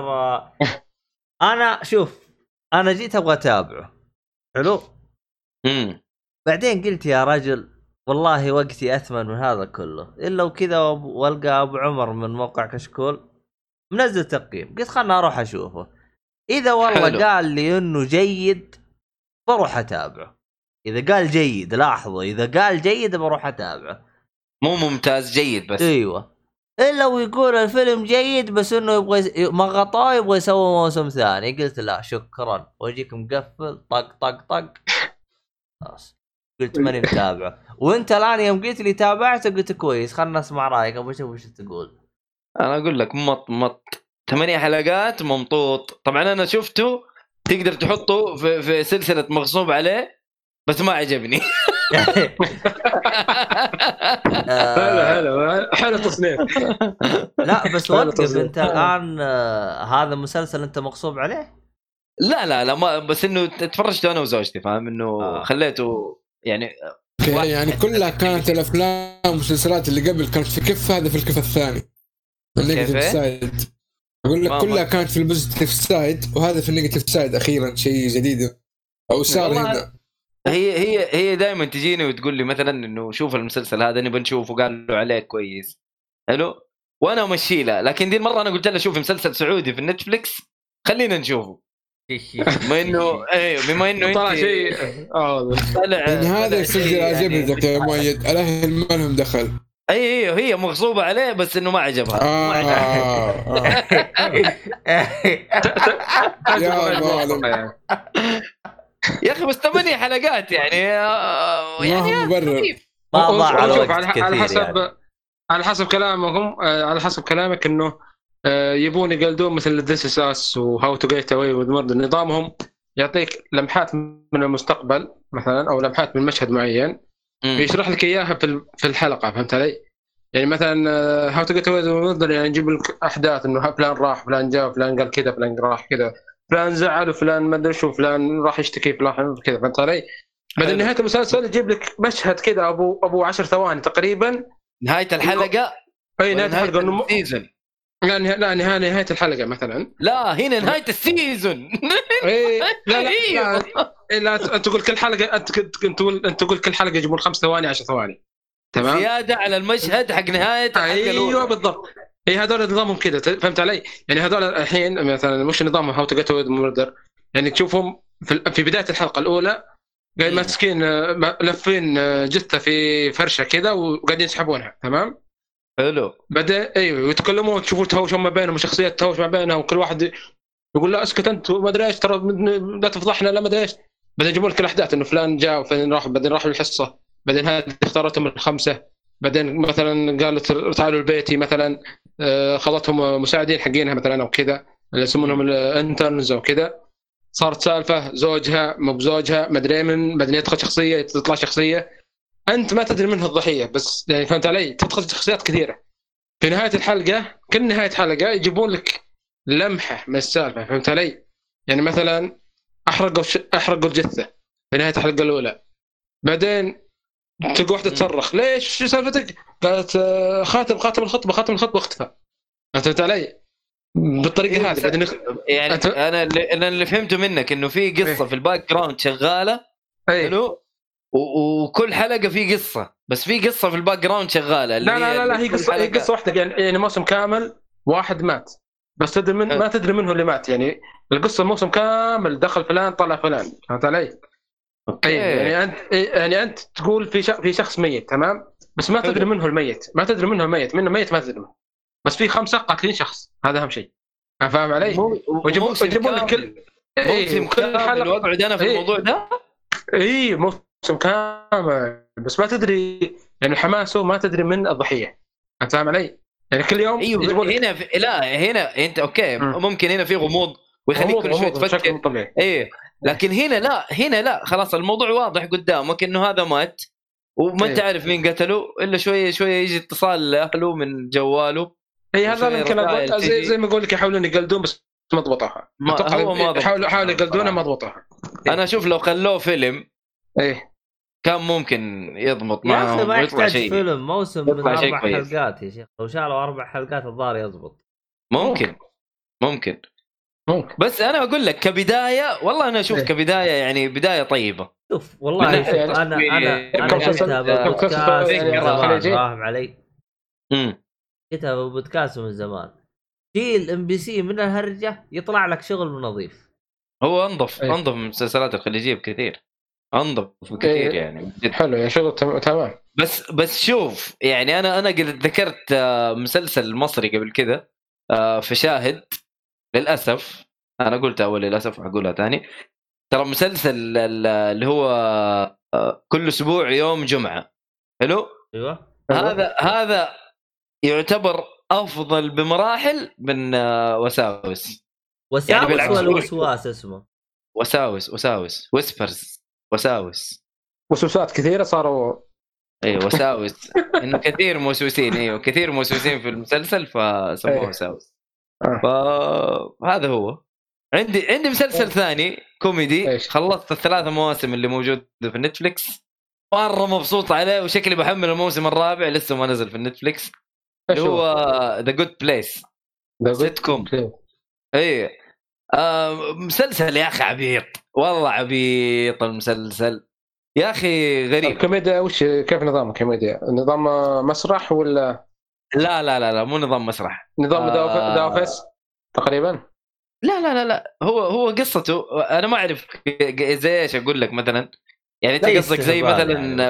انا شوف انا جيت ابغى اتابعه حلو. بعدين قلت يا رجل والله وقتي اثمن من هذا كله، الا وكذا والقى ابو عمر من موقع كشكول منزل تقييم، قلت خلنا اروح اشوفه. اذا والله حلو. قال لي انه جيد بروح اتابعه، اذا قال جيد لاحظوا، اذا قال جيد بروح اتابعه، مو ممتاز جيد بس. ايوه الا ويقول الفيلم جيد بس انه يبغى ما غطاه يبغى يسوي موسم ثاني، قلت لا شكرا واجيك مقفل طق طق طق خلاص. قلت ماني متابعه، وانت الان يوم قلت لي تابعته قلت كويس خلنا نسمع رايك ابغى اشوف وش تقول. انا اقول لك مط 8 حلقات ممطوط. طبعا انا شفته تقدر تحطه في سلسله مغصوب عليه، بس ما عجبني. حلو تصنيف. لا بس وقف انت الان هذا مسلسل انت مغصوب عليه؟ لا ما بس انه تفرجت انا وزوجتي، فاهم انه خليته يعني كلها كانت الافلام والمسلسلات اللي قبل كانت في كفه، هذا في الكفه الثاني النيجاتيف سايد. اقول لك كلها كانت في البوزيتيف سايد وهذا في النيجاتيف سايد اخيرا شيء جديد او صار هنا. هي دائما تجيني وتقول لي مثلا انه شوف المسلسل هذا نبي نشوفه، قال له عليه كويس حلو وانا امشي له، لكن دي المره انا قلت له شوف مسلسل سعودي في النتفليكس خلينا نشوفه. بما انه طلع شيء يعني هذا السلسله عجبتك يا مؤيد؟ الاهل ما لهم دخل. هي مغصوبه عليه بس انه ما عجبها. يا اخي بس 8 حلقات يعني مبرر. ما ضاع على وقت كثير على حسب كلامهم، على حسب كلامك انه يبون يقلدون مثل This Is Us و How to Get Away with Murder. نظامهم يعطيك لمحات من المستقبل مثلا او لمحات من مشهد معين ويشرح لك اياها في الحلقه، فهمت علي؟ يعني مثلا How to Get Away with Murder يعني نجيب لك احداث انه فلان راح فلان جاء فلان قال كذا فلان راح كذا، فلان زعل وفلان ما ادري شو فلان راح يشتكي فلان كذا، فهمت علي؟ بعدين نهايه المسلسل يجيب لك مشهد كذا ابو 10 ثواني تقريبا نهايه الحلقه. اي نهايه الحلقه السيزون. لا نهايه الحلقه مثلا. لا هنا نهايه السيزون. اي لا تقول كل حلقه، انت تقول كل حلقه يجيبون 5 ثواني 10 ثواني تمام، زياده على المشهد حق نهايه الحلقه الاولى. ايوه بالضبط. اي هذول نظامهم كذا، فهمت علي؟ يعني هذول الحين مثلا مش نظامهم هاو تو جيت مردر، يعني تشوفهم في بدايه الحلقه الاولى قاعد ماسكين لفين جثه في فرشه كذا وقاعدين يسحبونها تمام. حلو. بدا ايوه يتكلمون، تشوفوا تهاوش ما بينهم، شخصيات تهاوش ما بينها، وكل واحد يقول لا اسكت انت ما ادري ايش، ترى لا تفضحنا لا ما ادري ايش. بعدين يجيبون لك الاحداث انه فلان جاء وفلان راح، بعدين راحوا الحصه، بعدين هذه اختارتهم الخمسه، بعدين مثلا قالت تعالوا البيتي مثلا، خلطهم مساعدين حقينها مثلا او كذا اللي يسمونهم الانترنز او كذا، صارت سالفه زوجها مو بزوجها ما ادري من، بعدين يدخل شخصيه تطلع شخصيه انت ما تدري منها الضحيه، بس يعني فهمت علي؟ تدخل شخصيات كثيره في نهايه الحلقه، كل نهايه حلقه يجيبون لك لمحه من السالفه، فهمت علي؟ يعني مثلا احرقوا الجثه في نهايه الحلقه الاولى، بعدين تلقى واحده تصرخ ليش شو سالفتك؟ قالت خاتم الخطبه اختفى، فهمت علي؟ بالطريقه هذه. بعدين يعني انا اللي فهمته منك انه في قصه في الباك جراوند شغاله حلو، وكل حلقه في قصه، بس في قصه في الباك جراوند شغاله. لا هي قصه واحده، يعني موسم كامل واحد مات بس تدري من ما تدري منه اللي مات، يعني القصه موسم كامل دخل فلان طلع فلان، فهمت علي؟ يعني انت تقول في شخص ميت تمام، بس ما تدري منه الميت، ما تدري منه الميت منه ميت ما تدري منه، بس في 5 قاتلين شخص، هذا اهم شيء، فاهم علي؟ ويجيبون لك موسم كامل واقعد انا في الموضوع ده. اي موسم كامل بس ما تدري يعني حماسه، ما تدري من الضحيه، انت فاهم علي؟ يعني كل يوم هنا هنا انت اوكي ممكن هنا في غموض ويخليك كل شوي تفكر لكن هنا لا خلاص الموضوع واضح قدامك انه هذا مات وما انت عارف مين قتله الا شويه يجي اتصال لاهله من جواله. هذا يمكن زي ما اقول لك يحاولون يقلدون بس ما ضبطوها، حاولوا يقلدونها ما ضبطوها. انا اشوف لو خلوه فيلم كان ممكن يضبط معهم. يا اخي ما يحتاج فيلم، موسم من 4 حلقات يا شيخ، لو شالوا 4 حلقات الظاهر يضبط. ممكن بس انا اقول لك كبدايه والله انا اشوف كبدايه يعني بدايه طيبه. شوف والله انا قلتها بودكاست فاهم علي؟ قلتها بودكاست من زمان، شيل ام بي سي من الهرجه يطلع لك شغل نظيف. هو انظف من المسلسلات الخليجيه بكثير، انظف بكثير يعني حلو يا شغل تمام. بس شوف يعني انا قد ذكرت مسلسل مصري قبل كذا في شاهد، للاسف انا قلت اول للاسف اقولها ثاني، ترى مسلسل اللي هو كل اسبوع يوم جمعه حلو. ايوه هذا يعتبر افضل بمراحل من وساوس يعني وسواس اسمه وساوس وسوسات كثيره صاروا. ايوه وساوس انه كثير موسوسين، كثير موسوسين في المسلسل فسموه وساوس. فهذا هو. عندي مسلسل ثاني كوميدي خلصت 3 مواسم اللي موجود في نتفليكس، مره مبسوط عليه وشكلي بحمل الموسم الرابع لسه ما نزل في نتفليكس، اللي هو The Good Place سيت كوم. اي مسلسل يا اخي عبيط، والله عبيط المسلسل يا اخي، غريب. كوميديا وش كيف نظام كوميديا؟ نظام مسرح ولا لا مو نظام مسرح، نظام دافس تقريبا؟ لا هو قصته انا ما اعرف زي ايش اقول لك مثلا، يعني انت قصدك زي مثلا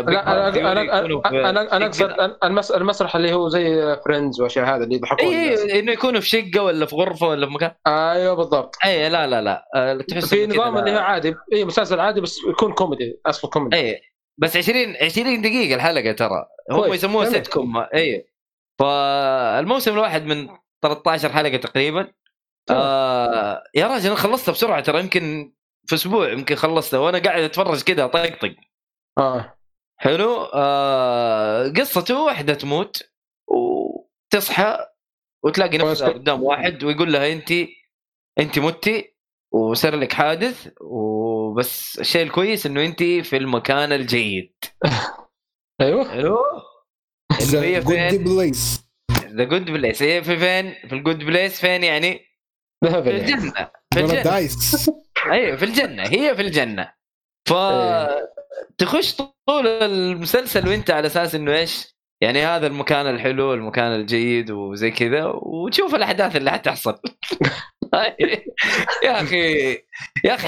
انا اقصد المسرح اللي هو زي فريندز واشياء هذا اللي يضحكون انه يكونوا في شقه ولا في غرفه ولا في مكان. ايوه بالضبط. اي لا في نظام اللي هو عادي، اي مسلسل عادي بس يكون كوميدي، اصله كوميدي. اي بس 20 دقيقه الحلقه ترى، هم يسموها سيت كوم. اي فالموسم الواحد من 13 حلقه تقريبا. يا راجل انا خلصتها بسرعه ترى، يمكن في اسبوع يمكن خلصتها وانا قاعد اتفرج كده طقطق. حلو. قصته واحده تموت وتصحى وتلاقي نفسها قدام واحد ويقول لها انت متي وصار لك حادث، وبس الشيء الكويس انه انت في المكان الجيد. ايوه اللي هي جود بليس. ذا جود بليس هي في فين؟ في الجود بليس فين يعني؟ في الجنة. في الجنة. ايوه في الجنة، هي في الجنة. تخش طول المسلسل وانت على اساس انه ايش يعني هذا المكان الحلو، المكان الجيد وزي كذا، وتشوف الاحداث اللي حتحصل. يا اخي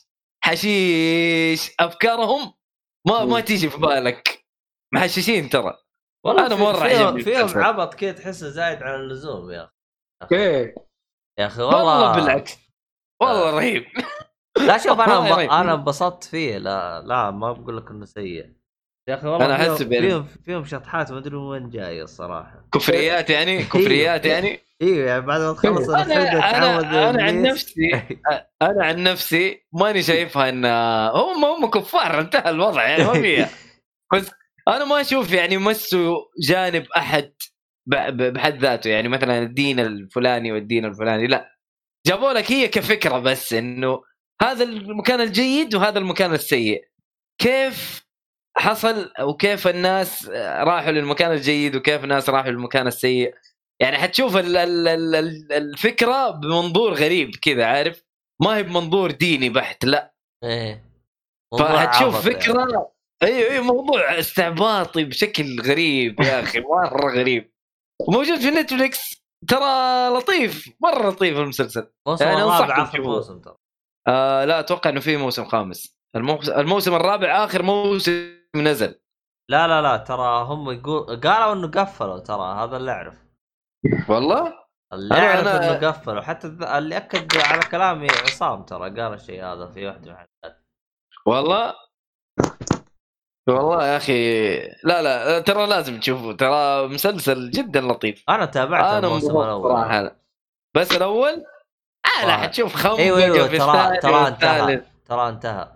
حشيش افكارهم ما تيجي في بالك، محششين ترى. والله انا مره عجبني فيهم عبط كذا تحسه زايد عن اللزوم يا اخي. يا اخي والله بالعكس والله رهيب. لا شوف انا انبسطت فيه. لا ما بقول لك انه سيء يا اخي والله. انا احس فيهم شطحات ما ادري وين جاي الصراحه. كفريات يعني ايوه يعني بعد ما تخلص انا عن نفسي ماني شايفها ان هم كفار، انتهى الوضع يعني ما فيها. بس انا ما اشوف يعني يمسوا جانب احد بحد ذاته، يعني مثلا الدين الفلاني والدين الفلاني، لا جابوا لك هي كفكره بس انه هذا المكان الجيد وهذا المكان السيء. كيف حصل وكيف الناس راحوا للمكان الجيد وكيف الناس راحوا للمكان السيء، يعني حتشوف الفكرة بمنظور غريب كذا، عارف، ما هي بمنظور ديني بحت، لا فحتشوف فكرة يعني. ايوه موضوع استعباطي بشكل غريب يا اخي، مرة غريب. وموجود في نتفليكس ترى، لطيف مرة لطيف المسلسل يعني انصح اخر موسم ترى. لا اتوقع انه في موسم خامس. الموسم الرابع اخر موسم نزل. لا ترى هم قالوا انه قفلوا، ترى هذا اللي اعرف والله. اللي اعرف انه قفلوا، حتى اللي اكد على كلامي عصام ترى قال الشيء هذا في واحده من الحلقات. والله يا اخي لا ترى لازم تشوفه، ترى مسلسل جدا لطيف. انا تابعت الموسم الاول بس الاول لا حتشوف خمسة. ايوه ترى انتهى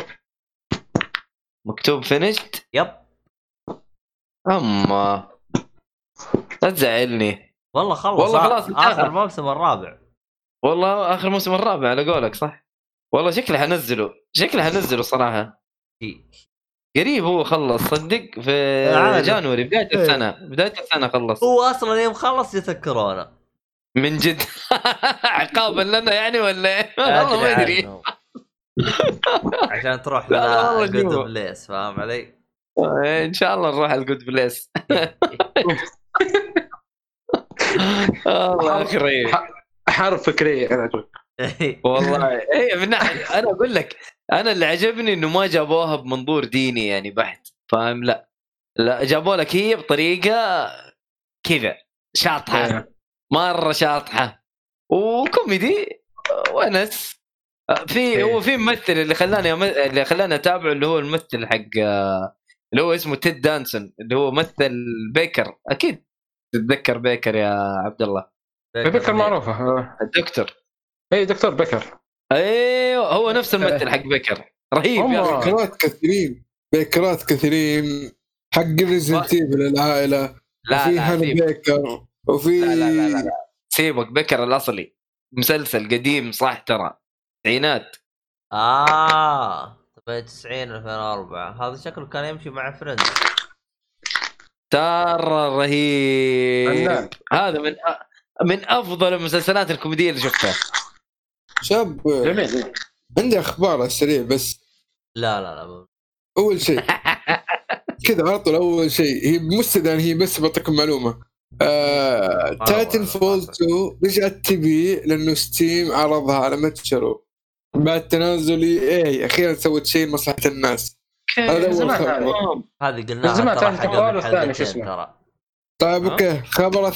مكتوب فينيشت. يب اما لا تزعلني والله خلص اخر موسم الرابع. والله اخر موسم الرابع على قولك صح. والله شكله حنزله صراحه قريب. هو خلص صدق في جانوري بدايه السنه خلص. هو اصلا يوم خلص يذكرونا من جد. عقابا لنا يعني ولا والله ما ادري. عشان تروح على جود بليس، فاهم علي؟ ان شاء الله نروح على الجود بليس. الله اخي حرب فكريه والله. هي من ناحيه انا اقول لك، انا اللي عجبني انه ما جابوها بمنظور ديني يعني بحت، فاهم؟ لا جابوا لك هي بطريقه كذا شاطحه، مره شاطحه وكوميدي ونس. هو في ممثل اللي خلاني اتابعه، اللي هو الممثل حق اللي هو اسمه تيد دانسون، اللي هو مثل بيكر. اكيد تتذكر بيكر يا عبد الله؟ بيكر معروفه الدكتور. اي دكتور بيكر. ايوه هو نفس الممثل حق بيكر. رهيب يا بيكرات كثيرين حق ريزنت ايفل العائله. وفي هاني بيكر وفي لا سيبك، بيكر الاصلي مسلسل قديم صح ترى، التسعينات. 98 2004 هذا شكله كان يمشي مع فريندز. ترى رهيب هذا من افضل المسلسلات الكوميديه اللي شفتها. شاب عندي اخبار السريع بس. لا اول شيء كذا عطل. اول شيء هي مستدان، هي بس بعطيكم معلومه. تايتن فول 2 رجعت تبي لانه ستيم عرضها على متجره بعد تنازلي. اخيرا سوت شيء مصلحه الناس. هذه قلناها ترى حق الحلقتين ترى. طيب اوكي. الخبر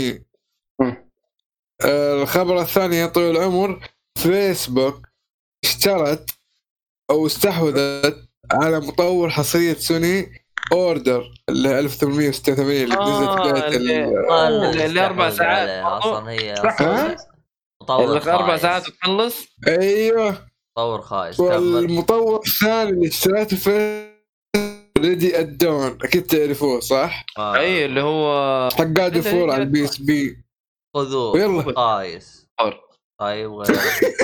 الثاني يا طويل العمر، فيسبوك اشترت او استحوذت على مطور حصريه سوني اوردر اللي 1886 اللي نزلت اللي 4 ساعات اصلا. هي مطور 4 ساعات وتخلص. ايوه مطور خايس. والمطور الثاني اللي اشتريته في ريدي الدون، اكيد تعرفوه صح؟ اي اللي هو حق جاد فور على البي اس بي. خذوه خايس. طيب غير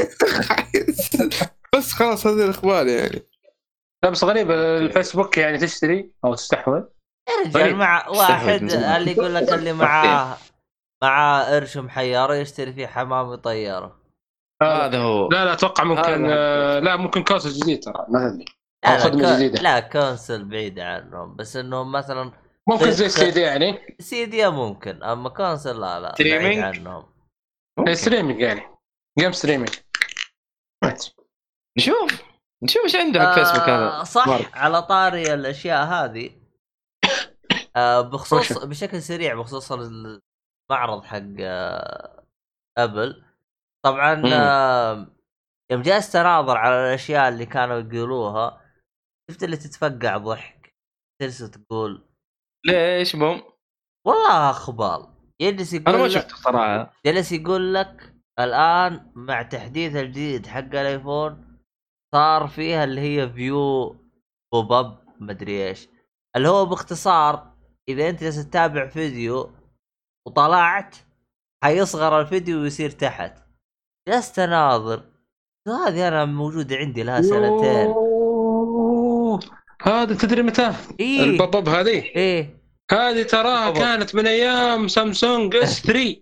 بس خلاص هذه الاخبار يعني. لا بس غريب الفيسبوك يعني تشتري او تستحوذ يا رجال مع واحد اللي يقول لك اللي مع قرش محيره يشتري فيه حمام طياره. هذا هو. لا اتوقع ممكن لا ممكن كونسل جديد ترى ما ادري او خدمه جديده. لا كونسل بعيد عنهم بس انهم مثلا ممكن زي سي دي يعني سي دي ممكن اما كونسل لا بعيد عنهم. ستريمينج يعني جيم ستريمينج. نشوف ايش عنده على الفيسبوك هذا. صح مارك. على طاري الاشياء هذه بخصوص بشكل سريع بخصوص المعرض حق ابل طبعا يوم جلست اناظر على الاشياء اللي كانوا يقولوها شفت اللي تتفقع ضحك ترسل تقول ليش بوم والله اخبال يجلس يقول انا ما شفته صراحه. جلس يقول لك الان مع تحديث الجديد حق الايفون صار فيها اللي هي فيو بوب اب مدري ايش اللي هو باختصار اذا انت جالس تتابع فيديو وطلعت حيصغر الفيديو ويصير تحت. جلست اناظر هذه انا موجوده عندي لها سنتين. هذا تدري متى البوب اب هذه هذه تراها كانت من ايام سامسونج اس 3.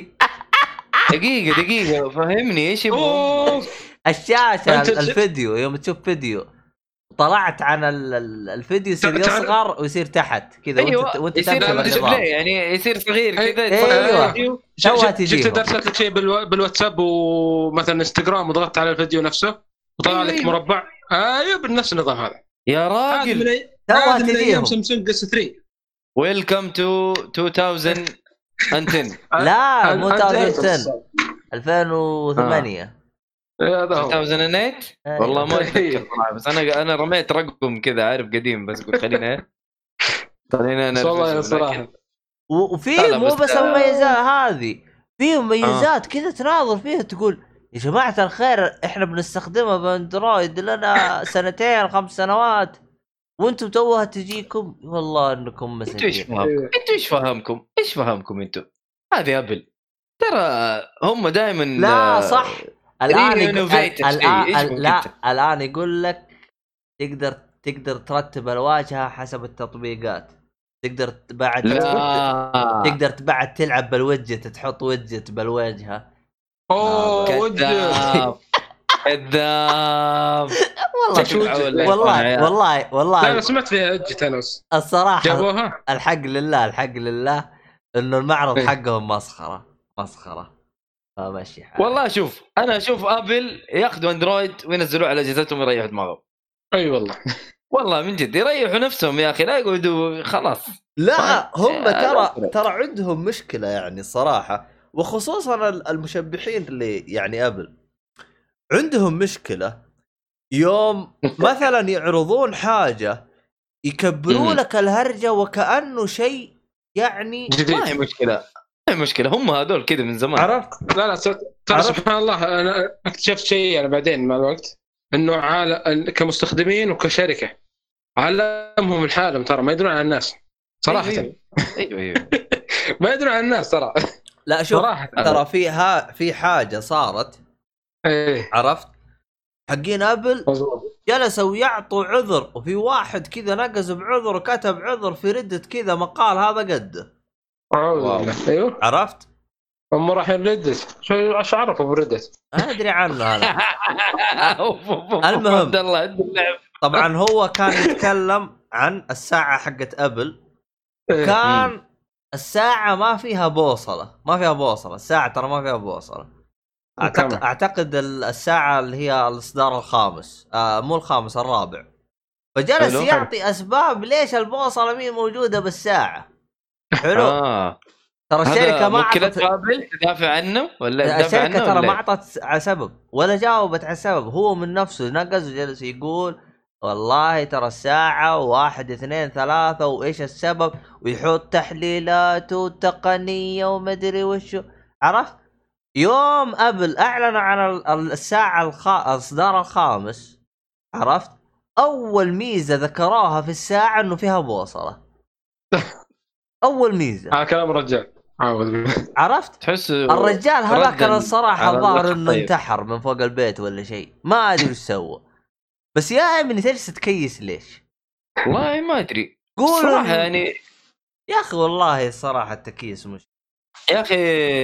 دقيقه فهمني ايش يبغى الشاشه الفيديو يوم تشوف فيديو طلعت عن الفيديو يصير يصغر ويصير تحت كذا. أيوة. وانت يصير يعني يصير صغير كذا. ايوه شفت درست لك شيء بالواتساب ومثلا انستغرام وضغطت على الفيديو نفسه وطلع لك مربع. ايوه بنفس النظام هذا يا راجل. هذا من ايام سامسونج اس 3. ويلكم تو 2010. لا مو 2010 2008 2008. والله ما اتذكر صراحه بس انا رميت رقم كذا عارف قديم بس قلت خلينا والله صراحه. وفي مو بس المميزات هذه في مميزات كذا تناظر فيها تقول يا جماعه الخير احنا بنستخدمها باندرويد لنا 2 5 سنوات وانتم توها تجيكم والله انكم مساكين. انتوا ايش فهمكم انتوا هذه ابل ترى هم دائما لا صح. الآن يقول لك تقدر ترتب الواجهة حسب التطبيقات. تقدر بعد تلعب بالوجت تحط وجت بالواجهة. كذاب والله لا سمعت فيها وجت انا الصراحة جابوها. الحق لله انه المعرض حقهم مسخرة ماشي حال. والله شوف انا اشوف ابل ياخذوا اندرويد وينزلوه على اجهزتهم يريحوا دماغهم. اي والله من جد يريحوا نفسهم يا اخي لا يقعدوا خلاص. لا هم ترى عندهم مشكله يعني الصراحه وخصوصا المشبحين اللي يعني ابل عندهم مشكله يوم مثلا يعرضون حاجه يكبروا لك الهرجه وكانه شيء يعني ما هي مشكله هم هذول كذا من زمان. عرفت لا ترى سبحان الله انا اكتشفت شيء يعني بعدين مع الوقت انه كمستخدمين وكشركه عالمهم الحالم ترى ما يدرون عن الناس صراحه. ايوه ما يدرون عن الناس ترى. لا شوف ترى في حاجه صارت عرفت حقين ابل جلسوا يعطوا عذر وفي واحد كذا نقز بعذر وكتب عذر في ردت كذا مقال هذا قده. ايوه عرفت هم رايحين ردت شو ايش عرفوا بردت ادري عنه انا. المهم طبعا هو كان يتكلم عن الساعه حقت ابل. كان الساعه ما فيها بوصله الساعه ترى ما فيها بوصله. اعتقد الساعه اللي هي الاصدار الخامس مو الخامس الرابع. فجلس يعطي اسباب ليش البوصله مي موجوده بالساعه. حلو ترى الشركه ما اعطت ابل تدافع عنه ولا الشركه ترى ما اعطت على سبب ولا جاوبت على سبب. هو من نفسه نقز وجلس يقول والله ترى الساعه 1 2 3 وايش السبب ويحط تحليلات وتقنيه ومدري وشو. عرفت يوم ابل اعلنوا عن الساعه الاصدار الخامس عرفت اول ميزه ذكروها في الساعه انه فيها بوصله. اول ميزه كلام رجال عرفت تحس الرجال هذاك كان الصراحه الظاهر انه طيب. انتحر من فوق البيت ولا شيء، ما ادري وش سوى. بس يا ابني تجلس تكيس ليش؟ والله ما ادري قول صراحه يعني يا اخي والله الصراحه التكييس مش يا اخي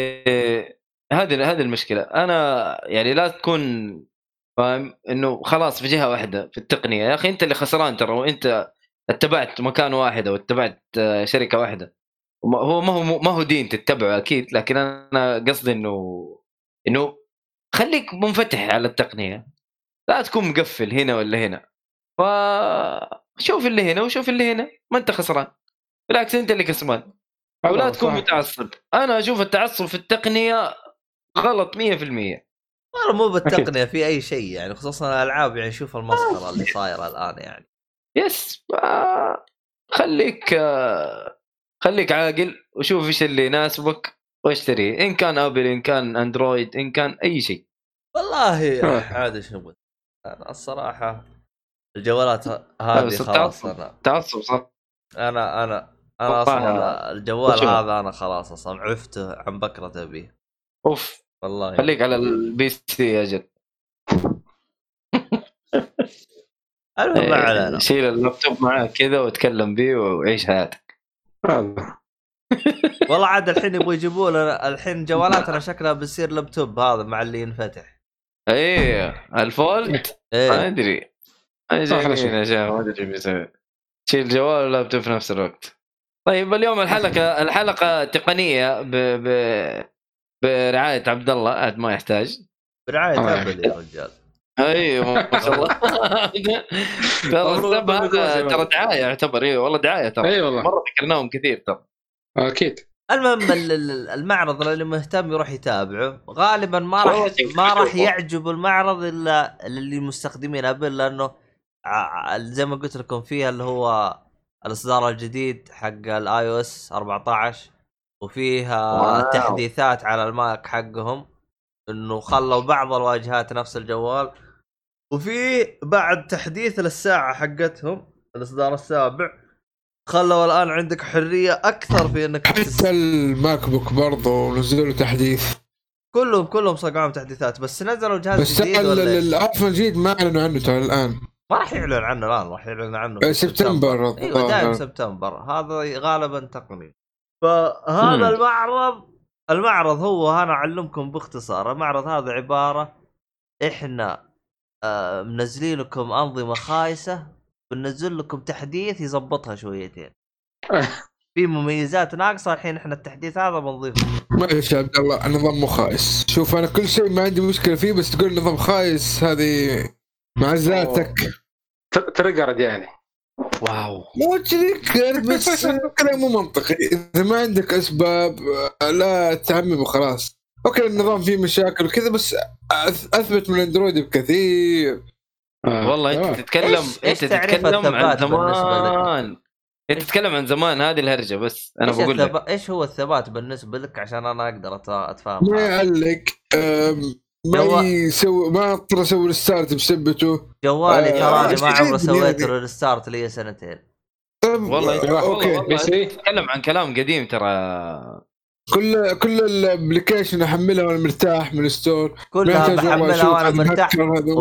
هذه المشكله. انا يعني لا تكون فاهم انه خلاص في جهه واحده في التقنيه. يا اخي انت اللي خسران ترى، وانت اتبعت مكان واحد او اتبعت شركه واحده. هو ما هو دين تتبعه اكيد، لكن انا قصدي انه خليك منفتح على التقنيه، لا تكون مقفل هنا ولا هنا. فشوف اللي هنا وشوف اللي هنا، ما انت خسران، بالعكس انت اللي كسبان. ولا تكون متعصب. انا اشوف التعصب في التقنيه غلط 100%. والله مو بالتقنيه في اي شيء يعني، خصوصا الالعاب. يعني شوف المسخره اللي صايره الان يعني. يس خليك عاقل وشوف ايش اللي يناسبك واشتريه، ان كان ابل ان كان اندرويد ان كان اي شيء. والله عاد ايش نقول انا الصراحه الجوالات هذه خلاص. انا تعصب صح. انا اصلا الجوال هذا انا خلاص اصلا عفته عن بكره ابيه. اوف والله خليك على البي سي يا جد. المهم ما علينا، شيل اللابتوب معاك كذا وتكلم بيه وعيش حياتك. والله عاد الحين يبغوا يجيبوا لنا الحين جوالاتنا شكلها بيصير لابتوب هذا مع اللي ينفتح. ايه الفولد ما ادري ايش صح ما ادري بيسوي تشيل جوال ولابتوب في نفس الوقت. طيب اليوم الحلقه تقنيه برعايه عبد الله، عاد ما يحتاج برعايه ابل يا رجال. ايوه ما شاء الله. ترى دعايه يعتبر. ايه والله دعايه ترى. اي والله مره ذكرناهم كثير ترى. اكيد. المهم المعرض اللي مهتم يروح يتابعه. غالبا ما راح يعجب المعرض الا اللي مستخدمين ابل، لانه زي ما قلت لكم فيها اللي هو الاصدار الجديد حق الاي او اس 14، وفيها تحديثات على الماك حقهم انه خلوا بعض الواجهات نفس الجوال، وفي بعد تحديث للساعه حقتهم الاصدار السابع خلوا الان عندك حريه اكثر في انك حتى الماك بوك برضه نزلوا تحديث. كلهم صقعوا تحديثات، بس نزلوا جهاز جديد. بس الايفون الجديد ما اعلنوا عنه ترى الان. ما راح يعلن عنه الان، راح يعلن عنه سبتمبر. ايوه دايم سبتمبر، هذا غالبا تقني. فهذا المعرض هو انا اعلمكم باختصار. المعرض هذا عباره احنا منزلين لكم انظمه خايسه، بننزل لكم تحديث يزبطها شويتين. في مميزات ناقصه الحين احنا التحديث هذا بنضيفه. ما يا عبد الله النظام مو خايس. شوف انا كل شيء ما عندي مشكله فيه، بس تقول نظام خايس هذه مع ذاتك ترقرد يعني. واو مو تريكر بس كلام مو منطقي. اذا ما عندك اسباب لا تعمم وخلاص. اوكي النظام فيه مشاكل وكذا، بس اثبت من اندرويد بكثير. والله انت تتكلم عن زمان. انت تتكلم عن زمان، هذه الهرجه. بس انا بقول لك ايش هو الثبات بالنسبه لك عشان انا اقدر اتفاهم. ما يعلق ما يسوي، ما اضطر اسوي ريستارت بثبته. جوالي تراني ما عمره سويت ريستارت لي سنتين. والله تتكلم عن كلام قديم ترى. كل الابلكيشن احملها وانا مرتاح من الستور، كلها بحملها وانا مرتاح.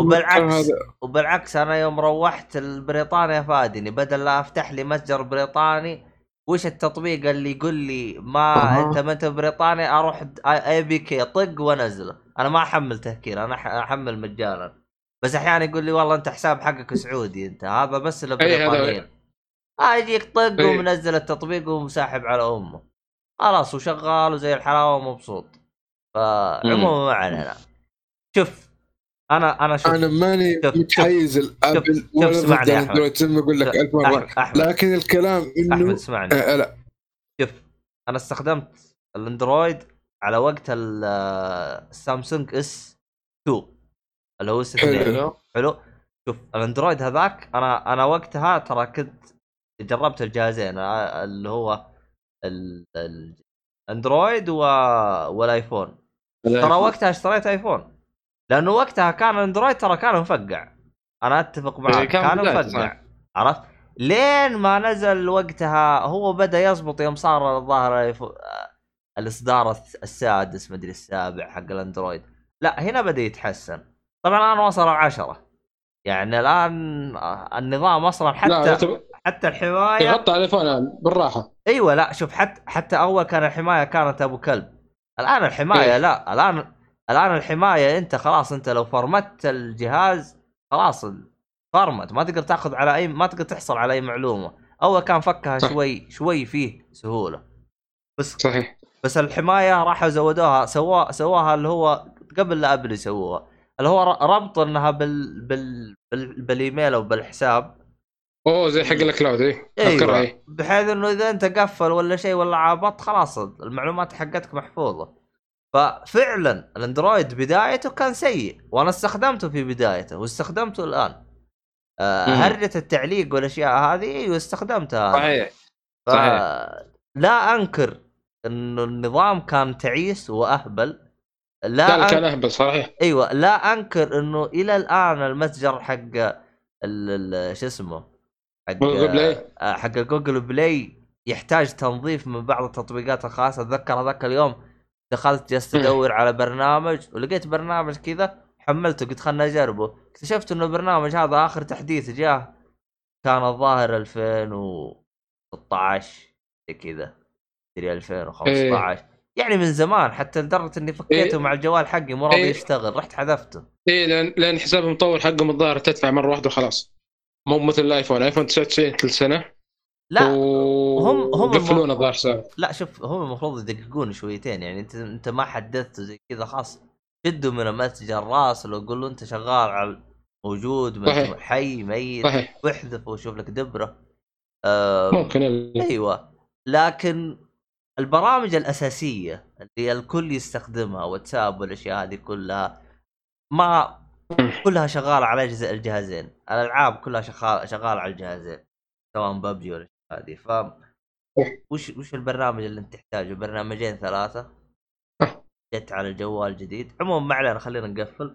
وبالعكس انا يوم روحت البريطانيا فادني، بدل لا افتح لي متجر بريطاني وش التطبيق اللي يقول لي انت ما انت بريطانيا، اروح اي بي كي طق وانزله. انا ما احمل تهكير، انا احمل مجانا. بس احيانا يقول لي والله انت حساب حقك سعودي انت، هذا بس للبريطانيين. يجيك طق ومنزل التطبيق ومساحب على امه خلاص وشغال وزي الحلاوه ومبسوط. فعموما ما علينا. شوف انا شوف انا ماني متحيز الابل ولا ضد الاندرويد زي ما اقول لك 1000 مره، لكن الكلام انه احمد اسمعني. لا شوف انا استخدمت الاندرويد على وقت السامسونج اس 2 اللي هو حلو. شوف الاندرويد هذاك انا وقتها ترى كنت جربت الجهازين اللي هو الاندرويد والايفون. ترى وقتها اشتريت ايفون لانه وقتها كان الاندرويد ترى كان مفقع. انا اتفق معك كان مفقع. عرفت لين ما نزل وقتها هو بدا يزبط يوم صار الظاهر الاصدار السادس مدري السابع حق الاندرويد، لا هنا بدا يتحسن. طبعا الان وصل 10 يعني الان النظام اصلا حتى الحمايه يغطي على الايفون الان بالراحه. ايوه لا شوف حتى اول كان الحمايه كانت ابو كلب، الان الحمايه لا الان الحمايه انت خلاص انت لو فرمت الجهاز خلاص فرمت، ما تقدر تاخذ على اي، ما تقدر تحصل على اي معلومه. اول كان فكها شوي فيه سهوله بس صحيح. بس الحمايه راحوا زودوها، سواها اللي هو قبل لا ابل يسووها، اللي هو ربط انها بالايميل او بالحساب زي حق الكلاود. ايوه بحيث انه اذا انت قفل ولا شيء ولا عابط خلاص المعلومات حقتك محفوظه. ففعلا الاندرويد بدايته كان سيء، وانا استخدمته في بدايته واستخدمته الان. هرجة التعليق والاشياء هذه واستخدمتها. صحيح. لا انكر انه النظام كان تعيس واهبل، كان اهبل صحيح. ايوه لا انكر انه الى الان المتجر حق شو اسمه حق جوجل بلاي يحتاج تنظيف من بعض التطبيقات الخاصه. اتذكر هذاك اليوم دخلت جلست ادور على برنامج ولقيت برنامج كذا حملته قلت خلنا اجربه، اكتشفت انه البرنامج هذا اخر تحديث جاه كان الظاهر 2016 كذا 2015 يعني من زمان، حتى لدرجه اني فكيته مع الجوال حقي مو راضي يشتغل، رحت حذفته. لان حساب المطور حقه الظاهر تدفع مره واحده وخلاص، مو مثل الايفون 99 كل سنه. لا هم يقفلون الظاهر ساعه. لا شوف هم المفروض يدققون شويتين يعني، انت ما حدثته زي كذا خاص شدوا من المتجر راس لو قول له انت شغال على موجود حي ميت واحذف وشوف لك دبره. ممكن ايوه لكن البرامج الاساسيه اللي الكل يستخدمها واتساب والاشياء هذه كلها ما كلها شغاله على الجهازين، الالعاب كلها شغاله على الجهازين سواء ببجي ولا هذه. ف وش البرنامج اللي انت تحتاجه؟ برنامجين 3 جت على الجوال جديد. عموما ما علينا خلينا نقفل.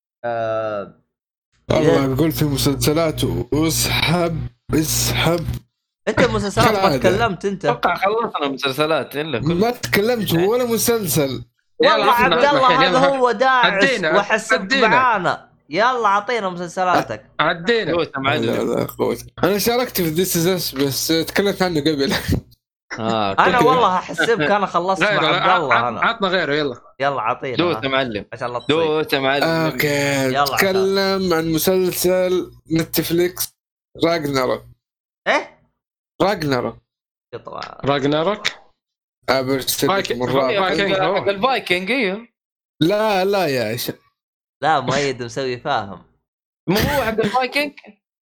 والله بقول في مسلسلات واسحب انت المسلسلات ما تكلمت انت. اتوقع خلصنا مسلسلات الا ما تكلمت ولا مسلسل. والله عبد الله هذا هو داعس وحسبت معانا. يلا اعطينا مسلسلات عدينا. انا شاركت في ذيس اس بس تكلمت عنه قبل. انا والله احسبك انا خلصت مع عبد الله. انا عطنا غيره. يلا اعطينا دوس يا معلم عشان الله دوس يا معلم. اوكي نتكلم عن مسلسل نتفليكس راجناروك. ايه راجناروك الفايكنج. ايوه لا يا ايش لا مؤيد مسوي فاهم مو هو حق الفايكنج.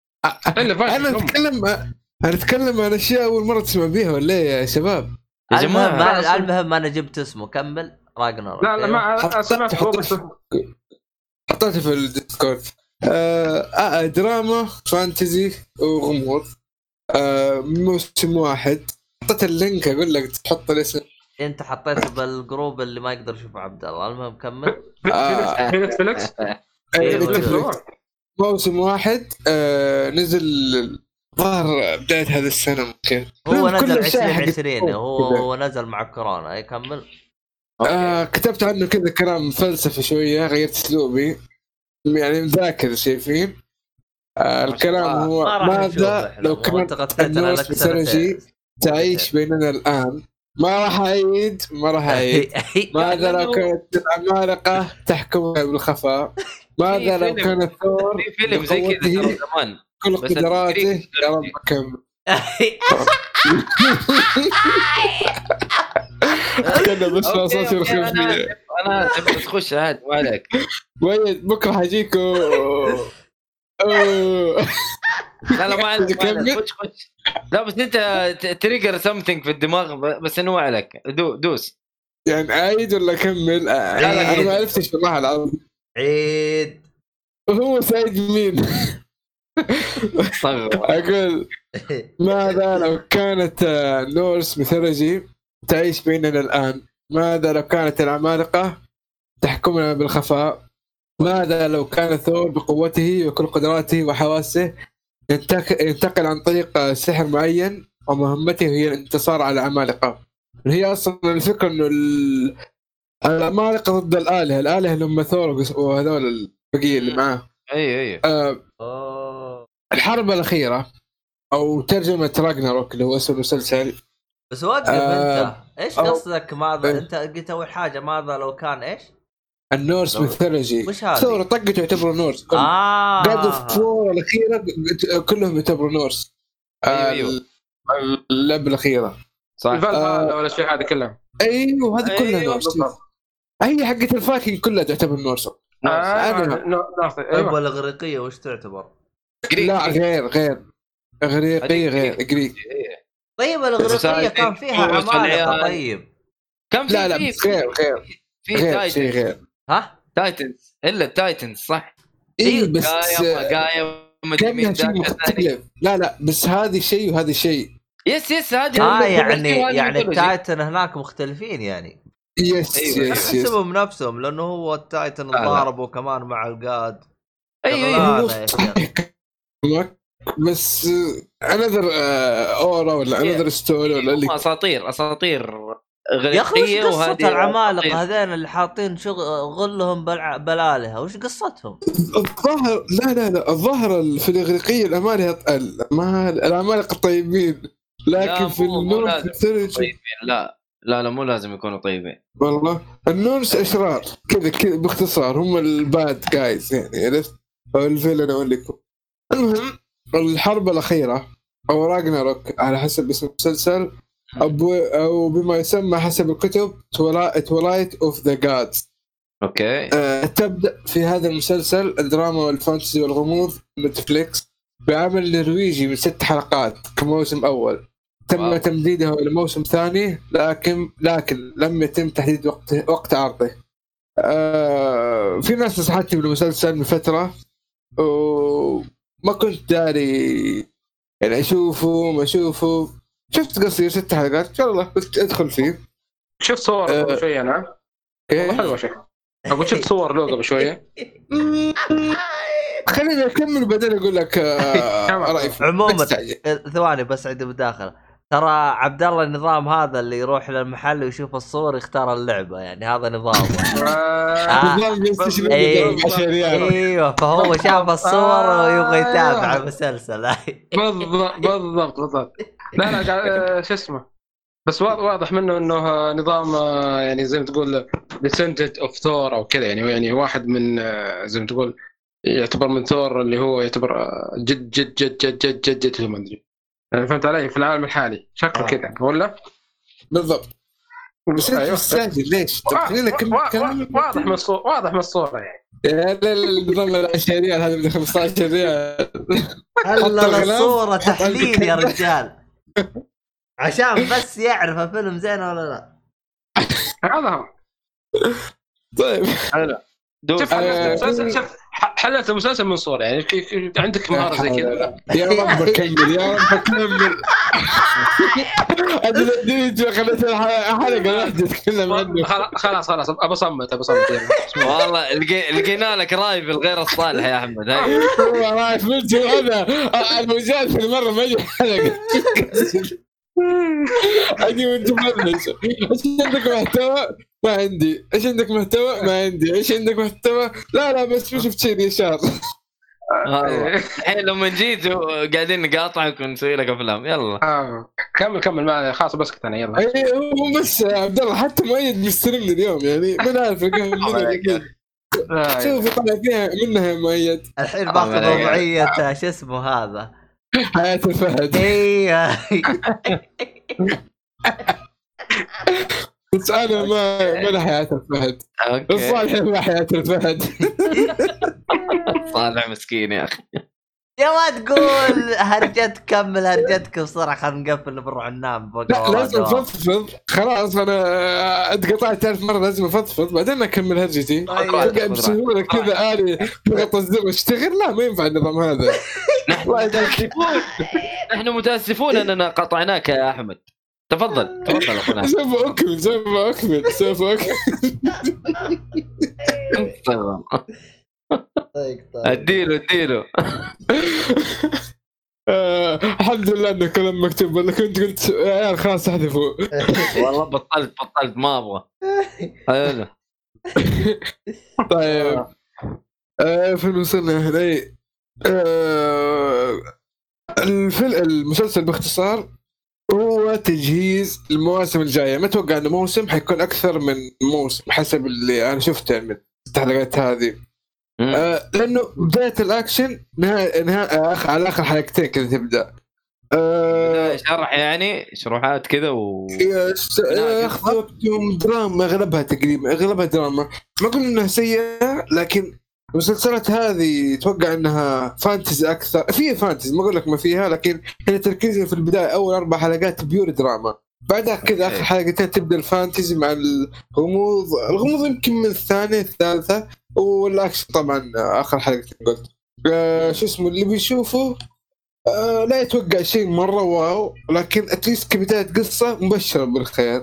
انا اتكلم عن اشياء اول مره تسمع بيها ولا ايه يا شباب؟ يا جماعه المهم انا جبت اسمه كمل راجناروك. لا ما سمعت حطيته في الديسكورد. دراما فانتزي وغموض. موسم واحد. حطيت اللينك اقول لك تحط الاسم. انت حطيته بالجروب اللي ما يقدر يشوفه عبد الله. المهم كمل. نتفليكس موسم واحد نزل ظهر بداية هذا السنة ممكن. هو نزل 2020 هو نزل مع كورونا. يكمل. كتبت عنه كذا كلام فلسفي شوية غيرت اسلوبي يعني مذاكر شايفين. الكلام هو ماذا لو كانت النورس بسرجي تعيش بيننا الآن. ما راح أعيد ماذا لو كانت العمالقة تحكم بالخفاء. ماذا لو كان ثور في فيلم زي كذا زمان كل قدراته يا رب كمل. كذا بس صوتي رخيص. انا تبي تخش هاد ما عليك. وين بكره حجيكو. لا ما عليك خش. لا بس انت تريجر سمثينج في الدماغ بس انه عليك دوس. يعني عيد ولا كمل؟ انا ما عرفتش والله العظيم. عيد. هو سعيد مين؟ أقول ماذا لو كانت نورس مثلجي تعيش بيننا الآن. ماذا لو كانت العمالقة تحكمنا بالخفاء. ماذا لو كان ثور بقوته وكل قدراته وحواسه ينتقل عن طريق سحر معين ومهمته هي الانتصار على العمالقة. هي اصلا الفكره انه العمالقه ضد الالهه اللي هم ثور وهذول البقيه اللي معاه. اي الحرب الاخيره او ترجمه راجناروك اللي هو اسم المسلسل. بس وقف انت ايش قصدك؟ ماذا انت قلت اول حاجه ماذا لو كان ايش النورس ميثولوجي ثور طقت يعتبروا نورس. قاعد فور الاخيره كلهم يعتبروا نورس. ايوه اللعبه الاخيره صح ولا شيء هذا كلهم. ايوه هذه كلها نورس. هي حقت الفايكنج كلها تعتبر نورس. طيب والاغريقيه وش تعتبر؟ لا غير اغريقيه غير اغريق. طيب الاغريقيه كان فيها عمالقه. طيب كم في لا غير في شيء غير. ها تايتنز الا التايتنز صح. ايه بس قايم مختلف. لا بس هذه شيء وهذا شيء. يس هذه يعني التايتن هناك مختلفين يعني. يس يحسبهم نفسهم لانه هو التايتن ضاربوا كمان مع القاد. ايوه بس انذر اورا ولا انذر ستوري ولا اللي اساطير غريقيه. وهذه العمالقه هذين اللي حاطين غلهم بالالهه وش قصتهم؟ الظاهر لا الظاهر في الاغريقيه العمالقه طيبين لكن في النورس طيبين. لا مو لازم يكونوا طيبين والله. النورس اشرار كذا باختصار هم الباد جايز يعني عرفت او الفيلن اقول لكم. المهم الحرب الاخيره او راجناروك على حسب اسم المسلسل او بما يسمى حسب الكتب تولايت اوف ذا جادز. اوكي. تبدا في هذا المسلسل الدراما والفانتسي والغموض نتفليكس بعمل نرويجي من 6 حلقات كموسم اول. تم تمديده إلى موسم ثاني لكن لم يتم تحديد وقت عرضه. في ناس نصحتني بالمسلسل من فترة وما كنت داري يعني ما أشوفه. شفت قصير 6 حلقات والله قلت أدخل فيه. شفت صور قبل شوية أنا والله حلوة شيء. أقول شفت صور له قبل شوية. خليني أكمل بعدين أقول لك رأيي. عموما ثواني بس عندي مداخلة. ترى عبد الله النظام هذا اللي يروح للمحل ويشوف الصور يختار اللعبة يعني هذا نظامه. ايوه فهو شاف الصور ويبغى يتابع المسلسل. بالضبط. لا شو اسمه بس واضح منه انه نظام يعني زي ما تقول descendant of Thor او كذا يعني واحد من زي ما تقول يعتبر من ثور اللي هو يعتبر جد جد جد جد جد جد جد ما ادري يعني فهمت علي في العالم الحالي شكله كذا ولا بالضبط. بس الساجل ليش خلينا واضح من الصورة يعني النظام العشرية هذا من 15 ريال. هلا الصورة تحليل يا رجال عشان بس يعرف الفيلم زين ولا لا. هذا طيب حلو. شوف حلت المسلسل من صور يعني عندك مهارة زي كذا. يا رب كمل هذا الفيديو خليت الحلقة واحدة تتكلم عنه. خلاص أبى صمت والله لقينا لك رايف الغير الصالح يا أحمد. هاي هو رايف منتو هذا المجال في المرة ما يجي حلقة أجي وأنت مبلش. إيش عندك محتوى؟ ما عندي. إيش عندك محتوى؟ ما عندي. إيش عندك محتوى؟ لا بس مو شفت شيء يشار. الحين لما جيت قاعدين نقاطعك ونسوي لك أفلام يلا. كمل معنا خلاص بس كنت أنا يلا. هو بس عبد الله حتى مؤيد مستلمني اليوم يعني ما نعرف شوف طلع فيها منها مؤيد. الحين باخذ وضعية شو اسمه هذا حياة الفهد. بس أنا ما حياة الفهد. الصالح ما حياة الفهد. صالح مسكين يا أخي. يا ما تقول كمل هرجتك بسرعة خلينا نقفل نروح ننام. لا لازم أفضفض خلاص أنا اتقطعت 1000 مرة لازم أفضفض بعدين أكمل هرجتي. بسهولة كذا آلي ضغط الزر واشتغل. لا ما ينفع النظام هذا. نحن متأسفون أننا قطعناك يا أحمد. تفضل أخونا. سوف أكمل. اديله الحمد لله انه كلام مكتوب، ولا كنت قلت يا عيال خلاص احذفوا. والله بطلت ما ابغى. حلو. طيب فين وصلنا هنا؟ المسلسل باختصار هو تجهيز المواسم الجايه. ما اتوقع انه موسم حيكون اكثر من موسم حسب اللي انا شفته يعني من التحليقات هذه. لانه بدايه الاكشن نهايه على اخر حلقتين كذا تبدا شرح يعني شروحات كذا ياخذ وقتهم. دراما اغلبها تقريبا اغلبها دراما. ما اقول انها سيئه، لكن المسلسلات هذه اتوقع انها فانتزي اكثر. فيها فانتزي ما اقول لك ما فيها، لكن هي تركيزها في البدايه اول 4 حلقات بيور دراما، بعدها كذا اخر حلقتين تبدا الفانتزي مع الغموض يمكن من الثانيه الثالثه، والاكشن طبعا اخر حلقتين قلت. شو اسمه اللي بيشوفه لا يتوقع شيء مره واو، لكن اتليست كبدايه قصه مبشره بالخير.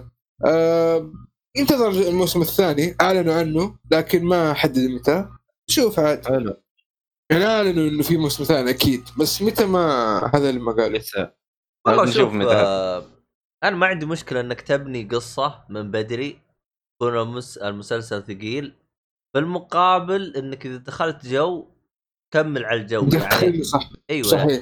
انتظر الموسم الثاني، اعلنوا عنه لكن ما حدد متى. شوف عاد حلو يعني اعلنوا انه في موسم ثاني اكيد، بس متى ما هذا اللي ما قال لسه. والله شوف انا ما عندي مشكله انك تبني قصه من بدري يكون المسلسل ثقيل، بالمقابل انك اذا دخلت جو كمل على الجو يعني. صح. ايوه صحيح.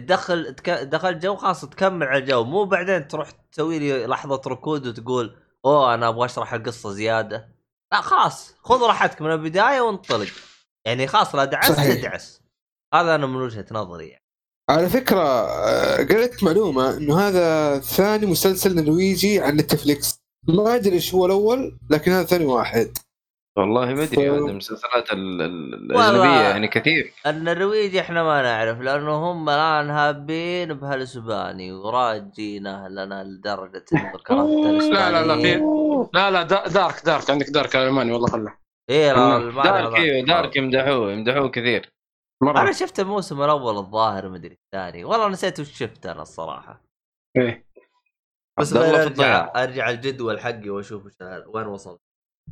دخل جو خاص تكمل على الجو، مو بعدين تروح تسوي لي لحظه ركود وتقول اوه انا ابغى اشرح القصه زياده. لا خلاص خذ راحتك من البدايه وانطلق يعني. خلاص لا دعس تدعس. هذا انا من وجهه نظري يعني. على فكره قرأت معلومه انه هذا ثاني مسلسل نرويجي عن نتفليكس. ما ادري ايش هو الاول، لكن هذا ثاني واحد. والله ما ادري. هذه المسلسلات الاجنبيه يعني كثير. النرويجي احنا ما نعرف، لانه هم الان هابين بهالاسباني وراجينا لنا لدرجه انه كرهت الاسباني. لا دارك عندك دارك الماني والله خله. ايه دارك يمدحوه كثير مرة. انا شفت الموسم الاول الظاهر مدري الثاني والله نسيت وش شفت انا الصراحه. ايه بس ارجع الجدول حقي واشوف وين وصلت.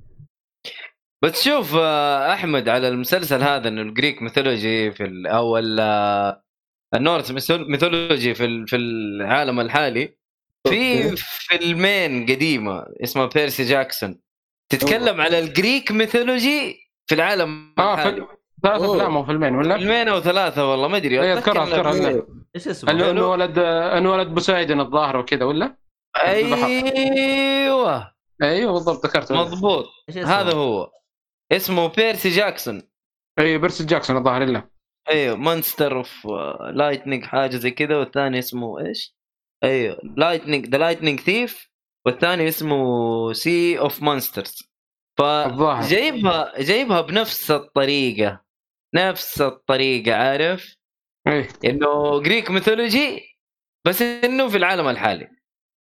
بس شوف احمد على المسلسل هذا انه الجريك ميثولوجي في او النورث ميثولوجي في العالم الحالي. في فيلمين قديمه اسمها بيرسي جاكسون تتكلم على الجريك ميثولوجي في العالم الحالي. 3 أفلام أو فيلمين ولا؟ 2 أو 3 والله ما أدري. أذكرها. إيش اسمه؟ إنه ولد بوسايدن الظاهر وكذا ولا؟ أيوة بالضبط ذكرته. مضبوط هذا هو اسمه بيرسي جاكسون. أيوة بيرسي جاكسون الظاهر إلا. أيوة مونستر أوف لايتنينج حاجة زي كذا، والثاني اسمه إيش؟ أيوة لايتنينج ذا لايتنينج ثيف، والثاني اسمه سي أوف مونسترز. فجايبها بنفس الطريقة عارف ايه انه جريك ميثولوجي بس انه في العالم الحالي.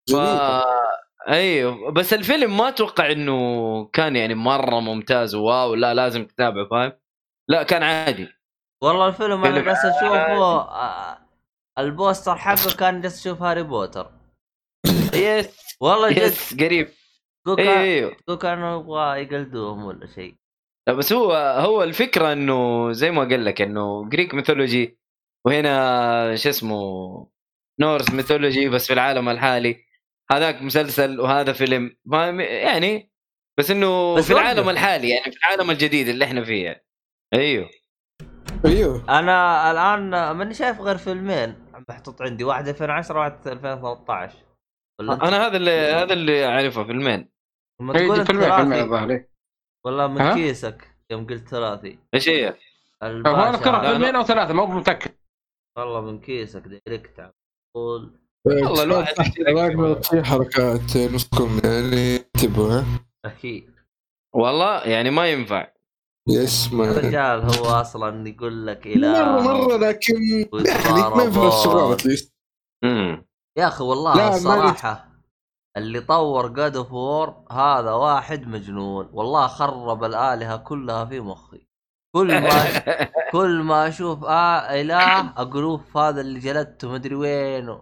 ايوه بس الفيلم ما اتوقع انه كان يعني مره ممتاز واو لا لازم تتابعه فاهم. لا كان عادي والله الفيلم انا بس اشوفه البوستر حقه كان جالس اشوف هاري بوتر. يس والله جد قريب. قو كانوا يبغى يقلدوهم ولا شيء. بس هو الفكره انه زي ما قال لك انه جريك ميثولوجي، وهنا شو اسمه نورس ميثولوجي بس في العالم الحالي. هذاك مسلسل وهذا فيلم يعني بس انه بس في العالم الحالي يعني في العالم الجديد اللي احنا فيه يعني. ايوه انا الان ماني شايف غير فيلمين محطوط عندي، واحد 2010 وواحد 2013. انا هذا اللي اعرفه فيلمين. تقول فيلمين والله من كيسك يوم قلت ثلاثي. ايش هي؟ انا كره فيلمين او 3 ما متاكد والله من كيسك دايركت اقول والله الواحد في حركات نصكم يعني تبوها اكيد والله يعني ما ينفع يسمع الرجال هو اصلا يقول لك الى مره لكن يعني ما ينفع الشباب يا اخي والله الصراحه اللي طور God of War هذا واحد مجنون والله. خرب الآلهة كلها في مخي. كل ما اشوف اله اقول هذا اللي جلدته مدري وينه.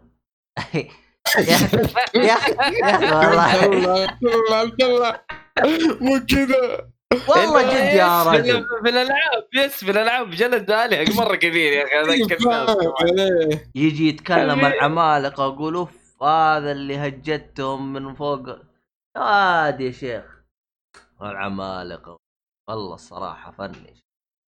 يا اخي والله الله مو كذا والله جد يا رجل. في الالعاب في الالعاب جلد بالغ مره كبير يا اخي. اذكر يجي يتكلم العمالقه اقول اوف هذا اللي هجتهم من فوق عادي يا شيخ. العمالقه والله الصراحه فني.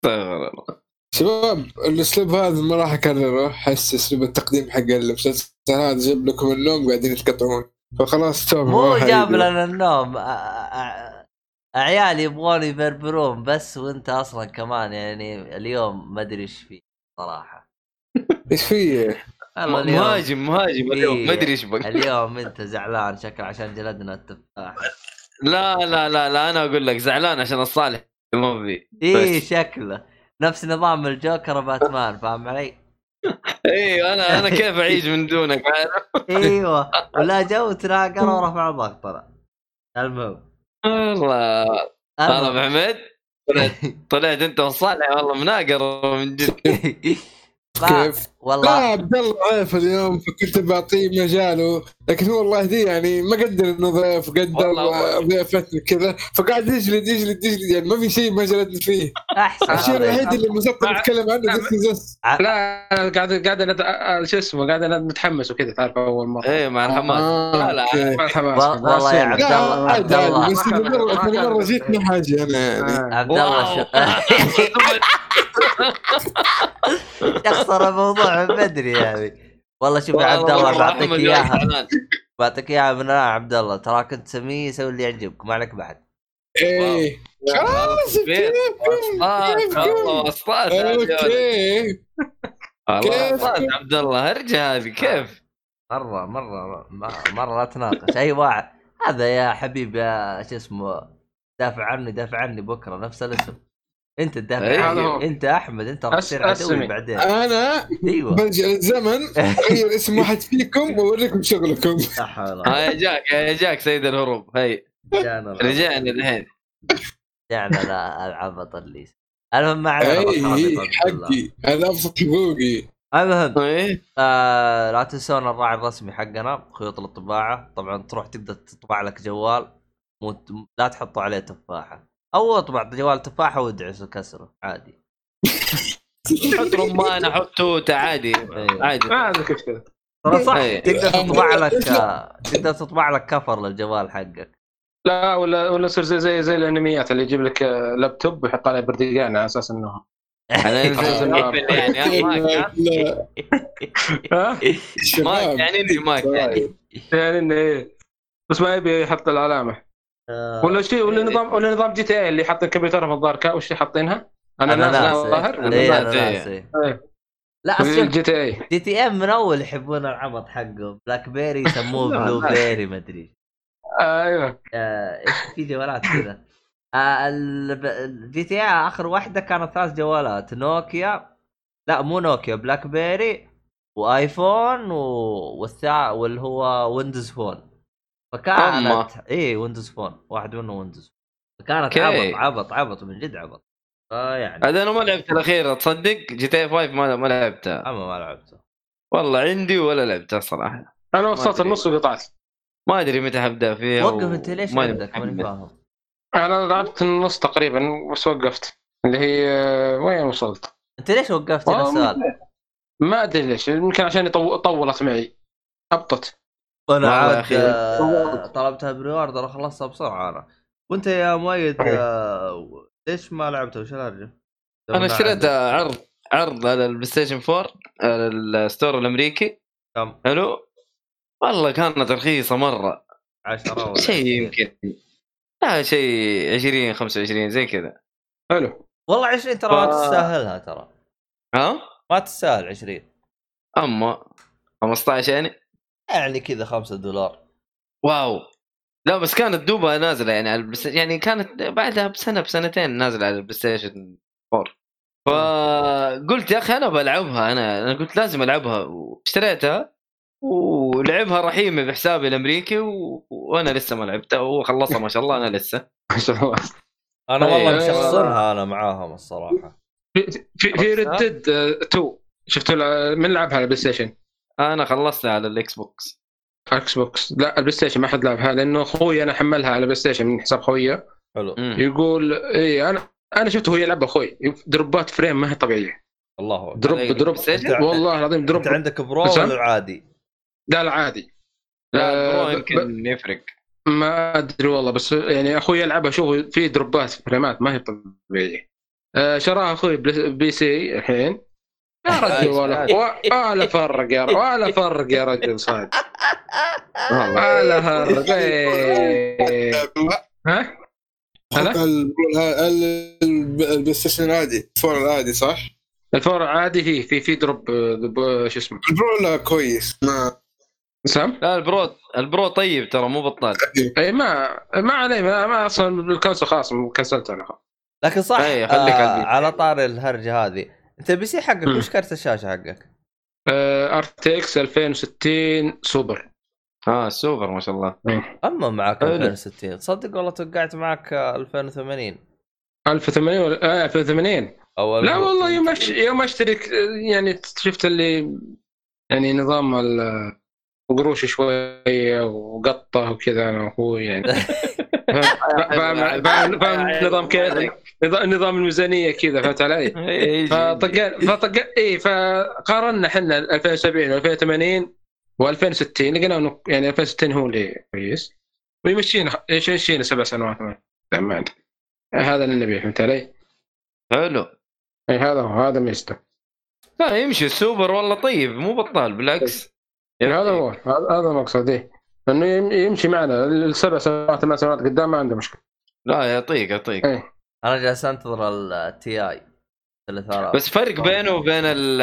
شباب الاسلوب هذا ما راح اكرره، احس اسلوب التقديم حق المسلسل هذا جاب لكم النوم قاعدين يتقطعون، فخلاص توم مو جاب لنا النوم. عيالي يبغون يبربرون بس، وانت اصلا كمان يعني اليوم ما ادري ايش فيه صراحه. ايش فيه؟ مهاجم اليوم ما ادري ايش بك. اليوم انت زعلان شكل عشان جلدنا التفاح. لا انا اقول لك زعلان عشان الصالح ما في. شكله نفس نظام الجوكر باتمان، فاهم علي؟ ايوه انا كيف اعيش من دونك؟ ايوه ولا جو تناقر ورفع ضغطنا. المهم والله انا محمد طلعت انت والصالح والله مناقر من جد. كيف؟ والله لا عبد الله ضيف اليوم فكنت بعطيه مجاله، لكن هو والله دي يعني ما قدر انه ضيف، قدر ضيفتني كذا فقاعد يجلد يعني ما في شيء ما جلدني فيه. الشيء الوحيد اللي مسطر نتكلم عنه بس لا قاعد شو اسمه قاعد انا متحمس وكذا تعرف اول مره. ايه مع الحماس. لا مع الحماس والله يا عبد الله. عبد الله بس مره جيتني حاجه انا يعني عبد الله يخسر الموضوع من بدري يعني. والله شوف يا عبد الله بعطيك اياها من عبد الله، ترى كنت تسميه يسوي اللي يعجبك ما عليك بعد. ايه خلاص كيف عبد الله ارجع هذه كيف مره لا تناقش اي واحد. هذا يا حبيبي شو اسمه دافع عني بكره نفس الاسم. انت تدافع انت احمد انت راح تصير عدوي بعدين. انا ايوه برجع الزمن غير اسم واحد فيكم واوريكم شغلكم. هاي جاك سيد الهروب. هاي رجعنا الحين رجعنا العبط اللي المهم ما حقي انا ابسط حقوقي. المهم لا تنسون الراعي الرسمي حقنا خيوط الطباعه. طبعا تروح تقدر تطبع لك جوال لا تحطوا عليه تفاحه، او اطبع جوال تفاحه وادعس وكسره عادي. حط رمان احط توت عادي عادي هذا كيف كذا ترى صح. تقدر تطبع لك كفر للجوال حقك. لا ولا يصير زي الانميات اللي يجيب لك لابتوب ويحط عليه بردقان على اساس انه يعني ماك يعني انه بس ما يبي يحط العلامه ولا شيء ولا نظام جي تي اي اللي حاط الكمبيوتر في الظاهر وش حاطينها. انا ظاهر لا اصلا جي تي اي من اول يحبون العبط حقهم. بلاك بيري يسموه بلو بيري ما ادري. ايوه ايش في جوالات كذا. الجي تي اي اخر واحده كانت 3 جوالات نوكيا، لا مو نوكيا، بلاك بيري وايفون واللي هو ويندوز فون. فكانت ويندوز فون واحد منه ويندوز. فكانت عبط من جد عبط. يعني هذا انا ما لعبت الاخيره تصدق. جي تي 5 ما لعبتها. ما لعبتها والله عندي ولا لعبتها صراحه. انا وصلت النص وقطعت ما ادري متى حبدا فيها. وقف انت ليش عندك ماني فاهم. انا لعبت النص تقريبا بس وقفت. اللي هي وين وصلت انت ليش وقفت السؤال؟ ما ادري ليش يمكن عشان طولت معي هبطت. انا عاد طلبتها بريوردر خلصتها بسرعه انا. وانت يا مؤيد ليش ما لعبته وش الهرجه؟ انا اشتريتها عرض على البلاي ستيشن 4 على الستور الامريكي. حلو والله كانت رخيصه مره 10 شيء يمكن شيء 20 25 زي كذا. حلو والله 20 ترى ما تستاهلها ترى. ما تستاهل 20 اما 15 يعني كذا $5. واو لا بس كانت دوبها نازله يعني على يعني كانت بعدها بسنتين نازله على البلاي ستيشن 4. فقلت يا اخي انا بلعبها. انا قلت لازم العبها واشتريتها ولعبها رحيمي بحسابي الامريكي وانا لسه ما لعبتها وهو خلصها ما شاء الله. انا لسه ما شاء الله. انا والله مشخصنها انا معاهم الصراحه. في ردد 2 شفت من لعبها على البلاي ستيشن. انا خلصتها على الاكس بوكس. لا البلاي ستيشن ما حد لعبها لانه اخوي انا حملها على البلاي ستيشن من حساب خويه حلو. يقول ايه انا شفته هو يلعب اخوي دروبات فريم ما هي طبيعيه. الله دروب والله العظيم دروب. انت عندك برو ولا العادي؟ لا العادي. لا البرو يمكن يفرق ما ادري والله، بس يعني اخوي يلعبها اشوف في دروبات فريمات ما هي طبيعيه. شراها اخوي بي سي الحين يا رجل ولا فرق يا رجل صاد ولا فرق. ها البلاي ستيشن العادي الفور العادي صح؟ الفور العادي في دروب شو اسمه البرو لا كويس ما سام. لا البرو طيب ترى مو بطال. اي ما عليه ما اصلا الكنسل خلاص كنسلت انا. لكن صح على طار الهرجه هذه انت بي سي حقك وش كارت الشاشه حقك؟ RTX 2060 سوبر. سوبر ما شاء الله. اما معك 2060 صدق والله توقعت معك 2080 ولا 2080 لا والله يوم اشترك يعني شفت اللي يعني نظام القروش شويه وقطه وكذا انا واخوي يعني فاهم نظام كذا نظام الميزانيه كذا فهمت علي. فطق اي فقارنا احنا 2070 و2080 و2060 لقينا انه يعني 2060 هو اللي كويس ويمشينا ايش يمشينا 7 سنوات ما عندي. هذا اللي نبيه فهمت علي. حلو اي هذا ميزته. لا يمشي السوبر والله طيب مو بطال بالعكس يعني هذا مقصدي انه يمشي معنا ال7 سنوات 8 سنوات قدام ما عنده مشكله. لا يعطيك ايه. انا جالس انتظر التي اي بس فرق بينه وبين ال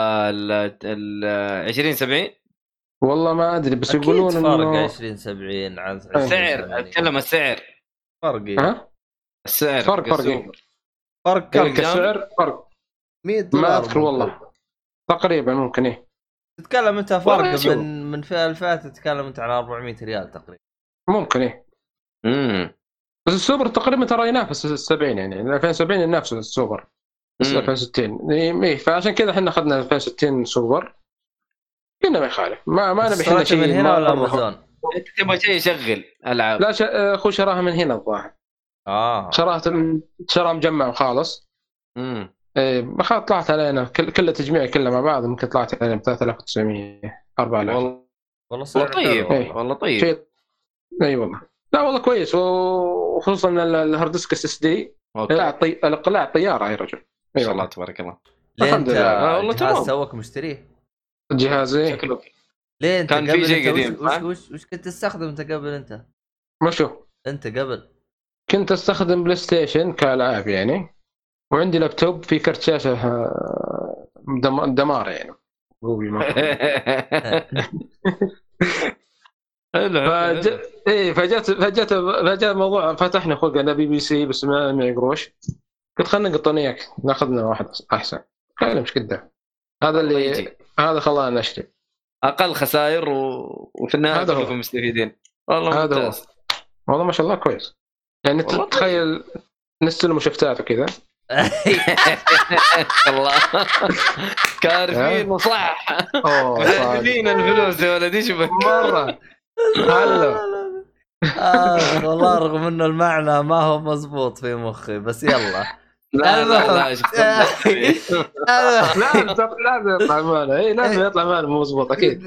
2070 والله ما ادري بس يقولون انه فرق 2070 عن السعر. اتكلم السعر فرق السعر فرق كم السعر فرق $100 ما اذكر والله تقريبا ممكن ايه تتكلم انت فرق من فئة الفئات تتكلم انت على 400 ريال تقريبا ممكن ايه. بس السوبر تقريبا ترى ينافس 70 يعني 2070 ينافس السوبر بس 2060 ايه فعشان كذا احنا اخذنا 2060 سوبر هنا ما يخالف ما نبي احنا شيء من هنا ولا امازون. انت تبغى شيء يشغل العاب؟ لا اخو شراها من هنا الظاهر. شراها مجمع خالص. ايه ما طلعت علينا كل تجميع كله مع بعض ممكن طلعت علينا ب 3900 4000 والله طيب والله طيب اي والله لا والله كويس وخصوصا الهارد ديسك SSD لا طياره يا رجل. ما شاء الله تبارك الله. الحمد لله والله تمام. سوك مشتريه جهازي شكله ليه انت كان في شيء قديم وش كنت تستخدم انت قبل؟ انت ما شو انت قبل كنت استخدم بلاي ستيشن كالعاب يعني وعندي لابتوب في كرت شاشه دمار يعني قوي ما فجأة موضوع فتحنا خلقنا BBC بس ما يقروش قلت خلنا نقطنيك ناخذنا واحد احسن قال مش كده هذا اللي هذا خلانا نشتري اقل خسائر وفي النهايه كلكم مستفيدين والله ممتاز والله ما شاء الله كويس يعني تخيل نستلم شفتات وكذا والله كارفين وصح كارفين الفلوس يا ولدي شوفك مره هلا والله رغم انه المعنى ما هو مزبوط في مخي بس يلا لا لازم يطلع معنا اي لازم يطلع معنا مزبوط اكيد.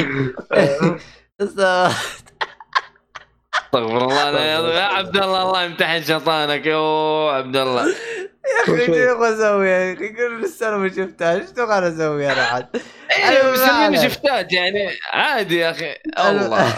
استغفر الله يا عبد الله الله يمتحن شيطانك يا عبد الله يا اخي شو اسوي يا اخي يقول السنه ما شفتها ايش تبغى اسوي انا عاد ايوه مسميني شفتات يعني عادي يا اخي الله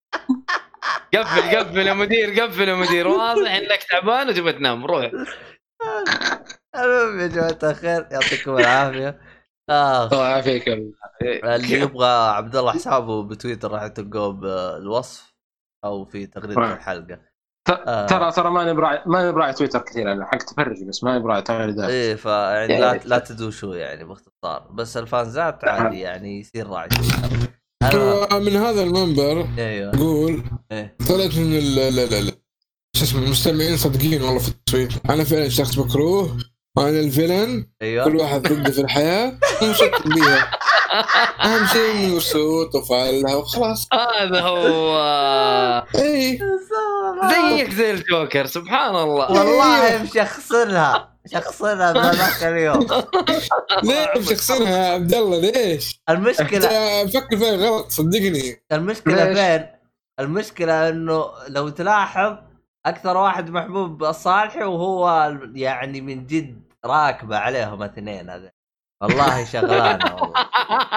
قفل يا مدير واضح انك تعبان وتبغى تنام روح. المهم يا جماعه الخير يعطيكم العافيه. الله يعافيك. اللي يبغى عبد الله حسابه بتويتر راح تلقوه بالوصف او في تغريده الحلقه. ترى ما نبراعي تويتر كثير انا حق تفرج بس ما نبراعي تغريدات. ايه فيعني لا تدوشوا يعني باختصار بس الفانزات عادي يعني يصير راعي تويتر. من هذا المنبر قول طلعت من شو اسمه المستمعين صدقين والله في التصويت انا فعلا شخص مكروه وانا الفيلن. كل واحد ضدي في الحياه ومشكل بيها اهم شيء مبسوط وفعلها وخلاص هذا هو. اي زيك زي الجوكر سبحان الله. والله مشخصنها بهذاك اليوم. ليه مشخصنها يا عبد الله ليش؟ المشكلة فكر فيها غلط صدقني. المشكلة فين؟ المشكلة انه لو تلاحظ اكثر واحد محبوب الصالحي وهو يعني من جد راكبة عليهم اثنين هذا. والله شغلانة والله.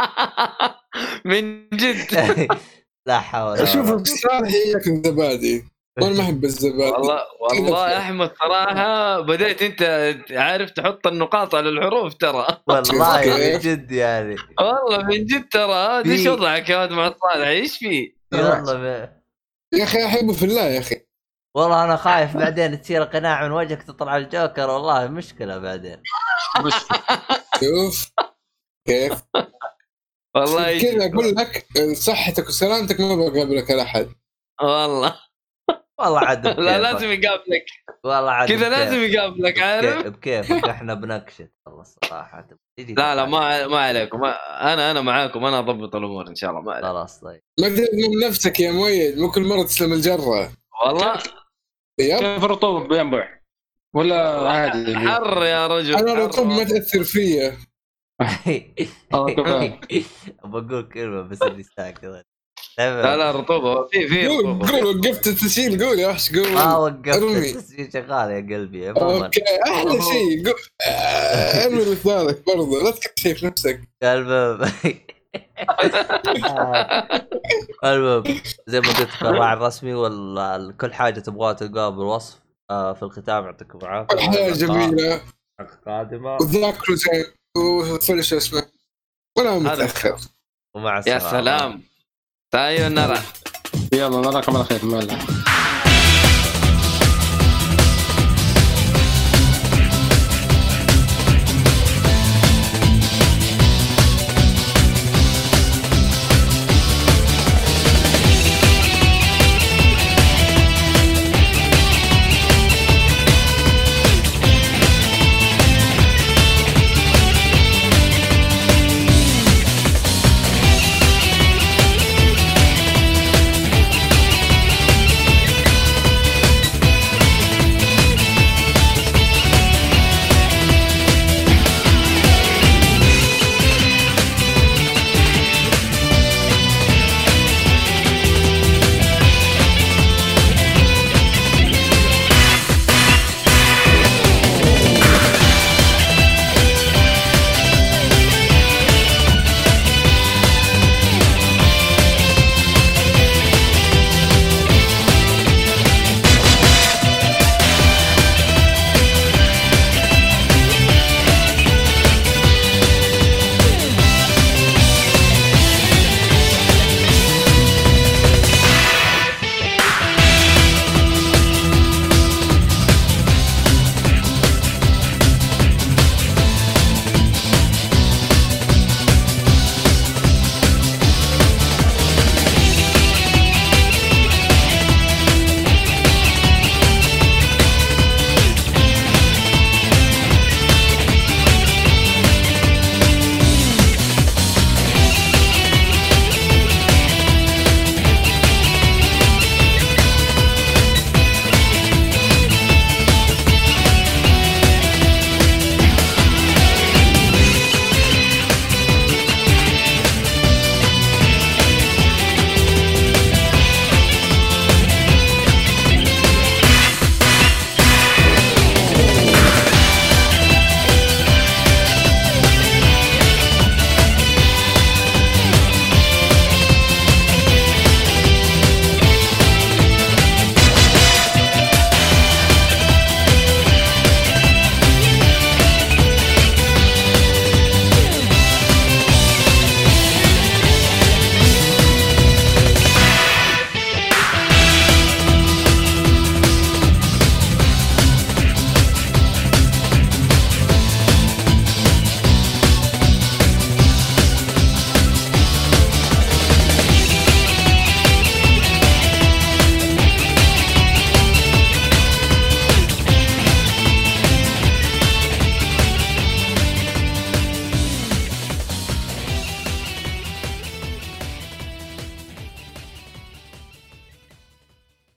من جد. لا حول. شوف الصالحي ياكل الزبادي وانا ما احب الزبادي. والله يا احمد صراحه بديت انت عارف تحط النقاط على الحروف ترى. والله من جد يعني. والله من جد ترى ايش وضعك يا ولد مع الصالح ايش فيه؟ يلا يا اخي احبه في الله يا اخي. والله انا خايف بعدين تصير قناع من وجهك تطلع الجوكر والله مشكله بعدين. شوف كيف والله كذا اقول لك صحتك وسلامتك ما بقابلك على احد والله عاد لا لازم يقابلك والله عاد كذا لازم يقابلك عارف بكيفك احنا بنكشت والله الصراحه. لا ما عليكم انا معاكم انا اضبط الامور ان شاء الله ما عليك. خلاص طيب ما تلزم نفسك يا مؤيد مو كل مره تسلم الجره والله. كيف الرطوبه بينبع ولا عادي؟ حر يا رجل. انا الرطوبه ما تاثر فيا. بقول كلمه بس اني ساكت. لا رطوبه في قول وقفت التسجيل قول يا وحش قول. وقفت التسجيل شغال يا قلبي. اوكي احلى شيء قول ارمي اللي في بالك برضه لا تكتشف نفسك. المهم زي ما قلت الراعي الرسمي ولا كل حاجه تبغاها تلقاها بالوصف. في الختام يعطيكم العافيه. الحياه جميله قادمه وذاكروا زين وفلش اسمه ولا متاخر. ومع السلامه. يا سلام. تايو نرى. يلا نراكم على خير.